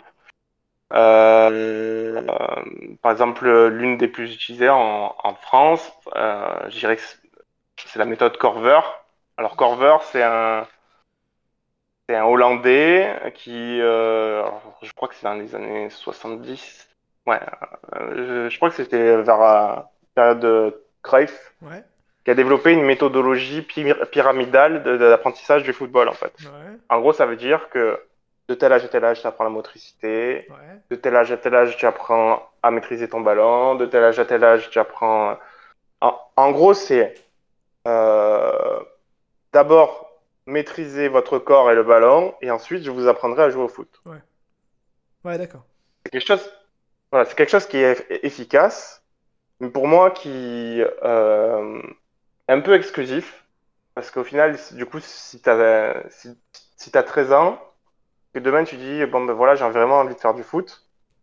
Par exemple, l'une des plus utilisées en France, je dirais que c'est la méthode Korver. Alors Korver, c'est un Hollandais qui, alors, je crois que c'est dans les années 70. Ouais, je crois que c'était vers la période de Cruyff, Ouais, qui a développé une méthodologie pyramidale de l'apprentissage du football, en fait. ouais, En gros, ça veut dire que de tel âge à tel âge, tu apprends la motricité. ouais. De tel âge à tel âge, tu apprends à maîtriser ton ballon. De tel âge à tel âge, tu apprends. En gros, c'est euh, d'abord maîtriser votre corps et le ballon, et ensuite, je vous apprendrai à jouer au foot. Ouais, d'accord. C'est quelque chose, voilà, c'est quelque chose qui est efficace, mais pour moi, qui est un peu exclusif, parce qu'au final, du coup, si t'as 13 ans, que demain tu dis, bon, ben voilà, j'ai vraiment envie de faire du foot.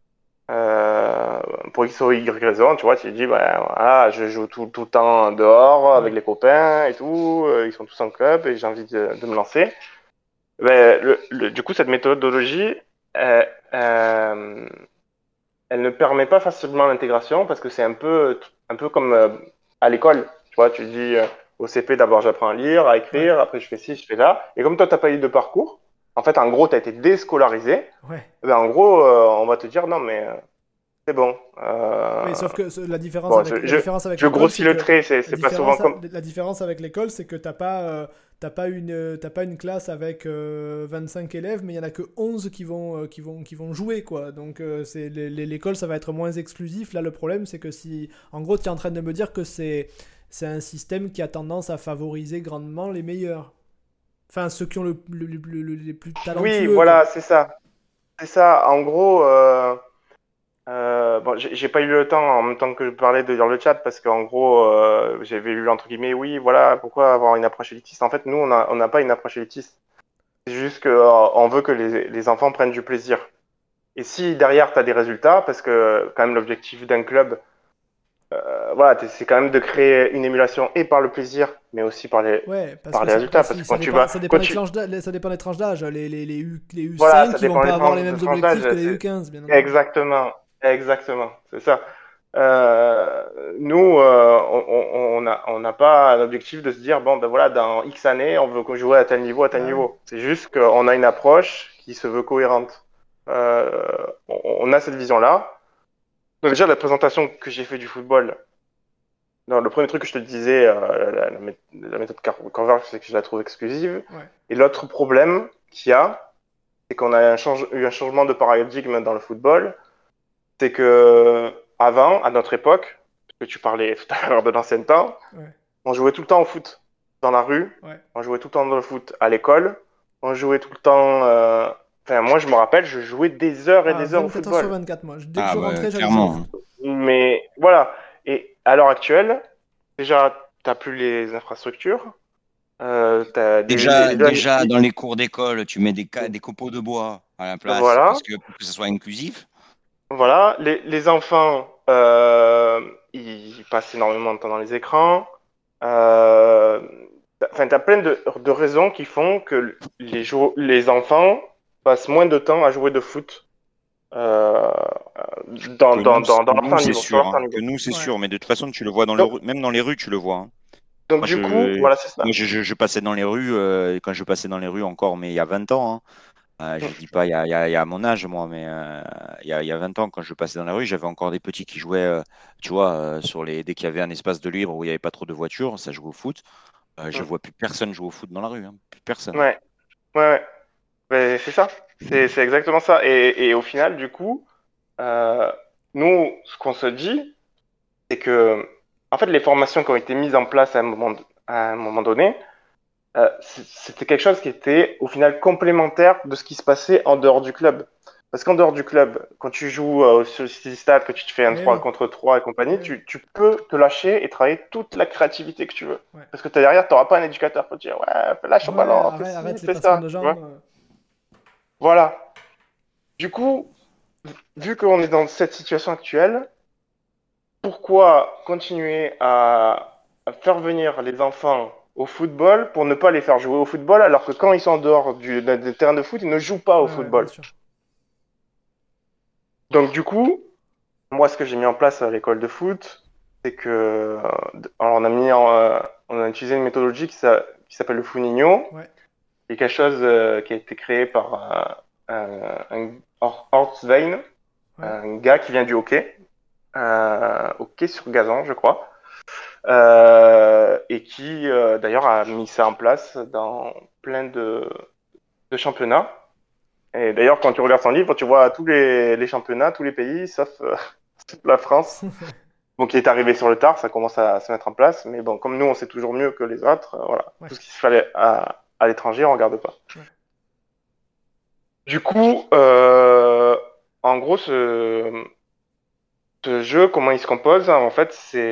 Pour X ou Y raison, tu vois, tu te dis, bah, voilà, je joue tout le temps dehors avec les copains et tout, ils sont tous en club et j'ai envie de me lancer. Ben, du coup, cette méthodologie, euh, euh, elle ne permet pas facilement l'intégration parce que c'est un peu comme à l'école. Tu vois, tu dis au CP, d'abord j'apprends à lire, à Ouais, écrire, après je fais ci, je fais là. Et comme toi, t'as pas eu de parcours, en fait, en gros, tu as été déscolarisé. ouais. Ben, en gros, on va te dire, non, mais c'est bon. Oui, sauf que la différence Bon, avec, la différence avec je l'école, grossis c'est le que trait, c'est pas souvent comme. la différence avec l'école, c'est que t'as pas une classe avec 25 élèves, mais il y en a que 11 qui vont jouer, quoi. Donc l'école, ça va être moins exclusif. Là, le problème, c'est que si, en gros, tu es en train de me dire que c'est un système qui a tendance à favoriser grandement les meilleurs. Enfin, ceux qui ont les plus Oui, talentueux, quoi. voilà, c'est ça. C'est ça. En gros, bon, j'ai pas eu le temps en même temps que je parlais de lire le chat parce qu'en gros, j'avais lu entre guillemets, oui, voilà, pourquoi avoir une approche élitiste? En fait, nous, on n'a pas une approche élitiste. C'est juste que on veut que les enfants prennent du plaisir. Et si derrière, tu as des résultats, parce que quand même l'objectif d'un club, voilà, c'est quand même de créer une émulation et par le plaisir, mais aussi Ouais, parce par que les résultats. Parce que quand tu vas, ça dépend quand des tu, ça dépend des tranches d'âge. Les voilà, U5, ça ils vont dépend pas des avoir les tranches de mêmes tranches d'âge. objectifs que les U15, bien entendu. Exactement, exactement, c'est ça. Nous, on n'a pas un objectif de se dire, bon, ben voilà, dans X années, on veut jouer à tel niveau, à tel Bah oui. niveau. C'est juste qu'on a une approche qui se veut cohérente. On a cette vision-là. Donc déjà, la présentation que j'ai fait du football, non, le premier truc que je te disais, la méthode Converge, c'est que je la trouve exclusive. Ouais. Et l'autre problème qu'il y a, c'est qu'on a eu un changement de paradigme dans le football. C'est que avant, à notre époque, parce que tu parlais tout à l'heure de l'ancien temps, Ouais. on jouait tout le temps au foot dans la rue, Ouais. on jouait tout le temps dans le foot à l'école, on jouait tout le temps. Enfin, moi, je me rappelle, je jouais des heures et Ah, des heures au 24 heures sur football. 24, moi. Dès que Ah je bah rentrais, j'allais jouer au clairement. foot. Mais voilà. Et à l'heure actuelle, déjà, t'as plus les infrastructures. T'as Déjà, les jeunes. déjà dans les cours d'école, tu mets des copeaux de bois à la place Voilà. parce que pour que ça soit inclusif. Voilà. Les enfants, ils passent énormément de temps dans les écrans. Euh, Enfin, t'as plein de raisons qui font que les enfants passent moins de temps à jouer de foot euh, dans leur temps C'est libre, sur sûr, leur hein. temps Que libre. nous, c'est Ouais. sûr. Mais de toute façon, tu le vois Donc, même dans les rues, tu le vois, hein. donc Moi, du coup, voilà, c'est ça. je passais dans les rues, quand je passais dans les rues encore, mais il y a 20 ans, hein. Je Mm, dis pas il y a mon âge, moi, mais il y a 20 ans, quand je passais dans la rue, j'avais encore des petits qui jouaient, tu vois, dès qu'il y avait un espace de libre où il n'y avait pas trop de voitures, ça jouait au foot. Je mm. vois plus personne jouer au foot dans la rue, hein. Plus personne. Ouais, ouais, ouais. Mais c'est ça. C'est exactement ça. Et au final, du coup, euh, nous, ce qu'on se dit, c'est que, en fait, les formations qui ont été mises en place à un moment donné, c'était quelque chose qui était au final complémentaire de ce qui se passait en dehors du club. Parce qu'en dehors du club, quand tu joues sur le City Stade, que tu te fais un Eh 3 oui. contre 3 et compagnie, Eh oui. tu peux te lâcher et travailler toute la créativité que tu veux. Ouais. Parce que derrière, tu n'auras pas un éducateur pour te dire, ouais, lâche ton Ouais, ballon, fais ci, arrête les fais passements ça. de Tu vois. jambes. Voilà. Du coup, vu qu'on est dans cette situation actuelle, pourquoi continuer à faire venir les enfants au football pour ne pas les faire jouer au football alors que quand ils sont en dehors des terrains de foot, ils ne jouent pas au Ouais, bien football. sûr. Donc du coup, moi ce que j'ai mis en place à l'école de foot, c'est que alors, on a utilisé une méthodologie qui s'appelle le Funinho, Ouais. qui est quelque chose qui a été créé par Horst Svein, Ouais. un gars qui vient du hockey, hockey sur gazon, je crois. Et qui d'ailleurs a mis ça en place dans plein de championnats. Et d'ailleurs, quand tu regardes son livre, tu vois tous les championnats, tous les pays, sauf sauf la France. Bon, qui est arrivé sur le tard, ça commence à se mettre en place. Mais bon, comme nous, on sait toujours mieux que les autres, voilà. Ouais. Tout ce qui se fallait à l'étranger, on regarde pas. Ouais. Du coup, en gros, ce jeu, comment il se compose, en fait,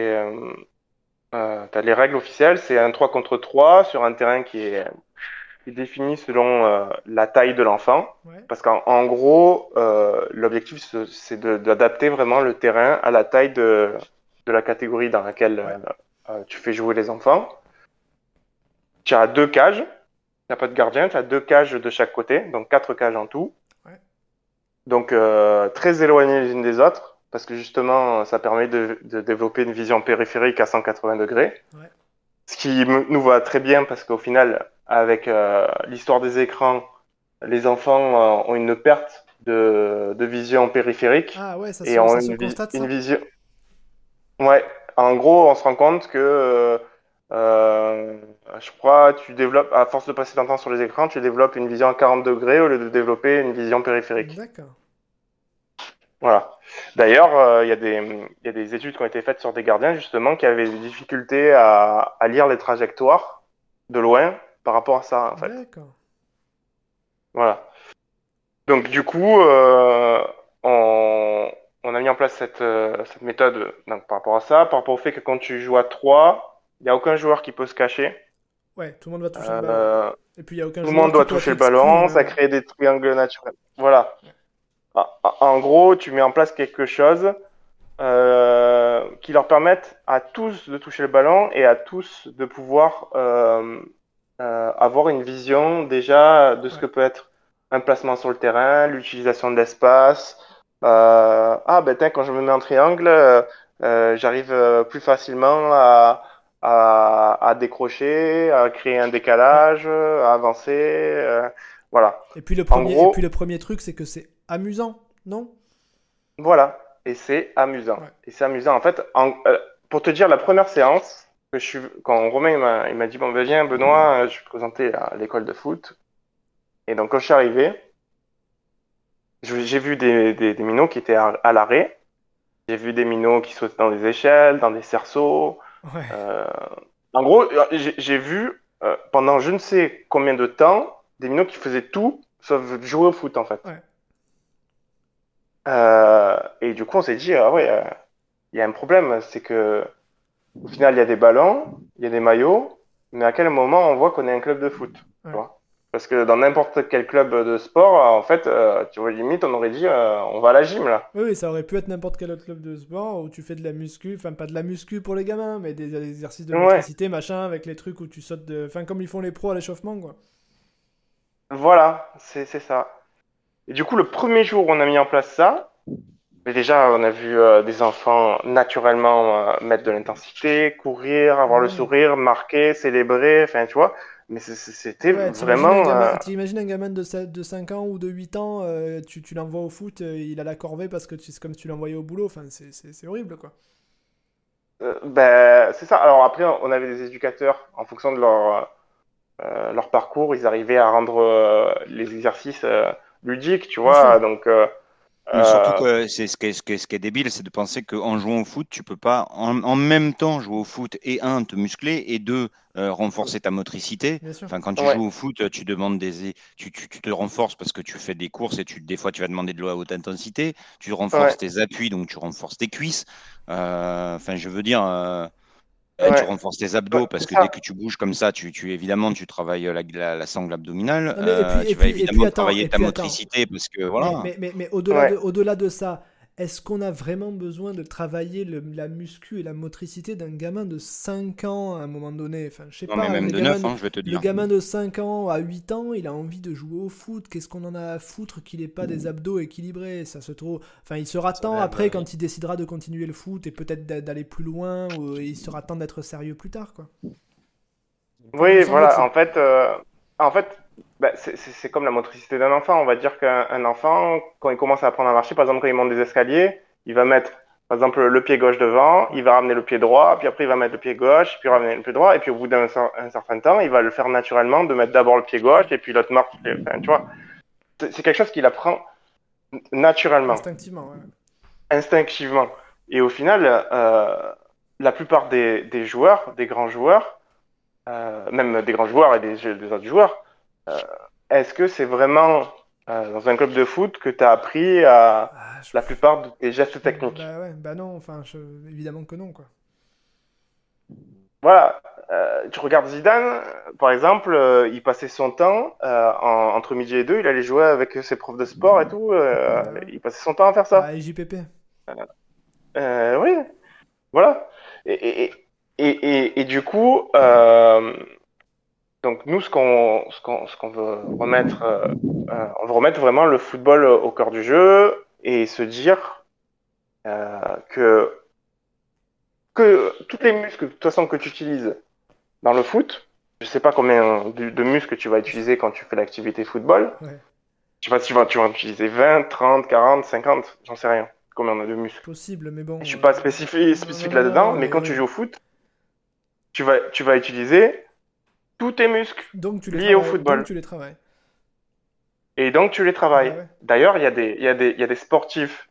t'as les règles officielles, c'est un 3 contre 3 sur un terrain qui est défini selon la taille de l'enfant. Ouais. Parce qu'en gros, l'objectif, c'est d'adapter vraiment le terrain à la taille de la catégorie dans laquelle Ouais. tu fais jouer les enfants. Tu as deux cages, tu n'as pas de gardien, tu as deux cages de chaque côté, donc quatre cages en tout. Ouais. Donc très éloignées les unes des autres, parce que justement, ça permet de développer une vision périphérique à 180 degrés. Ouais. Ce qui nous va très bien, parce qu'au final, avec l'histoire des écrans, les enfants ont une perte de vision périphérique Ah ouais, et ont ça se constate une ça? vision. Ouais, en gros, on se rend compte que euh, je crois tu développes, à force de passer ton temps sur les écrans, tu développes une vision à 40 degrés au lieu de développer une vision périphérique. D'accord. Voilà. D'ailleurs, il y a des études qui ont été faites sur des gardiens justement qui avaient des difficultés à lire les trajectoires de loin par rapport à ça, en fait. D'accord. Voilà. Donc du coup, on a mis en place cette méthode donc, par rapport à ça, par rapport au fait que quand tu joues à 3, il n'y a aucun joueur qui peut se cacher. Ouais, tout le monde va toucher le ballon. Euh, Et puis il n'y a aucun Tout le joueur monde qui doit peut être toucher le exclu. ballon, ça crée des triangles naturels. Voilà. En gros, tu mets en place quelque chose qui leur permette à tous de toucher le ballon et à tous de pouvoir avoir une vision déjà de ce Ouais. que peut être un placement sur le terrain, l'utilisation de l'espace. Ah ben tiens, quand je me mets en triangle, j'arrive plus facilement à décrocher, à créer un Ouais. décalage, à avancer. Voilà. En Et puis gros, le premier truc, c'est que c'est amusant, non? voilà, et c'est amusant. Ouais. Et c'est amusant. En fait, pour te dire, la première séance, quand Romain il m'a dit, bon, ben, viens, Benoît, je vais présenter à l'école de foot. Et donc, quand je suis arrivé, j'ai vu des minots qui étaient à l'arrêt. J'ai vu des minots qui sautaient dans des échelles, dans des cerceaux. Ouais. Euh, En gros, j'ai vu pendant je ne sais combien de temps des minots qui faisaient tout sauf jouer au foot, en fait. Ouais. Et du coup, on s'est dit, ah ouais, il y a un problème, c'est que au final, il y a des ballons, il y a des maillots, mais à quel moment on voit qu'on est un club de foot, tu Ouais. vois? Parce que dans n'importe quel club de sport, en fait, tu vois, limite, on aurait dit, on va à la gym, là. Oui, oui, ça aurait pu être n'importe quel autre club de sport où tu fais de la muscu, enfin pas de la muscu pour les gamins, mais des exercices de Ouais, motricité, machin, avec les trucs où tu sautes de. Enfin, comme ils font les pros à l'échauffement, quoi. voilà, c'est ça. Et du coup, le premier jour où on a mis en place ça, mais déjà, on a vu des enfants naturellement mettre de l'intensité, courir, avoir le Ouais. sourire, marquer, célébrer, enfin, tu vois. Mais c'était Ouais, vraiment... t'imagines un gamin de 5 ans ou de 8 ans, tu l'envoies au foot, il a la corvée parce que c'est comme si tu l'envoyais au boulot, enfin, c'est horrible, quoi. ben, c'est ça. Alors après, on avait des éducateurs, en fonction de leur parcours, ils arrivaient à rendre les exercices ludiques, tu Bien sûr. vois. Donc, Mais surtout euh, que ce qui est débile, c'est de penser qu'en jouant au foot, tu peux pas en même temps jouer au foot et te muscler et deux, renforcer ta motricité. Bien sûr. Enfin, quand tu ouais, joues au foot, tu demandes tu te renforces parce que tu fais des courses et des fois tu vas demander de l'eau à haute intensité. Tu renforces ouais, tes appuis, donc tu renforces tes cuisses. Enfin, je veux dire, Ouais. Tu renforces tes abdos Ouais, parce c'est que ça. dès que tu bouges comme ça, évidemment, tu travailles la sangle abdominale. Non, mais Tu vas évidemment travailler ta motricité parce que voilà. Mais Ouais. au-delà de ça, est-ce qu'on a vraiment besoin de travailler la muscu et la motricité d'un gamin de 5 ans à un moment donné? Enfin, je sais Non, mais pas, même de 9 ans, je vais te le dire. gamin de 5 ans à 8 ans, il a envie de jouer au foot. Qu'est-ce qu'on en a à foutre qu'il ait pas des abdos équilibrés? Ça se trouve. Enfin, il sera temps va, après bah, quand il décidera de continuer le foot et peut-être d'aller plus loin, ou il sera temps d'être sérieux plus tard, quoi. Enfin, me Oui, voilà. semble-t-il. En fait, bah, c'est comme la motricité d'un enfant. On va dire qu'un enfant, quand il commence à apprendre à marcher, par exemple, quand il monte des escaliers, il va mettre, par exemple, le pied gauche devant, il va ramener le pied droit, puis après il va mettre le pied gauche, puis ramener le pied droit, et puis au bout un certain temps, il va le faire naturellement de mettre d'abord le pied gauche, et puis l'autre marche. Enfin, tu vois, c'est quelque chose qu'il apprend naturellement, Instinctivement, ouais. instinctivement. Et au final, la plupart des joueurs, des grands joueurs, même des grands joueurs et des autres joueurs, euh, est-ce que c'est vraiment dans un club de foot que tu as appris Ah, la plupart de tes gestes techniques? Bah ouais, bah non, enfin, évidemment que non, quoi. Voilà. Tu regardes Zidane, par exemple, il passait son temps entre midi et deux, il allait jouer avec ses profs de sport et tout. Bah ouais. Il passait son temps à faire ça. Bah, JPP. Oui, voilà. Et, et, et du coup, donc nous, ce qu'on veut remettre, on veut remettre vraiment le football au cœur du jeu et se dire euh, que toutes les muscles de toute façon que tu utilises dans le foot, je sais pas combien de muscles tu vas utiliser quand tu fais l'activité football. Ouais, Je sais pas si tu vas utiliser 20, 30, 40, 50, j'en sais rien. Combien on a de muscles. possible, mais bon. Je suis pas Non, spécifique non, là-dedans, non, mais mais quand tu ouais. joues au foot, tu vas utiliser tous tes muscles Donc tu les liés au travailles. Donc football. tu les travailles. Et donc tu les Bah travailles. ouais. D'ailleurs, il y a des sportifs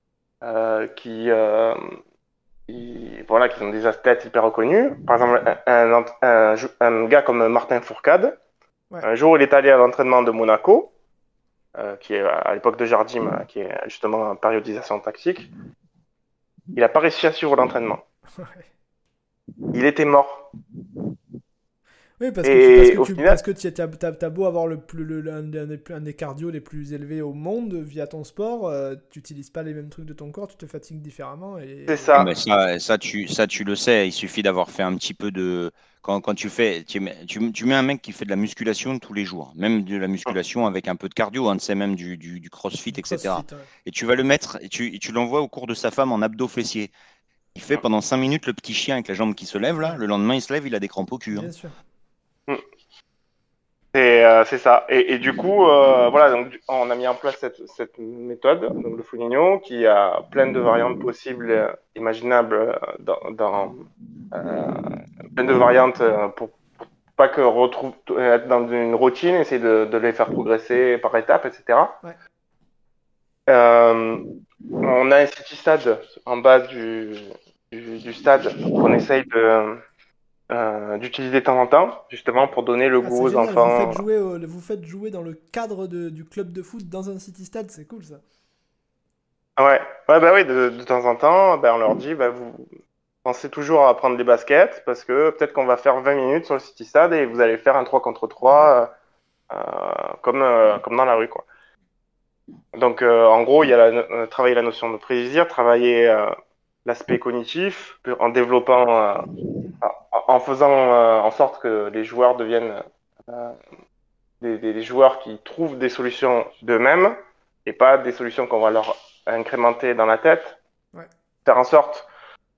voilà, qui sont des athlètes hyper reconnus. Par exemple, un gars comme Martin Fourcade, Ouais. un jour, il est allé à l'entraînement de Monaco, qui est à l'époque de Jardim, qui est justement en périodisation tactique. Il n'a pas réussi à suivre l'entraînement. Ouais. Il était mort. Oui, Et au final, parce que t'as beau avoir un des cardio les plus élevés au monde via ton sport, tu n'utilises pas les mêmes trucs de ton corps, tu te fatigues différemment c'est Ah, ça. mais ça, tu le sais. Il suffit d'avoir fait un petit peu de. Quand tu mets un mec qui fait de la musculation tous les jours, même de la musculation avec un peu de cardio, hein, tu sais, même du crossfit, du etc. crossfit. Ouais. Et tu vas le mettre, et tu l'envoies au cours de sa femme en abdos fessiers. Il fait pendant 5 minutes le petit chien avec la jambe qui se lève, là. Ouais, Le lendemain, il se lève, il a des crampes au cul, hein. bien sûr. C'est ça. Et du coup, voilà, donc on a mis en place cette méthode, donc le Foligno, qui a plein de variantes possibles, imaginables, euh, plein de variantes pour pas que retrouve être dans une routine, essayer de les faire progresser par étapes, etc. Ouais. Euh, on a un city stade en bas du stade qu'on essaye d'utiliser de temps en temps, justement pour donner le Ah, goût c'est aux génial, enfants. vous faites jouer dans le cadre du club de foot dans un city stade, c'est cool ça. Ouais, ouais, bah oui, de temps en temps, bah, on leur dit, bah, vous pensez toujours à prendre des baskets parce que peut-être qu'on va faire 20 minutes sur le City Stade et vous allez faire un 3 contre Ouais. 3 comme dans la rue, quoi. Donc, en gros, il y a travailler la notion de plaisir, travailler l'aspect cognitif en développant, en faisant en sorte que les joueurs deviennent euh, des joueurs qui trouvent des solutions d'eux-mêmes et pas des solutions qu'on va leur incrémenter dans la tête. Ouais. Faire en sorte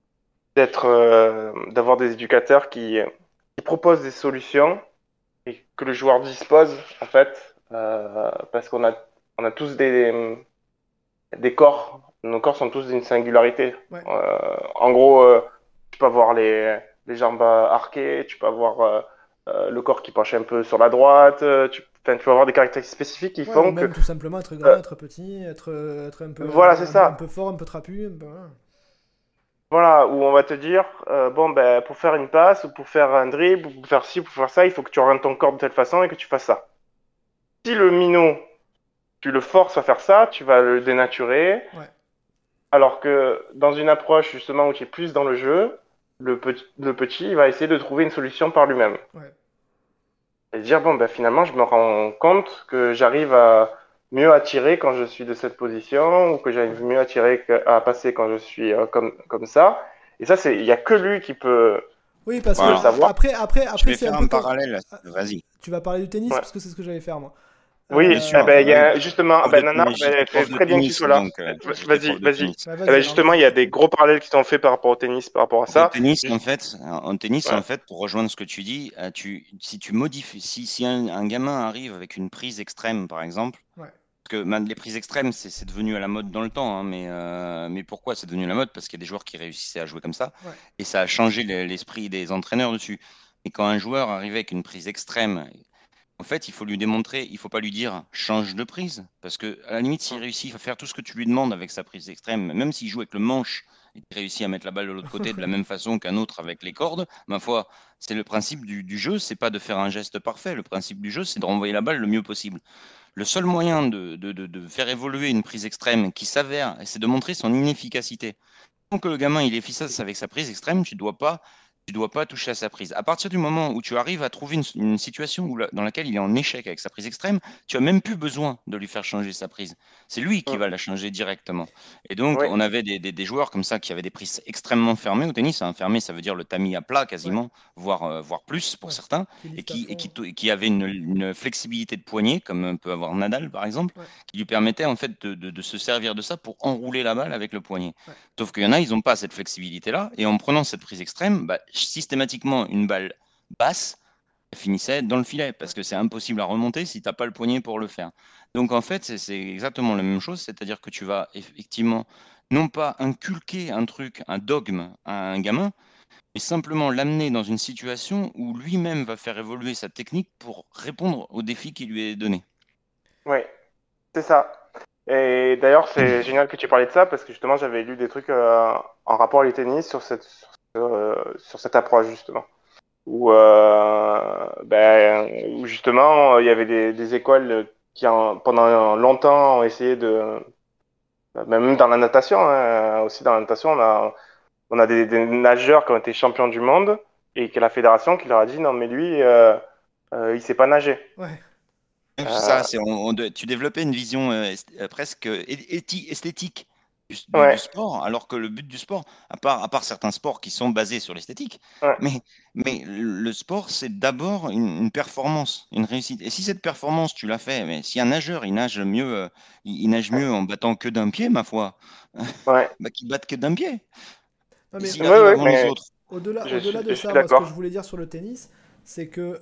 d'avoir des éducateurs qui proposent des solutions et que le joueur dispose, en fait, parce qu'on a tous des corps. Nos corps sont tous d'une singularité. Ouais. En gros, tu peux avoir les jambes arquées, tu peux avoir le corps qui penche un peu sur la droite, enfin, tu peux avoir des caractéristiques spécifiques qui Ouais, ou font que... même tout simplement être grand, euh, être petit, être voilà, c'est un ça. peu fort, un peu trapu. Voilà. Voilà, où on va te dire, bon, ben, pour faire une passe, ou pour faire un dribble, ou pour faire ci, pour faire ça, il faut que tu orientes ton corps de telle façon et que tu fasses ça. Si le minot, tu le forces à faire ça, tu vas le dénaturer. Ouais. Alors que dans une approche, justement, où tu es plus dans le jeu, le petit, il va essayer de trouver une solution par lui-même. Ouais. Et dire, bon, ben, finalement, je me rends compte que j'arrive à mieux attirer quand je suis de cette position, ou que j'arrive mieux à passer quand je suis comme ça. Et ça, il y a que lui qui peut Oui, parce que Voilà. savoir. Je vais c'est un faire peu un comme. parallèle. Vas-y. Tu vas parler du tennis, Ouais. parce que c'est ce que j'allais faire, moi. Oui, Bien sûr. il y a Oui. justement, Prof de Nanar, tennis, j'étais c'est prof de très bien que tu tennis, sois là. donc Vas-y, vas-y. Bah, Eh ben, vas-y, justement, il y a des gros parallèles qui sont faits par rapport au tennis, par rapport à Au ça. tennis, Juste- en tennis, ouais. pour rejoindre ce que tu dis, si tu modifies, si un gamin arrive avec une prise extrême, par exemple, Ouais. parce que les prises extrêmes, c'est devenu à la mode dans le temps, hein, mais pourquoi c'est devenu à la mode? Parce qu'il y a des joueurs qui réussissaient à jouer comme ça, Ouais. et ça a changé l'esprit des entraîneurs dessus. Et quand un joueur arrivait avec une prise extrême, en fait, il faut lui démontrer, il faut pas lui dire change de prise, parce que à la limite, s'il réussit à faire tout ce que tu lui demandes avec sa prise extrême, même s'il joue avec le manche et qu'il réussit à mettre la balle de l'autre côté de la même façon qu'un autre avec les cordes, ma foi, c'est le principe du jeu, c'est pas de faire un geste parfait. Le principe du jeu, c'est de renvoyer la balle le mieux possible. Le seul moyen de faire évoluer une prise extrême qui s'avère, c'est de montrer son inefficacité. Tant que le gamin il est efficace avec sa prise extrême, tu dois pas toucher à sa prise. À partir du moment où tu arrives à trouver une situation dans laquelle il est en échec avec sa prise extrême, tu as même plus besoin de lui faire changer sa prise. C'est lui qui Mm. va la changer directement. Et donc, Oui, on avait des joueurs comme ça qui avaient des prises extrêmement fermées au tennis. Hein. Fermé, ça veut dire le tamis à plat Ouais. quasiment, voire plus pour Ouais. certains, Qui et lift à qui, et fond. qui avaient une flexibilité de poignet, comme peut avoir Nadal par exemple, Ouais. qui lui permettait en fait de se servir de ça pour enrouler la balle avec le poignet. Ouais. Sauf qu'il y en a, ils n'ont pas cette flexibilité-là. Et en prenant cette prise extrême, bah, systématiquement, une balle basse finissait dans le filet parce que c'est impossible à remonter si tu n'as pas le poignet pour le faire. Donc en fait, c'est exactement la même chose. C'est-à-dire que tu vas effectivement non pas inculquer un truc, un dogme à un gamin, mais simplement l'amener dans une situation où lui-même va faire évoluer sa technique pour répondre au défi qui lui est donné. oui, c'est ça. Et d'ailleurs, c'est génial que tu parlais de ça parce que justement, j'avais lu des trucs en rapport avec le tennis sur cette approche justement. Où justement, il y avait des écoles qui, pendant longtemps, ont essayé même dans la natation, hein, aussi dans la natation, on a des nageurs qui ont été champions du monde et que la fédération qui leur a dit non, mais lui, il sait pas nager. Ouais. C'est Euh, ça, tu développais une vision presque esthétique du ouais, sport, alors que le but du sport, à part certains sports qui sont basés sur l'esthétique, ouais, mais le sport, c'est d'abord une performance, une réussite. Et si cette performance, tu l'as fait, mais si un nageur, il nage mieux, il nage mieux en battant que d'un pied, ma foi, ouais, bah, qu'il batte que d'un pied. Non, Et mais s'il ouais, arrive ouais, avant les mais autres, au-delà de je suis ça, moi, ce que je d'accord. voulais dire sur le tennis, c'est que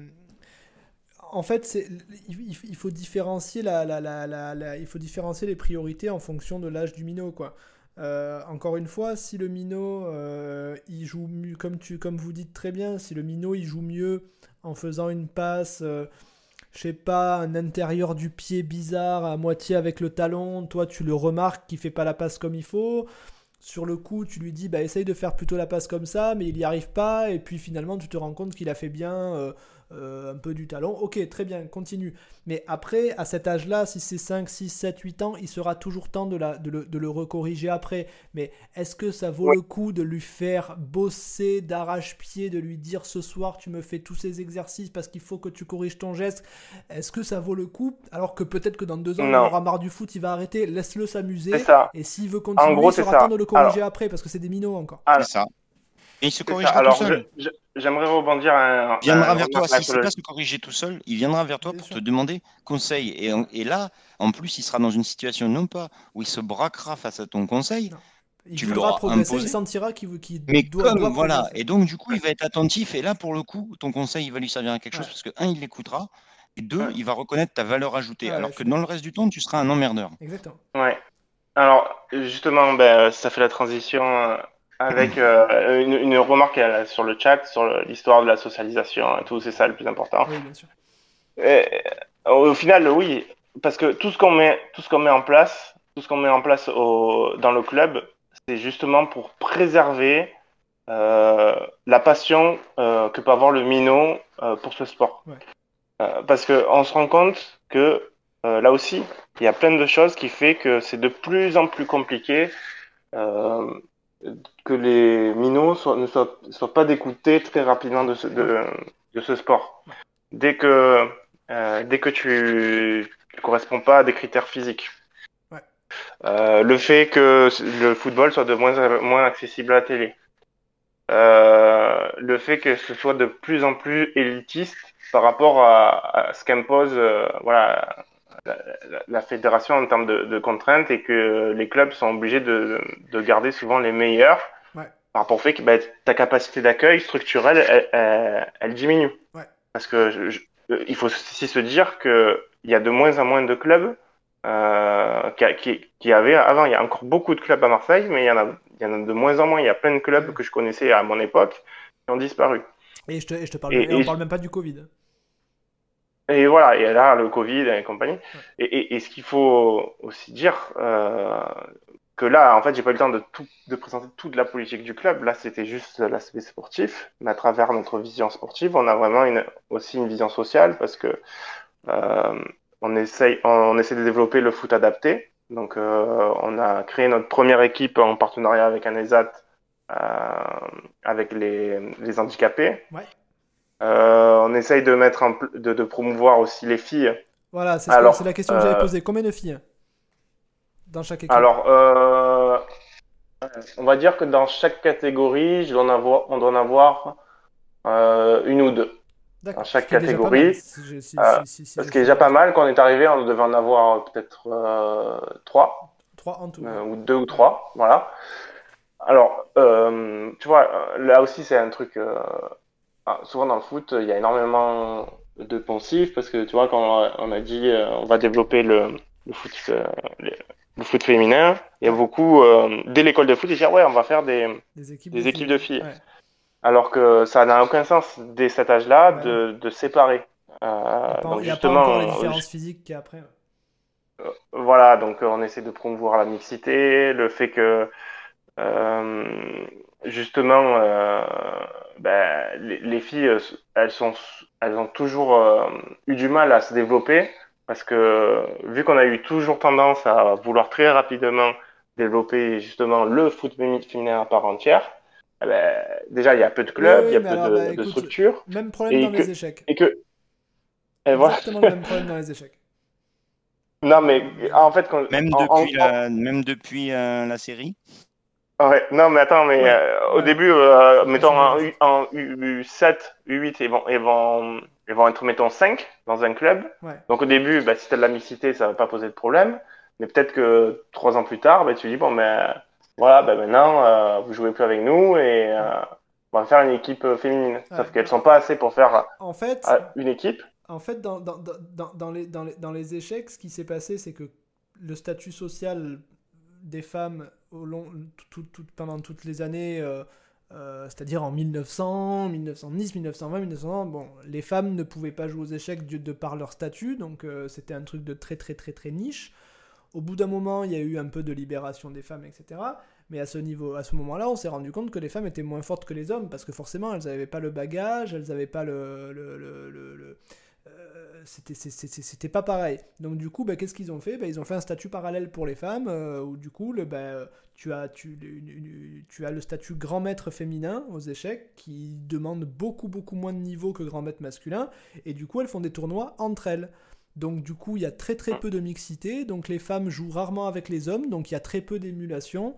en fait, il faut différencier il faut différencier les priorités en fonction de l'âge du minot, quoi. Encore une fois, si le minot il joue mieux, comme vous dites très bien, si le minot il joue mieux en faisant une passe, je sais pas, un intérieur du pied bizarre à moitié avec le talon, toi tu le remarques qu'il fait pas la passe comme il faut. Sur le coup, tu lui dis bah essaye de faire plutôt la passe comme ça, mais il n'y arrive pas, et puis finalement tu te rends compte qu'il a fait bien un peu du talon. Ok, très bien, continue. Mais après, à cet âge-là, si c'est 5, 6, 7, 8 ans, il sera toujours temps de le recorriger après. Mais est-ce que ça vaut Ouais, le coup de lui faire bosser d'arrache-pied, de lui dire ce soir tu me fais tous ces exercices parce qu'il faut que tu corriges ton geste? Est-ce que ça vaut le coup? Alors que peut-être que dans 2 ans, il en non, aura marre du foot, il va arrêter, laisse-le c'est s'amuser. ça. Et s'il veut En continuer, gros, il c'est sera temps ça. de le corriger Alors, après parce que c'est des minots encore. c'est alors, ça. Et il se c'est ça. corrigera tout Alors, seul. j'aimerais rebondir Il viendra à une vers toi. remarque là Si sur c'est le. pas se corriger tout seul, il viendra vers toi Bien pour te sûr. demander conseil. Et là, en plus, il sera dans une situation non pas où il se braquera face à ton conseil, Non. Il tu lui voudra auras progresser, il imposé, sentira qu'il mais doit comme voilà. progresser. Et donc, du coup, il va être attentif. Et là, pour le coup, ton conseil, il va lui servir à quelque chose Ouais, parce que, un, il l'écoutera. Et deux, Ouais, il va reconnaître ta valeur ouais, ajoutée. ouais, Alors je que suis dans le d'accord. reste du temps, tu seras un emmerdeur. Exactement. ouais. Alors, justement, ça fait la transition avec une remarque sur le chat, sur l'histoire de la socialisation et tout, c'est ça le plus important. Oui, bien sûr. Et, au final, oui, parce que tout ce qu'on met en place, tout ce qu'on met en place dans le club, c'est justement pour préserver la passion que peut avoir le minot pour ce sport. Ouais. Parce que on se rend compte que là aussi, il y a plein de choses qui fait que c'est de plus en plus compliqué euh, que les minots ne soient pas dégoûtés très rapidement de ce sport. Dès que tu ne corresponds pas à des critères physiques. Ouais. Le fait que le football soit de moins en moins accessible à la télé. Le fait que ce soit de plus en plus élitiste par rapport à ce qu'impose voilà, la fédération en termes de contraintes et que les clubs sont obligés de garder souvent les meilleurs Ouais. par rapport au fait que ta capacité d'accueil structurelle, elle diminue. Ouais. Parce que il faut aussi se dire qu'il y a de moins en moins de clubs qui avaient avant. Il y a encore beaucoup de clubs à Marseille, mais il y en a de moins en moins. Il y a plein de clubs que je connaissais à mon époque qui ont disparu. Et je te parle, et on parle même pas du Covid. Et voilà, et là, le Covid et compagnie. Ouais. Et ce qu'il faut aussi dire, que là, en fait, j'ai pas eu le temps de présenter toute la politique du club. Là, c'était juste l'aspect sportif. Mais à travers notre vision sportive, on a vraiment aussi une vision sociale parce que on essaie de développer le foot adapté. Donc, on a créé notre première équipe en partenariat avec un ESAT, avec les handicapés. Ouais. On essaye de promouvoir aussi les filles. Voilà, c'est la question que j'avais posée. Combien de filles dans chaque équipe? Alors, on va dire que dans chaque catégorie, on doit en avoir une ou deux. Dans chaque catégorie. Ce qui est déjà pas mal. Quand on est arrivé, on devait en avoir peut-être 3. 3 en tout. Ou 2 ou 3, voilà. Alors, tu vois, là aussi, c'est un truc... souvent dans le foot, il y a énormément de poncifs parce que tu vois, quand on a dit on va développer le foot féminin, il y a beaucoup, dès l'école de foot, ils disent ouais, on va faire des équipes de filles. Ouais. Alors que ça n'a aucun sens dès cet âge-là de séparer. Il n'y a pas encore la différence physique qu'il y a après. Voilà, donc on essaie de promouvoir la mixité, le fait que justement les filles elles ont toujours eu du mal à se développer parce que vu qu'on a eu toujours tendance à vouloir très rapidement développer justement le foot féminin à part entière, déjà il y a peu de clubs, il y a peu de structures. Même problème dans les échecs. Exactement le même problème dans les échecs. Non mais en fait même depuis la série. Ouais, non, mais attends, au début, mettons en U7, U8, ils vont être, mettons, 5 dans un club. Ouais. Donc au début, si tu as de la mixité, ça va pas poser de problème. Mais peut-être que 3 ans plus tard, tu dis, bon, voilà, maintenant, vous jouez plus avec nous et on va faire une équipe féminine. Ouais. Sauf qu'elles sont pas assez pour faire une équipe. En fait, dans les échecs, ce qui s'est passé, c'est que le statut social des femmes pendant toutes les années, c'est-à-dire en 1900, 1910, 1920, 1930, bon, les femmes ne pouvaient pas jouer aux échecs de par leur statut, donc c'était un truc de très très très très niche. Au bout d'un moment, il y a eu un peu de libération des femmes, etc. Mais à ce moment-là, on s'est rendu compte que les femmes étaient moins fortes que les hommes, parce que forcément, elles n'avaient pas le bagage, elles n'avaient pas c'était pas pareil. Donc du coup, qu'est-ce qu'ils ont fait ? Ils ont fait un statut parallèle pour les femmes, où du coup, tu as le statut grand maître féminin aux échecs, qui demande beaucoup beaucoup moins de niveau que grand maître masculin, et du coup, elles font des tournois entre elles. Donc du coup, il y a très très peu de mixité, donc les femmes jouent rarement avec les hommes, donc il y a très peu d'émulsion.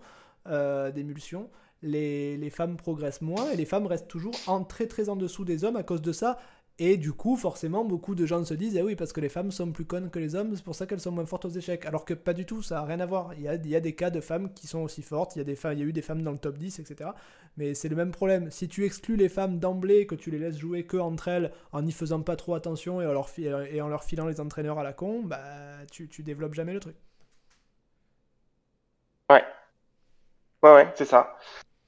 Les femmes progressent moins, et les femmes restent toujours très très en dessous des hommes à cause de ça. Et du coup, forcément, beaucoup de gens se disent « Ah oui, parce que les femmes sont plus connes que les hommes, c'est pour ça qu'elles sont moins fortes aux échecs. » Alors que pas du tout, ça n'a rien à voir. Il y a des cas de femmes qui sont aussi fortes, il y a eu des femmes dans le top 10, etc. Mais c'est le même problème. Si tu exclus les femmes d'emblée, que tu les laisses jouer que entre elles, en n'y faisant pas trop attention et en leur filant les entraîneurs à la con, tu développes jamais le truc. Ouais, c'est ça.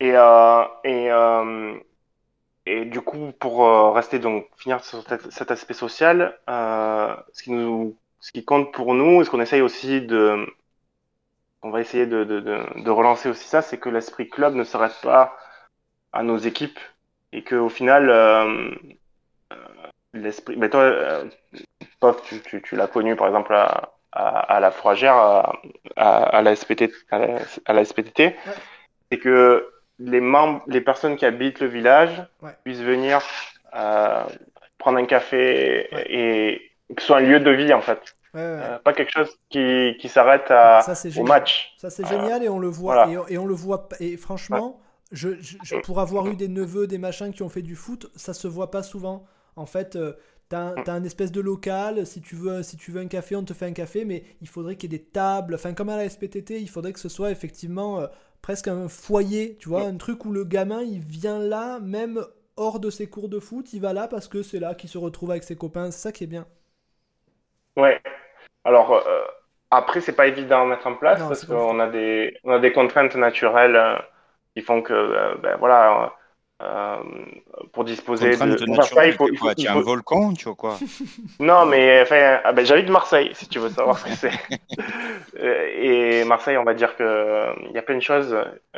Et du coup, pour finir sur cet aspect social, ce qui compte pour nous, et ce qu'on essaye aussi on va essayer de relancer aussi ça, c'est que l'esprit club ne s'arrête pas à nos équipes et qu'au final, l'esprit. Mais toi, Pof, tu l'as connu par exemple à la Fougère, à la SPTT. Ouais. c'est que les personnes qui habitent le village Ouais. puissent venir euh, prendre un café Ouais. et que ce soit un lieu de vie en fait. Ouais, ouais. Pas quelque chose qui s'arrête Ouais, ça c'est au génial. match. Ça c'est génial et on le voit Voilà. et on le voit et Ouais. franchement, pour avoir eu des neveux, des machins qui ont fait du foot, ça se voit pas souvent. En fait, t'as un espèce de local. Si tu veux un café, on te fait un café, mais il faudrait qu'il y ait des tables. Enfin, comme à la SPTT, il faudrait que ce soit effectivement presque un foyer, tu vois, un truc où le gamin il vient là, même hors de ses cours de foot, il va là parce que c'est là qu'il se retrouve avec ses copains. C'est ça qui est bien. Ouais. Alors après, c'est pas évident à mettre en place Non, parce c'est compliqué. on a des contraintes naturelles qui font que ben voilà pour disposer Contrainte pour faire ça, naturelle, tu quoi? Tu as un volcan, tu vois quoi? non mais enfin ben, j'habite Marseille si tu veux savoir ce que c'est. Et Marseille, on va dire que il y a plein de choses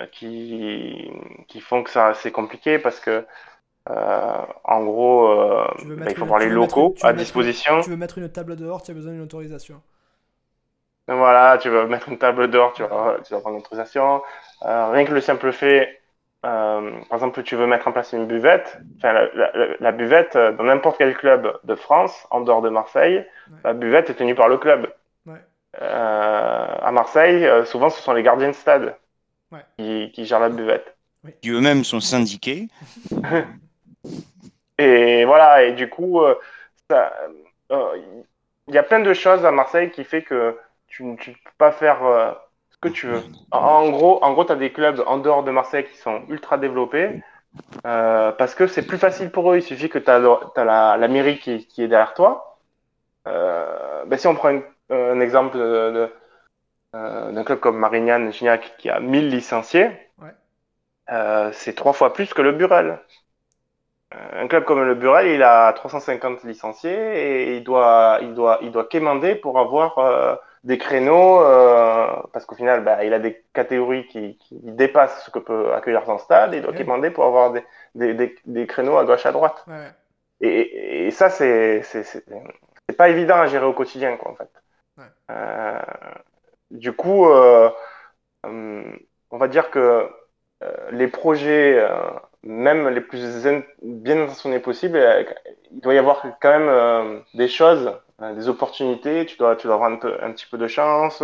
qui font que ça c'est compliqué parce que en gros ben, il faut avoir les locaux à disposition. Tu veux mettre une table dehors, tu as besoin d'une autorisation. Voilà, tu vas mettre une table dehors, Ouais. tu vas prendre l'autorisation. Rien que le simple fait, par exemple, tu veux mettre en place une buvette. Enfin, la buvette, dans n'importe quel club de France, en dehors de Marseille, Ouais. la buvette est tenue par le club. Ouais. À Marseille, souvent, ce sont les gardiens de stade Ouais. qui gèrent la buvette. Qui eux-mêmes sont syndiqués. Et voilà, et du coup, ça, euh, il y a plein de choses à Marseille qui fait que tu ne peux pas faire ce que tu veux. En gros, tu as des clubs en dehors de Marseille qui sont ultra développés parce que c'est plus facile pour eux. Il suffit que tu as la mairie qui est derrière toi. Ben, si on prend un exemple d'un club comme Marignane-Gignac qui a 1000 licenciés, Ouais. c'est 3 fois plus que le Burel. Un club comme le Burel, il a 350 licenciés et il doit quémander pour avoir des créneaux parce qu'au final, bah, il a des catégories qui dépassent ce que peut accueillir son stade. Et il doit Eh oui. quémander pour avoir des créneaux à gauche à droite. Ouais, ouais. Et ça, c'est pas évident à gérer au quotidien, quoi, en fait. Ouais. Euh, du coup, on va dire que les projets, même les plus bien intentionnés possibles, il doit y avoir quand même des choses, des opportunités. Tu dois avoir un petit peu de chance,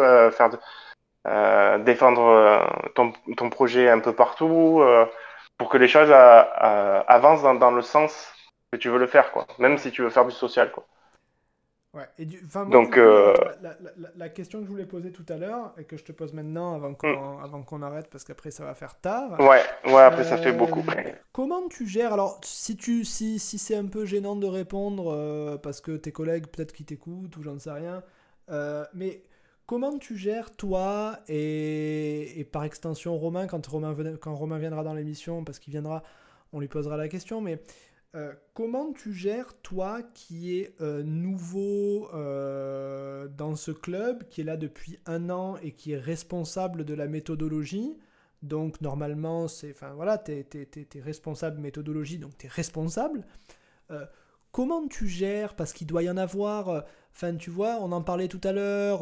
défendre ton projet un peu partout pour que les choses avancent dans le sens que tu veux le faire, quoi. Même Ouais. si tu veux faire du social, quoi. Ouais. Enfin, moi, du Donc, coup, la question que je voulais poser tout à l'heure et que je te pose maintenant avant qu'on arrête parce qu'après ça va faire tard. ouais, après ça fait beaucoup. Comment tu gères? Alors, si c'est un peu gênant de répondre parce que tes collègues peut-être qui t'écoutent ou j'en sais rien, mais comment tu gères toi et par extension Romain quand Romain viendra dans l'émission parce qu'il viendra, on lui posera la question, mais comment tu gères, toi, qui es nouveau dans ce club, qui est là depuis 1 an et qui est responsable de la méthodologie? Donc, normalement, enfin, voilà, t'es responsable méthodologie, donc t'es responsable. Euh, Comment tu gères? Parce qu'il doit y en avoir. Enfin, tu vois, on en parlait tout à l'heure.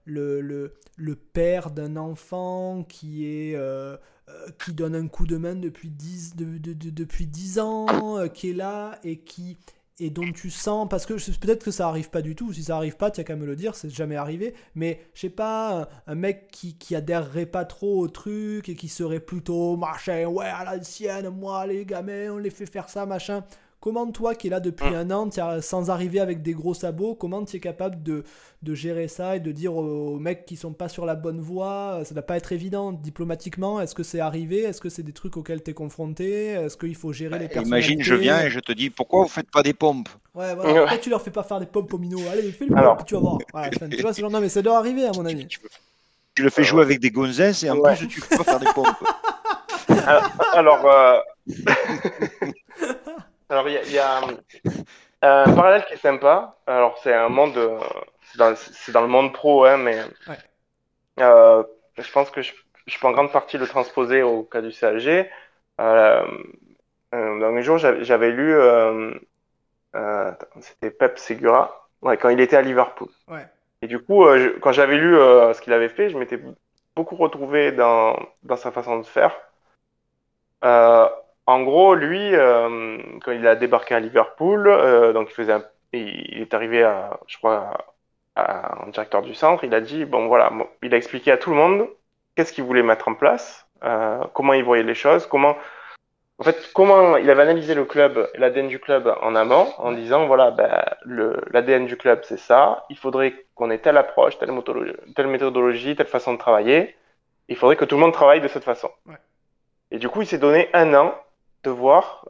Le père d'un enfant qui donne un coup de main depuis 10 ans, qui est là et dont tu sens, parce que peut-être que ça arrive pas du tout, si ça arrive pas, tu as qu'à me le dire, c'est jamais arrivé, mais je sais pas, un mec qui adhérerait pas trop au truc et qui serait plutôt machin, ouais, à l'ancienne, moi, les gamins, on les fait faire ça, machin. Comment toi, qui es là depuis 1 an, sans arriver avec des gros sabots, comment tu es capable de gérer ça et de dire aux mecs qui sont pas sur la bonne voie, ça doit pas être évident diplomatiquement, est-ce que c'est arrivé, est-ce que c'est des trucs auxquels tu es confronté, est-ce qu'il faut gérer les Imagine, personnalités? je viens et je te dis pourquoi vous faites pas des pompes? Ouais, voilà, pourquoi tu leur fais pas faire des pompes au minot? Allez, fais les Alors, pompes, tu vas voir. Voilà, tu vois, ce genre, non, mais ça doit arriver, à mon avis. Tu le fais jouer avec des gonzesses et en ouais. plus tu peux pas faire des pompes. Alors, alors il y a un parallèle qui est sympa. Alors, c'est un monde, c'est dans le monde pro, hein, mais Ouais. euh, je pense que je peux en grande partie le transposer au cas du CLG. Euh, dans mes jours, j'avais lu, c'était Pep Segura, ouais, quand il était à Liverpool. Ouais. Et du coup, quand j'avais lu ce qu'il avait fait, je m'étais beaucoup retrouvé dans sa façon de faire. Euh, En gros, lui, quand il a débarqué à Liverpool, donc il est arrivé je crois, en directeur du centre. Il a dit, bon voilà, il a expliqué à tout le monde qu'est-ce qu'il voulait mettre en place, comment il voyait les choses, comment il avait analysé le club, l'ADN du club en amont, en disant, voilà, ben, l'ADN du club, c'est ça. Il faudrait qu'on ait telle approche, telle méthodologie, telle façon de travailler. Il faudrait que tout le monde travaille de cette façon. Ouais. Et du coup, il s'est donné un an de voir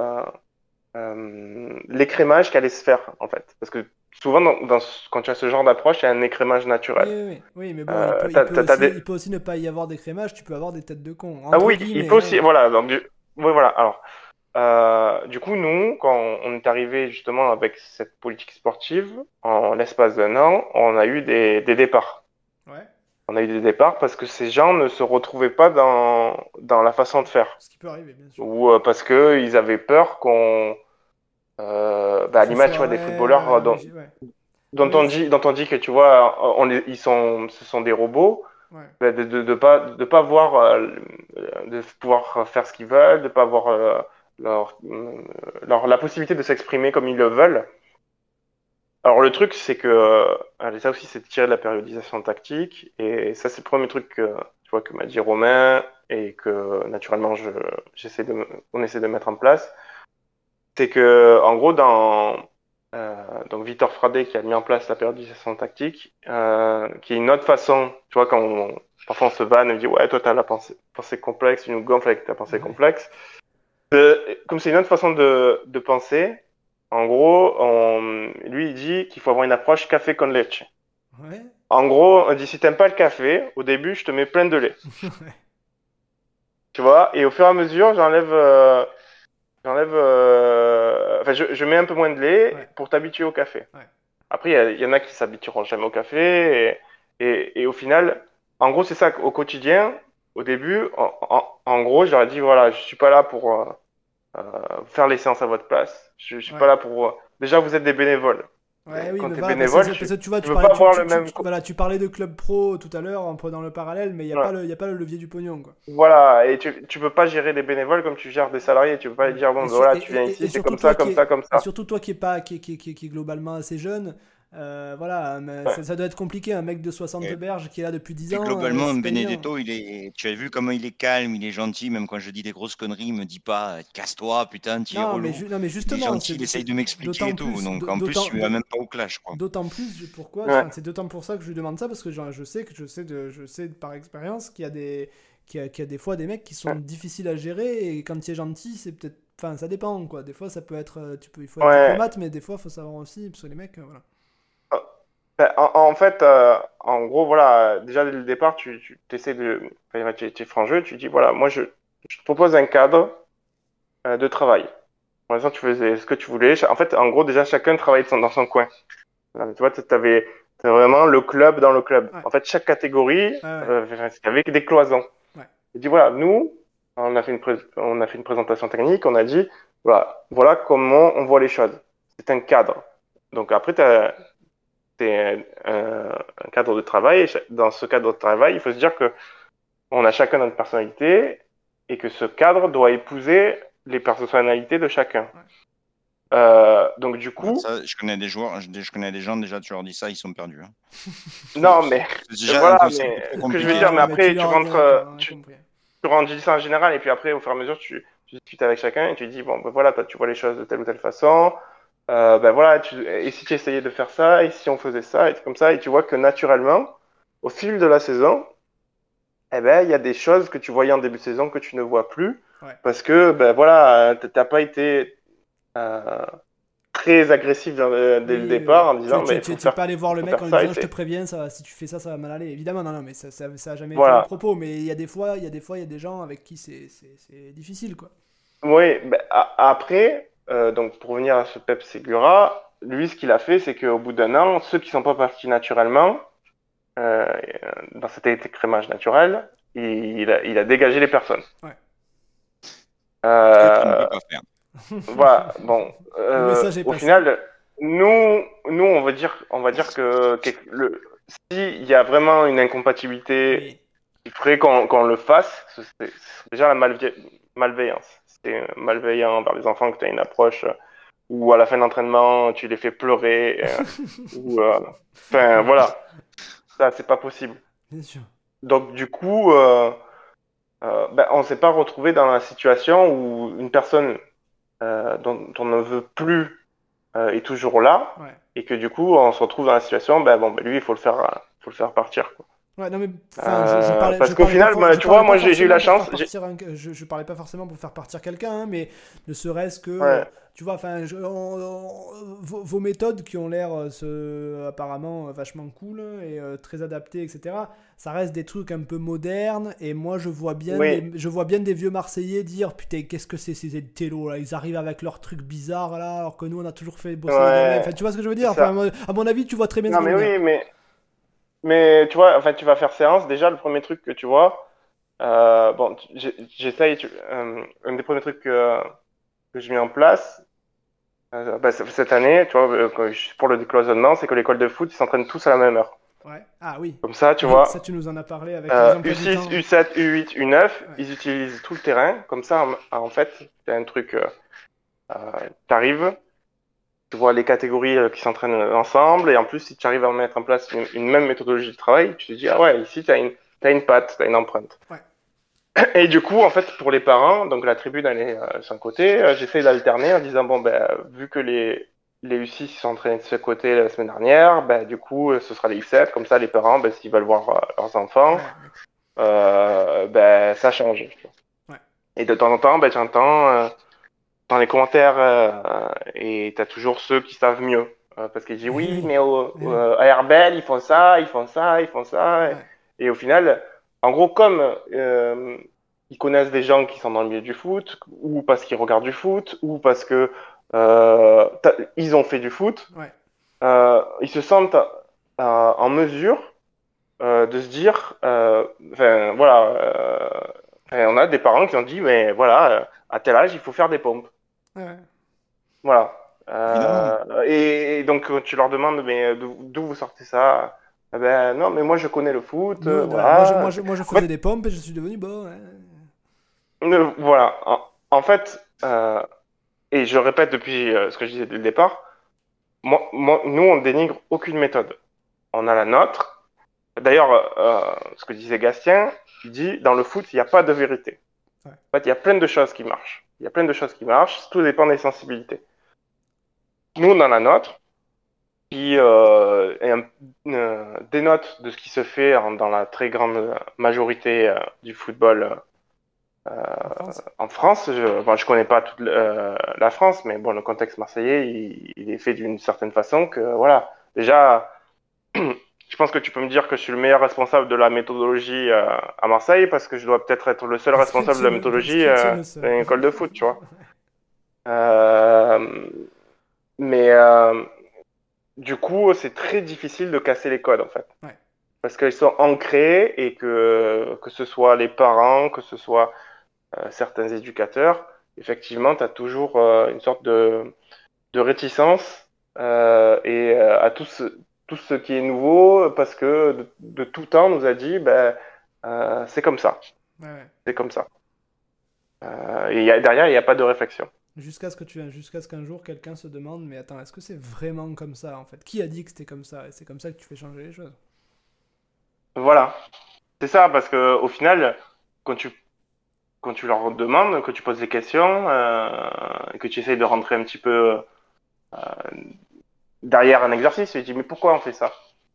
l'écrémage qu'allait se faire, en fait. Parce que souvent, quand tu as ce genre d'approche, il y a un écrémage naturel. Oui, mais bon, il peut aussi ne pas y avoir d'écrémage, tu peux avoir des têtes de con. Ah Entre oui, guillemets, il peut aussi. hein. Voilà, donc, oui, voilà. Alors, du coup, nous, quand on est arrivé justement avec cette politique sportive, en l'espace d'un an, on a eu des départs. Ouais. On a eu des départs parce que ces gens ne se retrouvaient pas dans la façon de faire. Ce qui peut arriver, bien sûr. Ou parce qu'ils avaient peur à l'image, tu vois, des footballeurs dont on dit que, tu vois, ce sont des robots, ouais. de pas voir, de pouvoir faire ce qu'ils veulent, de pas avoir la possibilité de s'exprimer comme ils le veulent. Alors le truc, c'est que ça aussi, c'est de tirer de la périodisation tactique, et ça, c'est le premier truc tu vois, que m'a dit Romain et que naturellement on essaie de mettre en place. C'est que en gros, donc Victor Fradé qui a mis en place la périodisation tactique, qui est une autre façon, tu vois, parfois on se vanne et on dit ouais, toi t'as la pensée complexe, tu nous gonfles avec ta pensée complexe. Comme c'est une autre façon de penser. En gros, lui, il dit qu'il faut avoir une approche café con leche. Ouais. En gros, on dit si t'aimes pas le café, au début, je te mets plein de lait. Tu vois, et au fur et à mesure, enfin, je mets un peu moins de lait pour t'habituer au café. Ouais. Après, il y en a qui s'habitueront jamais au café, et au final, en gros, c'est ça, au quotidien, au début, en gros, j'aurais dit, voilà, je suis pas là pour faire les séances à votre place. Je suis pas là pour. Déjà, vous êtes des bénévoles. Ouais, oui, quand mais tu es voilà, bénévole, parce que tu vois, tu veux pas avoir le même. voilà, tu parlais de club pro tout à l'heure en prenant le parallèle, mais il n'y a, Ouais. pas le levier du pognon, quoi. Voilà, et tu peux pas gérer des bénévoles comme tu gères des salariés. Tu peux pas dire, bon, voilà, tu viens ici, c'est comme ça, comme ça, comme ça. Et surtout toi qui est globalement assez jeune, voilà, mais Ouais. ça doit être compliqué, un mec de 60 Ouais. berges qui est là depuis 10 Puis ans. globalement, c'est pas évident. Benedetto, tu as vu comment il est calme, il est gentil, même quand je dis des grosses conneries, il me dit pas casse-toi, putain, tu es Non, relou. non, mais Il est justement, gentil, il essaye de m'expliquer et tout. Donc en plus, tu vas même pas au clash, quoi. d'autant plus, pourquoi Ouais. c'est d'autant pour ça que je lui demande ça, parce que je sais par expérience qu'il y a qu'il y a des fois des mecs qui sont difficiles à gérer, et quand tu es gentil, c'est peut-être. Enfin, ça dépend, quoi. Des fois, ça peut être. Il faut être Ouais. diplomate, mais des fois, il faut savoir aussi, parce que les mecs, voilà. Ben, en fait, en gros, voilà, déjà dès le départ, tu essaies enfin, tu es franc jeu, tu dis, voilà, moi, je te propose un cadre de travail. Pour l'instant, tu faisais ce que tu voulais. En fait, en gros, déjà, chacun travaillait dans son coin. Tu vois, t'avais vraiment le club dans le club. Ouais. En fait, chaque catégorie, Ouais. avec des cloisons. Ouais. Je dis, voilà, nous, on a fait une présentation technique, on a dit, voilà comment on voit les choses. C'est un cadre. Donc après, c'est un cadre de travail. Et dans ce cadre de travail, il faut se dire que on a chacun notre personnalité et que ce cadre doit épouser les personnalités de chacun. Donc du coup, ça, je connais des joueurs, je connais des gens, déjà tu leur dis ça, ils sont perdus. Hein. non mais Déjà, voilà, c'est mais trop ce que je compliqué. veux dire, mais après tu dis ça en général et puis après au fur et à mesure tu discutes avec chacun et tu dis bon ben voilà, toi tu vois les choses de telle ou telle façon. Ben voilà, et si tu essayais de faire ça, et si on faisait ça, et comme ça, et tu vois que naturellement, au fil de la saison, eh ben, il y a des choses que tu voyais en début de saison que tu ne vois plus, parce que, ben voilà, t'as pas été très agressif dès le départ en disant, mais tu n'es pas allé voir le mec en lui ça, disant, je te préviens, si tu fais ça, ça va mal aller. Évidemment, non, mais ça a jamais été voilà. le propos, mais il y a des fois, il y a des gens avec qui c'est difficile, quoi. Oui, ben, après, donc pour revenir à ce Pep Segura, lui, ce qu'il a fait, c'est qu'au bout d'un an, ceux qui sont pas partis naturellement, dans cet écrémage naturel, il a dégagé les personnes. Ce que tu ne peux pas faire. Voilà, bon, Le message est au passé. final, nous, on va dire que s'il y a vraiment une incompatibilité qui ferait qu'on le fasse, c'est déjà malveillance. C'est malveillant envers les enfants que tu as une approche où à la fin d'entraînement, tu les fais pleurer. Enfin, voilà. Ça, c'est pas possible. Bien sûr. Donc, du coup, on s'est pas retrouvé dans la situation où une personne dont on ne veut plus est toujours là. Ouais. Et que du coup, on se retrouve dans la situation, lui, il faut le faire partir, quoi. Ouais, non, mais enfin, parce qu'au final, tu vois, moi, j'ai eu la chance. Je parlais pas forcément pour faire partir quelqu'un, hein, mais ne serait-ce que, Ouais. tu vois, enfin, vos méthodes qui ont l'air apparemment vachement cool et très adaptées, etc. Ça reste des trucs un peu modernes, et moi, je vois bien, Oui. je vois bien des vieux Marseillais dire, putain, qu'est-ce que c'est ces télos là, ils arrivent avec leurs trucs bizarres là, alors que nous, on a toujours fait bosser les Ouais. gamins. Enfin, tu vois ce que je veux dire? C'est ça. Enfin, à mon avis, tu vois très bien ce Non, que je mais veux dire. oui, mais tu vois, enfin, tu vas faire séance. Déjà, le premier truc que tu vois, j'essaye. Un des premiers trucs que je mets en place cette année, tu vois, pour le décloisonnement, c'est que l'école de foot, ils s'entraînent tous à la même heure. Ouais. Ah oui. Comme ça, tu Oui, vois, ça, tu nous en as parlé avec les emplois du temps. U6, U7, U8, U9, Ouais. ils utilisent tout le terrain. Comme ça, en fait, tu as un truc, t'arrives, tu vois les catégories qui s'entraînent ensemble, et en plus, si tu arrives à mettre en place une même méthodologie de travail, tu te dis, ah ouais, ici, t'as une patte, t'as une empreinte. Ouais. Et du coup, en fait, pour les parents, donc la tribune, elle est sur un côté, j'essaie d'alterner en disant, vu que les U6 sont entraînés de ce côté la semaine dernière, du coup, ce sera les U7, comme ça, les parents, s'ils veulent voir leurs enfants, ça change. Ouais. Et de temps en temps, j'entends dans les commentaires, et t'as toujours ceux qui savent mieux. Parce qu'ils disent oui, mais à Herbel, ils font ça, ils font ça, ils font ça. Ouais. Et au final, en gros, comme ils connaissent des gens qui sont dans le milieu du foot, ou parce qu'ils regardent du foot, ou parce que ils ont fait du foot, Ouais. ils se sentent en mesure de se dire, on a des parents qui ont dit, mais voilà, à tel âge, il faut faire des pompes. Ouais. Voilà. Évidemment. Et donc tu leur demandes, mais d'où vous sortez ça? Eh ben non, mais moi je connais le foot, voilà. Moi, je En faisais fait, des pompes et je suis devenu bon. Ouais. voilà. En fait, et je le répète depuis ce que je disais dès le départ, nous on dénigre aucune méthode. On a la nôtre. D'ailleurs, ce que disait Gastien, il dit dans le foot il n'y a pas de vérité. Ouais. En fait, il y a plein de choses qui marchent. Il y a plein de choses qui marchent. Tout dépend des sensibilités. Nous, dans la nôtre, qui dénote de ce qui se fait dans la très grande majorité du football en France. Je connais pas toute la France, mais bon, le contexte marseillais, il est fait d'une certaine façon que, voilà. Déjà, je pense que tu peux me dire que je suis le meilleur responsable de la méthodologie à Marseille, parce que je dois peut-être être le seul responsable de la méthodologie d'une école de foot, tu vois. Mais du coup, c'est très difficile de casser les codes, en fait. Ouais. Parce qu'ils sont ancrés, et que ce soit les parents, que ce soit certains éducateurs, effectivement, tu as toujours une sorte de réticence à tout ce qui est nouveau, parce que de tout temps, on nous a dit, c'est comme ça, Ouais. c'est comme ça. Derrière, il n'y a pas de réflexion. Jusqu'à ce qu'un jour quelqu'un se demande, mais attends, est-ce que c'est vraiment comme ça en fait? Qui a dit que c'était comme ça? Et c'est comme ça que tu fais changer les choses. Voilà, c'est ça, parce que au final, quand tu leur demandes, que tu poses des questions, et que tu essayes de rentrer un petit peu derrière un exercice, tu dis, mais pourquoi on fait ça?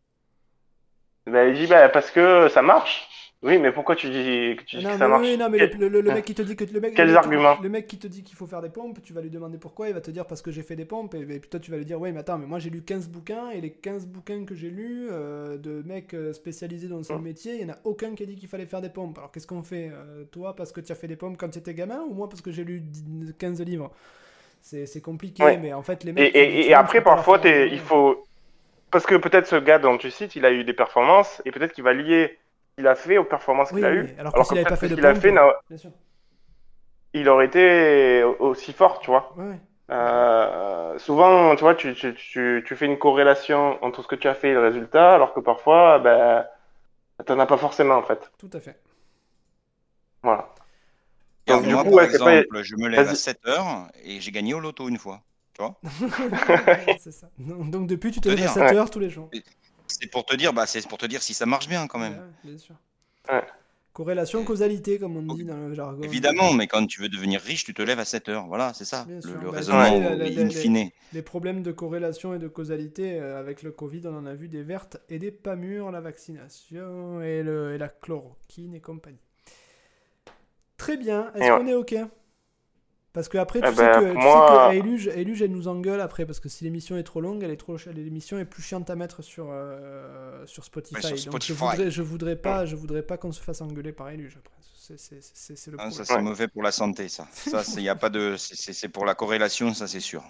Il dit, parce que ça marche. Oui, mais pourquoi tu dis que Non, ça mais marche? oui, non, mais le mec qui te dit que Quels arguments? le mec qui te dit qu'il faut faire des pompes, tu vas lui demander pourquoi, il va te dire parce que j'ai fait des pompes, et puis toi tu vas lui dire, ouais, mais attends, mais moi j'ai lu 15 bouquins, et les 15 bouquins que j'ai lus de mecs spécialisés dans ce métier, il n'y en a aucun qui a dit qu'il fallait faire des pompes. Alors qu'est-ce qu'on fait? Toi parce que tu as fait des pompes quand tu étais gamin, ou moi parce que j'ai lu 15 livres? C'est compliqué, Ouais. mais en fait les mecs... Et après, parfois, il faut... Parce que peut-être ce gars dont tu cites, il a eu des performances, et peut-être qu'il va lier ce qu'il a fait aux performances qu'il a eues. Alors que s'il n'avait pas peut-être fait ce de qu'il a pompes, fait, bien sûr. il aurait été aussi fort, tu vois. Ouais. Souvent, tu vois, tu fais une corrélation entre ce que tu as fait et le résultat, alors que parfois, t'en as pas forcément, en fait. Tout à fait. Voilà. Donc, du moi, coup, par ouais, c'est pas. exemple, je me lève à Vas-y. 7h et j'ai gagné au loto une fois. Tu vois? C'est ça. Donc depuis, tu te Te lèves à dire. 7 heures tous les jours. C'est pour te dire si ça marche bien quand même. Ouais, bien sûr. Ouais. Corrélation, causalité, comme on dit dans le jargon. Évidemment, mais quand tu veux devenir riche, tu te lèves à 7h. Voilà, c'est ça, Bien sûr. le Bah, tu raisonnement sais, in fine. les problèmes de corrélation et de causalité avec le Covid, on en a vu des vertes et des pas mûres, la vaccination et la chloroquine et compagnie. Très bien. Est-ce Et ouais. qu'on est OK? Parce que après, Eh tu sais ben, que, pour tu sais moi- que Eluge, elle nous engueule après, parce que si l'émission est trop longue, l'émission est plus chiante à mettre sur Spotify. Ouais, sur Donc Spotify. je voudrais pas qu'on se fasse engueuler par Eluge après. C'est le Ah, problème. ça, c'est mauvais pour la santé, ça. Ça, y a pas de... c'est pour la corrélation, ça, c'est sûr.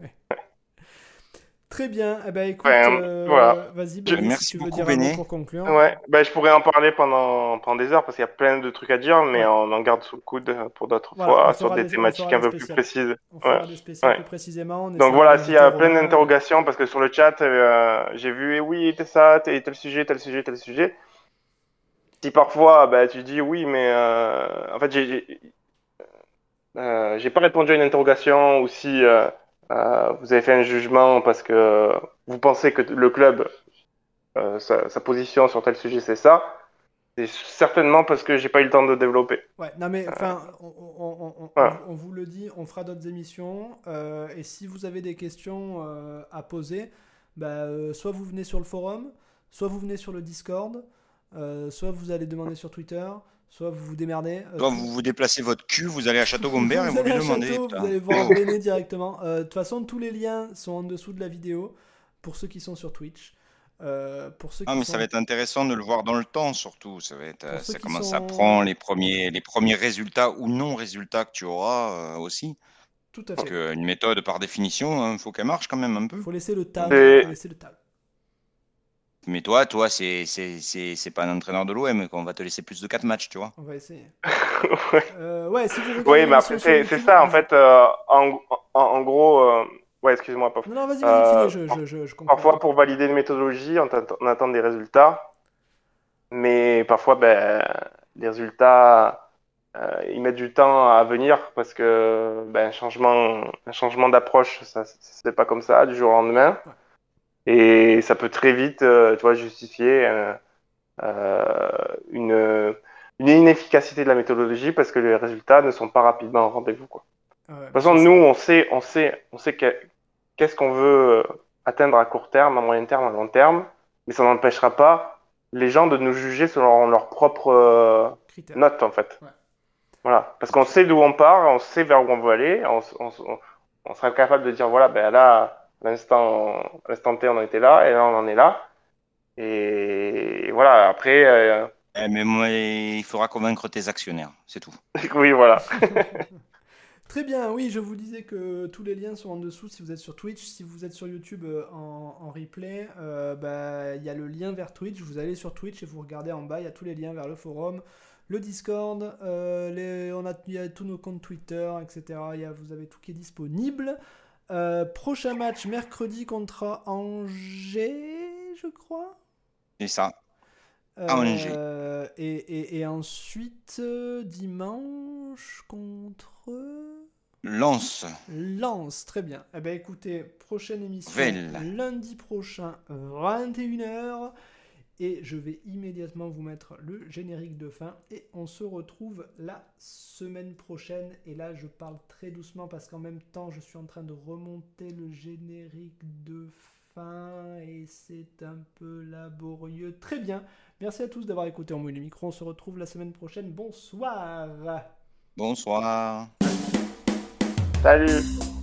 Très bien. Eh ben écoute, voilà. vas-y, Benny, si Merci tu veux beaucoup, dire un mot Béné. pour conclure. Ouais, bah, je pourrais en parler pendant des heures parce qu'il y a plein de trucs à dire, mais Ouais. on en garde sous le coude pour d'autres Voilà, fois, on sur fera des des thématiques un peu plus spéciales. précises. On Ouais. fera des spéciales Ouais. plus précisément. On Donc essaiera voilà, s'il y a d'inviter plein Romain. d'interrogations, parce que sur le chat, j'ai vu, eh oui, t'es ça, tel sujet, tel sujet, tel sujet. Si parfois, bah, tu dis oui, mais en fait, j'ai pas répondu à une interrogation, ou si vous avez fait un jugement parce que vous pensez que le club, sa position sur tel sujet, c'est ça, c'est certainement parce que j'ai pas eu le temps de développer. Ouais, non mais enfin, Voilà. on vous le dit, on fera d'autres émissions. Et si vous avez des questions à poser, bah, soit vous venez sur le forum, soit vous venez sur le Discord, soit vous allez demander sur Twitter, soit vous vous démerdez. Soit vous vous déplacez votre cul, vous allez à Château-Gombert et Vous vous allez lui à demandez. Château, putain. vous allez voir Béné directement. De toute façon, tous les liens sont en dessous de la vidéo pour ceux qui sont sur Twitch. Pour ceux Ah, qui mais sont... ça va être intéressant de le voir dans le temps, surtout. Ça va être, Pour ceux ça qui commence, sont... ça prend les premiers résultats ou non résultats que tu auras aussi. Tout à Parce fait. qu'une méthode, par définition, il faut qu'elle marche quand même un peu. Faut laisser le tag. Et- Faut laisser le tag. Mais toi, c'est pas un entraîneur de l'OM qu'on va te laisser plus de 4 matchs, tu vois. On va essayer. Ouais. Ouais, si vous regardez Oui, mais l'émission après, sur c'est YouTube... ça, en vas-y. fait, en gros, ouais, excuse-moi, Paf. Non, vas-y, Euh, finis, je comprends. Parfois, pour valider une méthodologie, on attend des résultats, mais parfois, ben, les résultats, ils mettent du temps à venir parce que ben, un changement d'approche, ça c'est pas comme ça, du jour au lendemain. Ouais. Et ça peut très vite, tu vois, justifier euh, une, une inefficacité de la méthodologie parce que les résultats ne sont pas rapidement au rendez-vous, quoi. Ouais, De toute façon, nous, on sait qu'est-ce qu'on veut atteindre à court terme, à moyen terme, à long terme, mais ça n'empêchera pas les gens de nous juger selon leurs propres critères. notes, en fait. Ouais. Voilà. Parce qu'on sait d'où on part, on sait vers où on veut aller, on sera capable de dire, voilà, ben là, à l'instant T, on en était là, et là, on en est là. Et voilà, après, Mais moi, il faudra convaincre tes actionnaires, c'est tout. oui, voilà. Très bien, oui, je vous disais que tous les liens sont en dessous si vous êtes sur Twitch. Si vous êtes sur YouTube en replay, bah, il y a le lien vers Twitch. Vous allez sur Twitch et vous regardez en bas, il y a tous les liens vers le forum, le Discord, il y a tous nos comptes Twitter, etc. Vous avez tout qui est disponible. Prochain match mercredi contre Angers, je crois. C'est ça. À Angers. Et ensuite, dimanche contre Lens. Lens. Très bien. Eh ben, écoutez, prochaine émission Vel. lundi prochain, 21h. Et je vais immédiatement vous mettre le générique de fin. Et on se retrouve la semaine prochaine. Et là, je parle très doucement parce qu'en même temps, je suis en train de remonter le générique de fin. Et c'est un peu laborieux. Très bien. Merci à tous d'avoir écouté En Mouille le Micro. On se retrouve la semaine prochaine. Bonsoir. Bonsoir. Salut!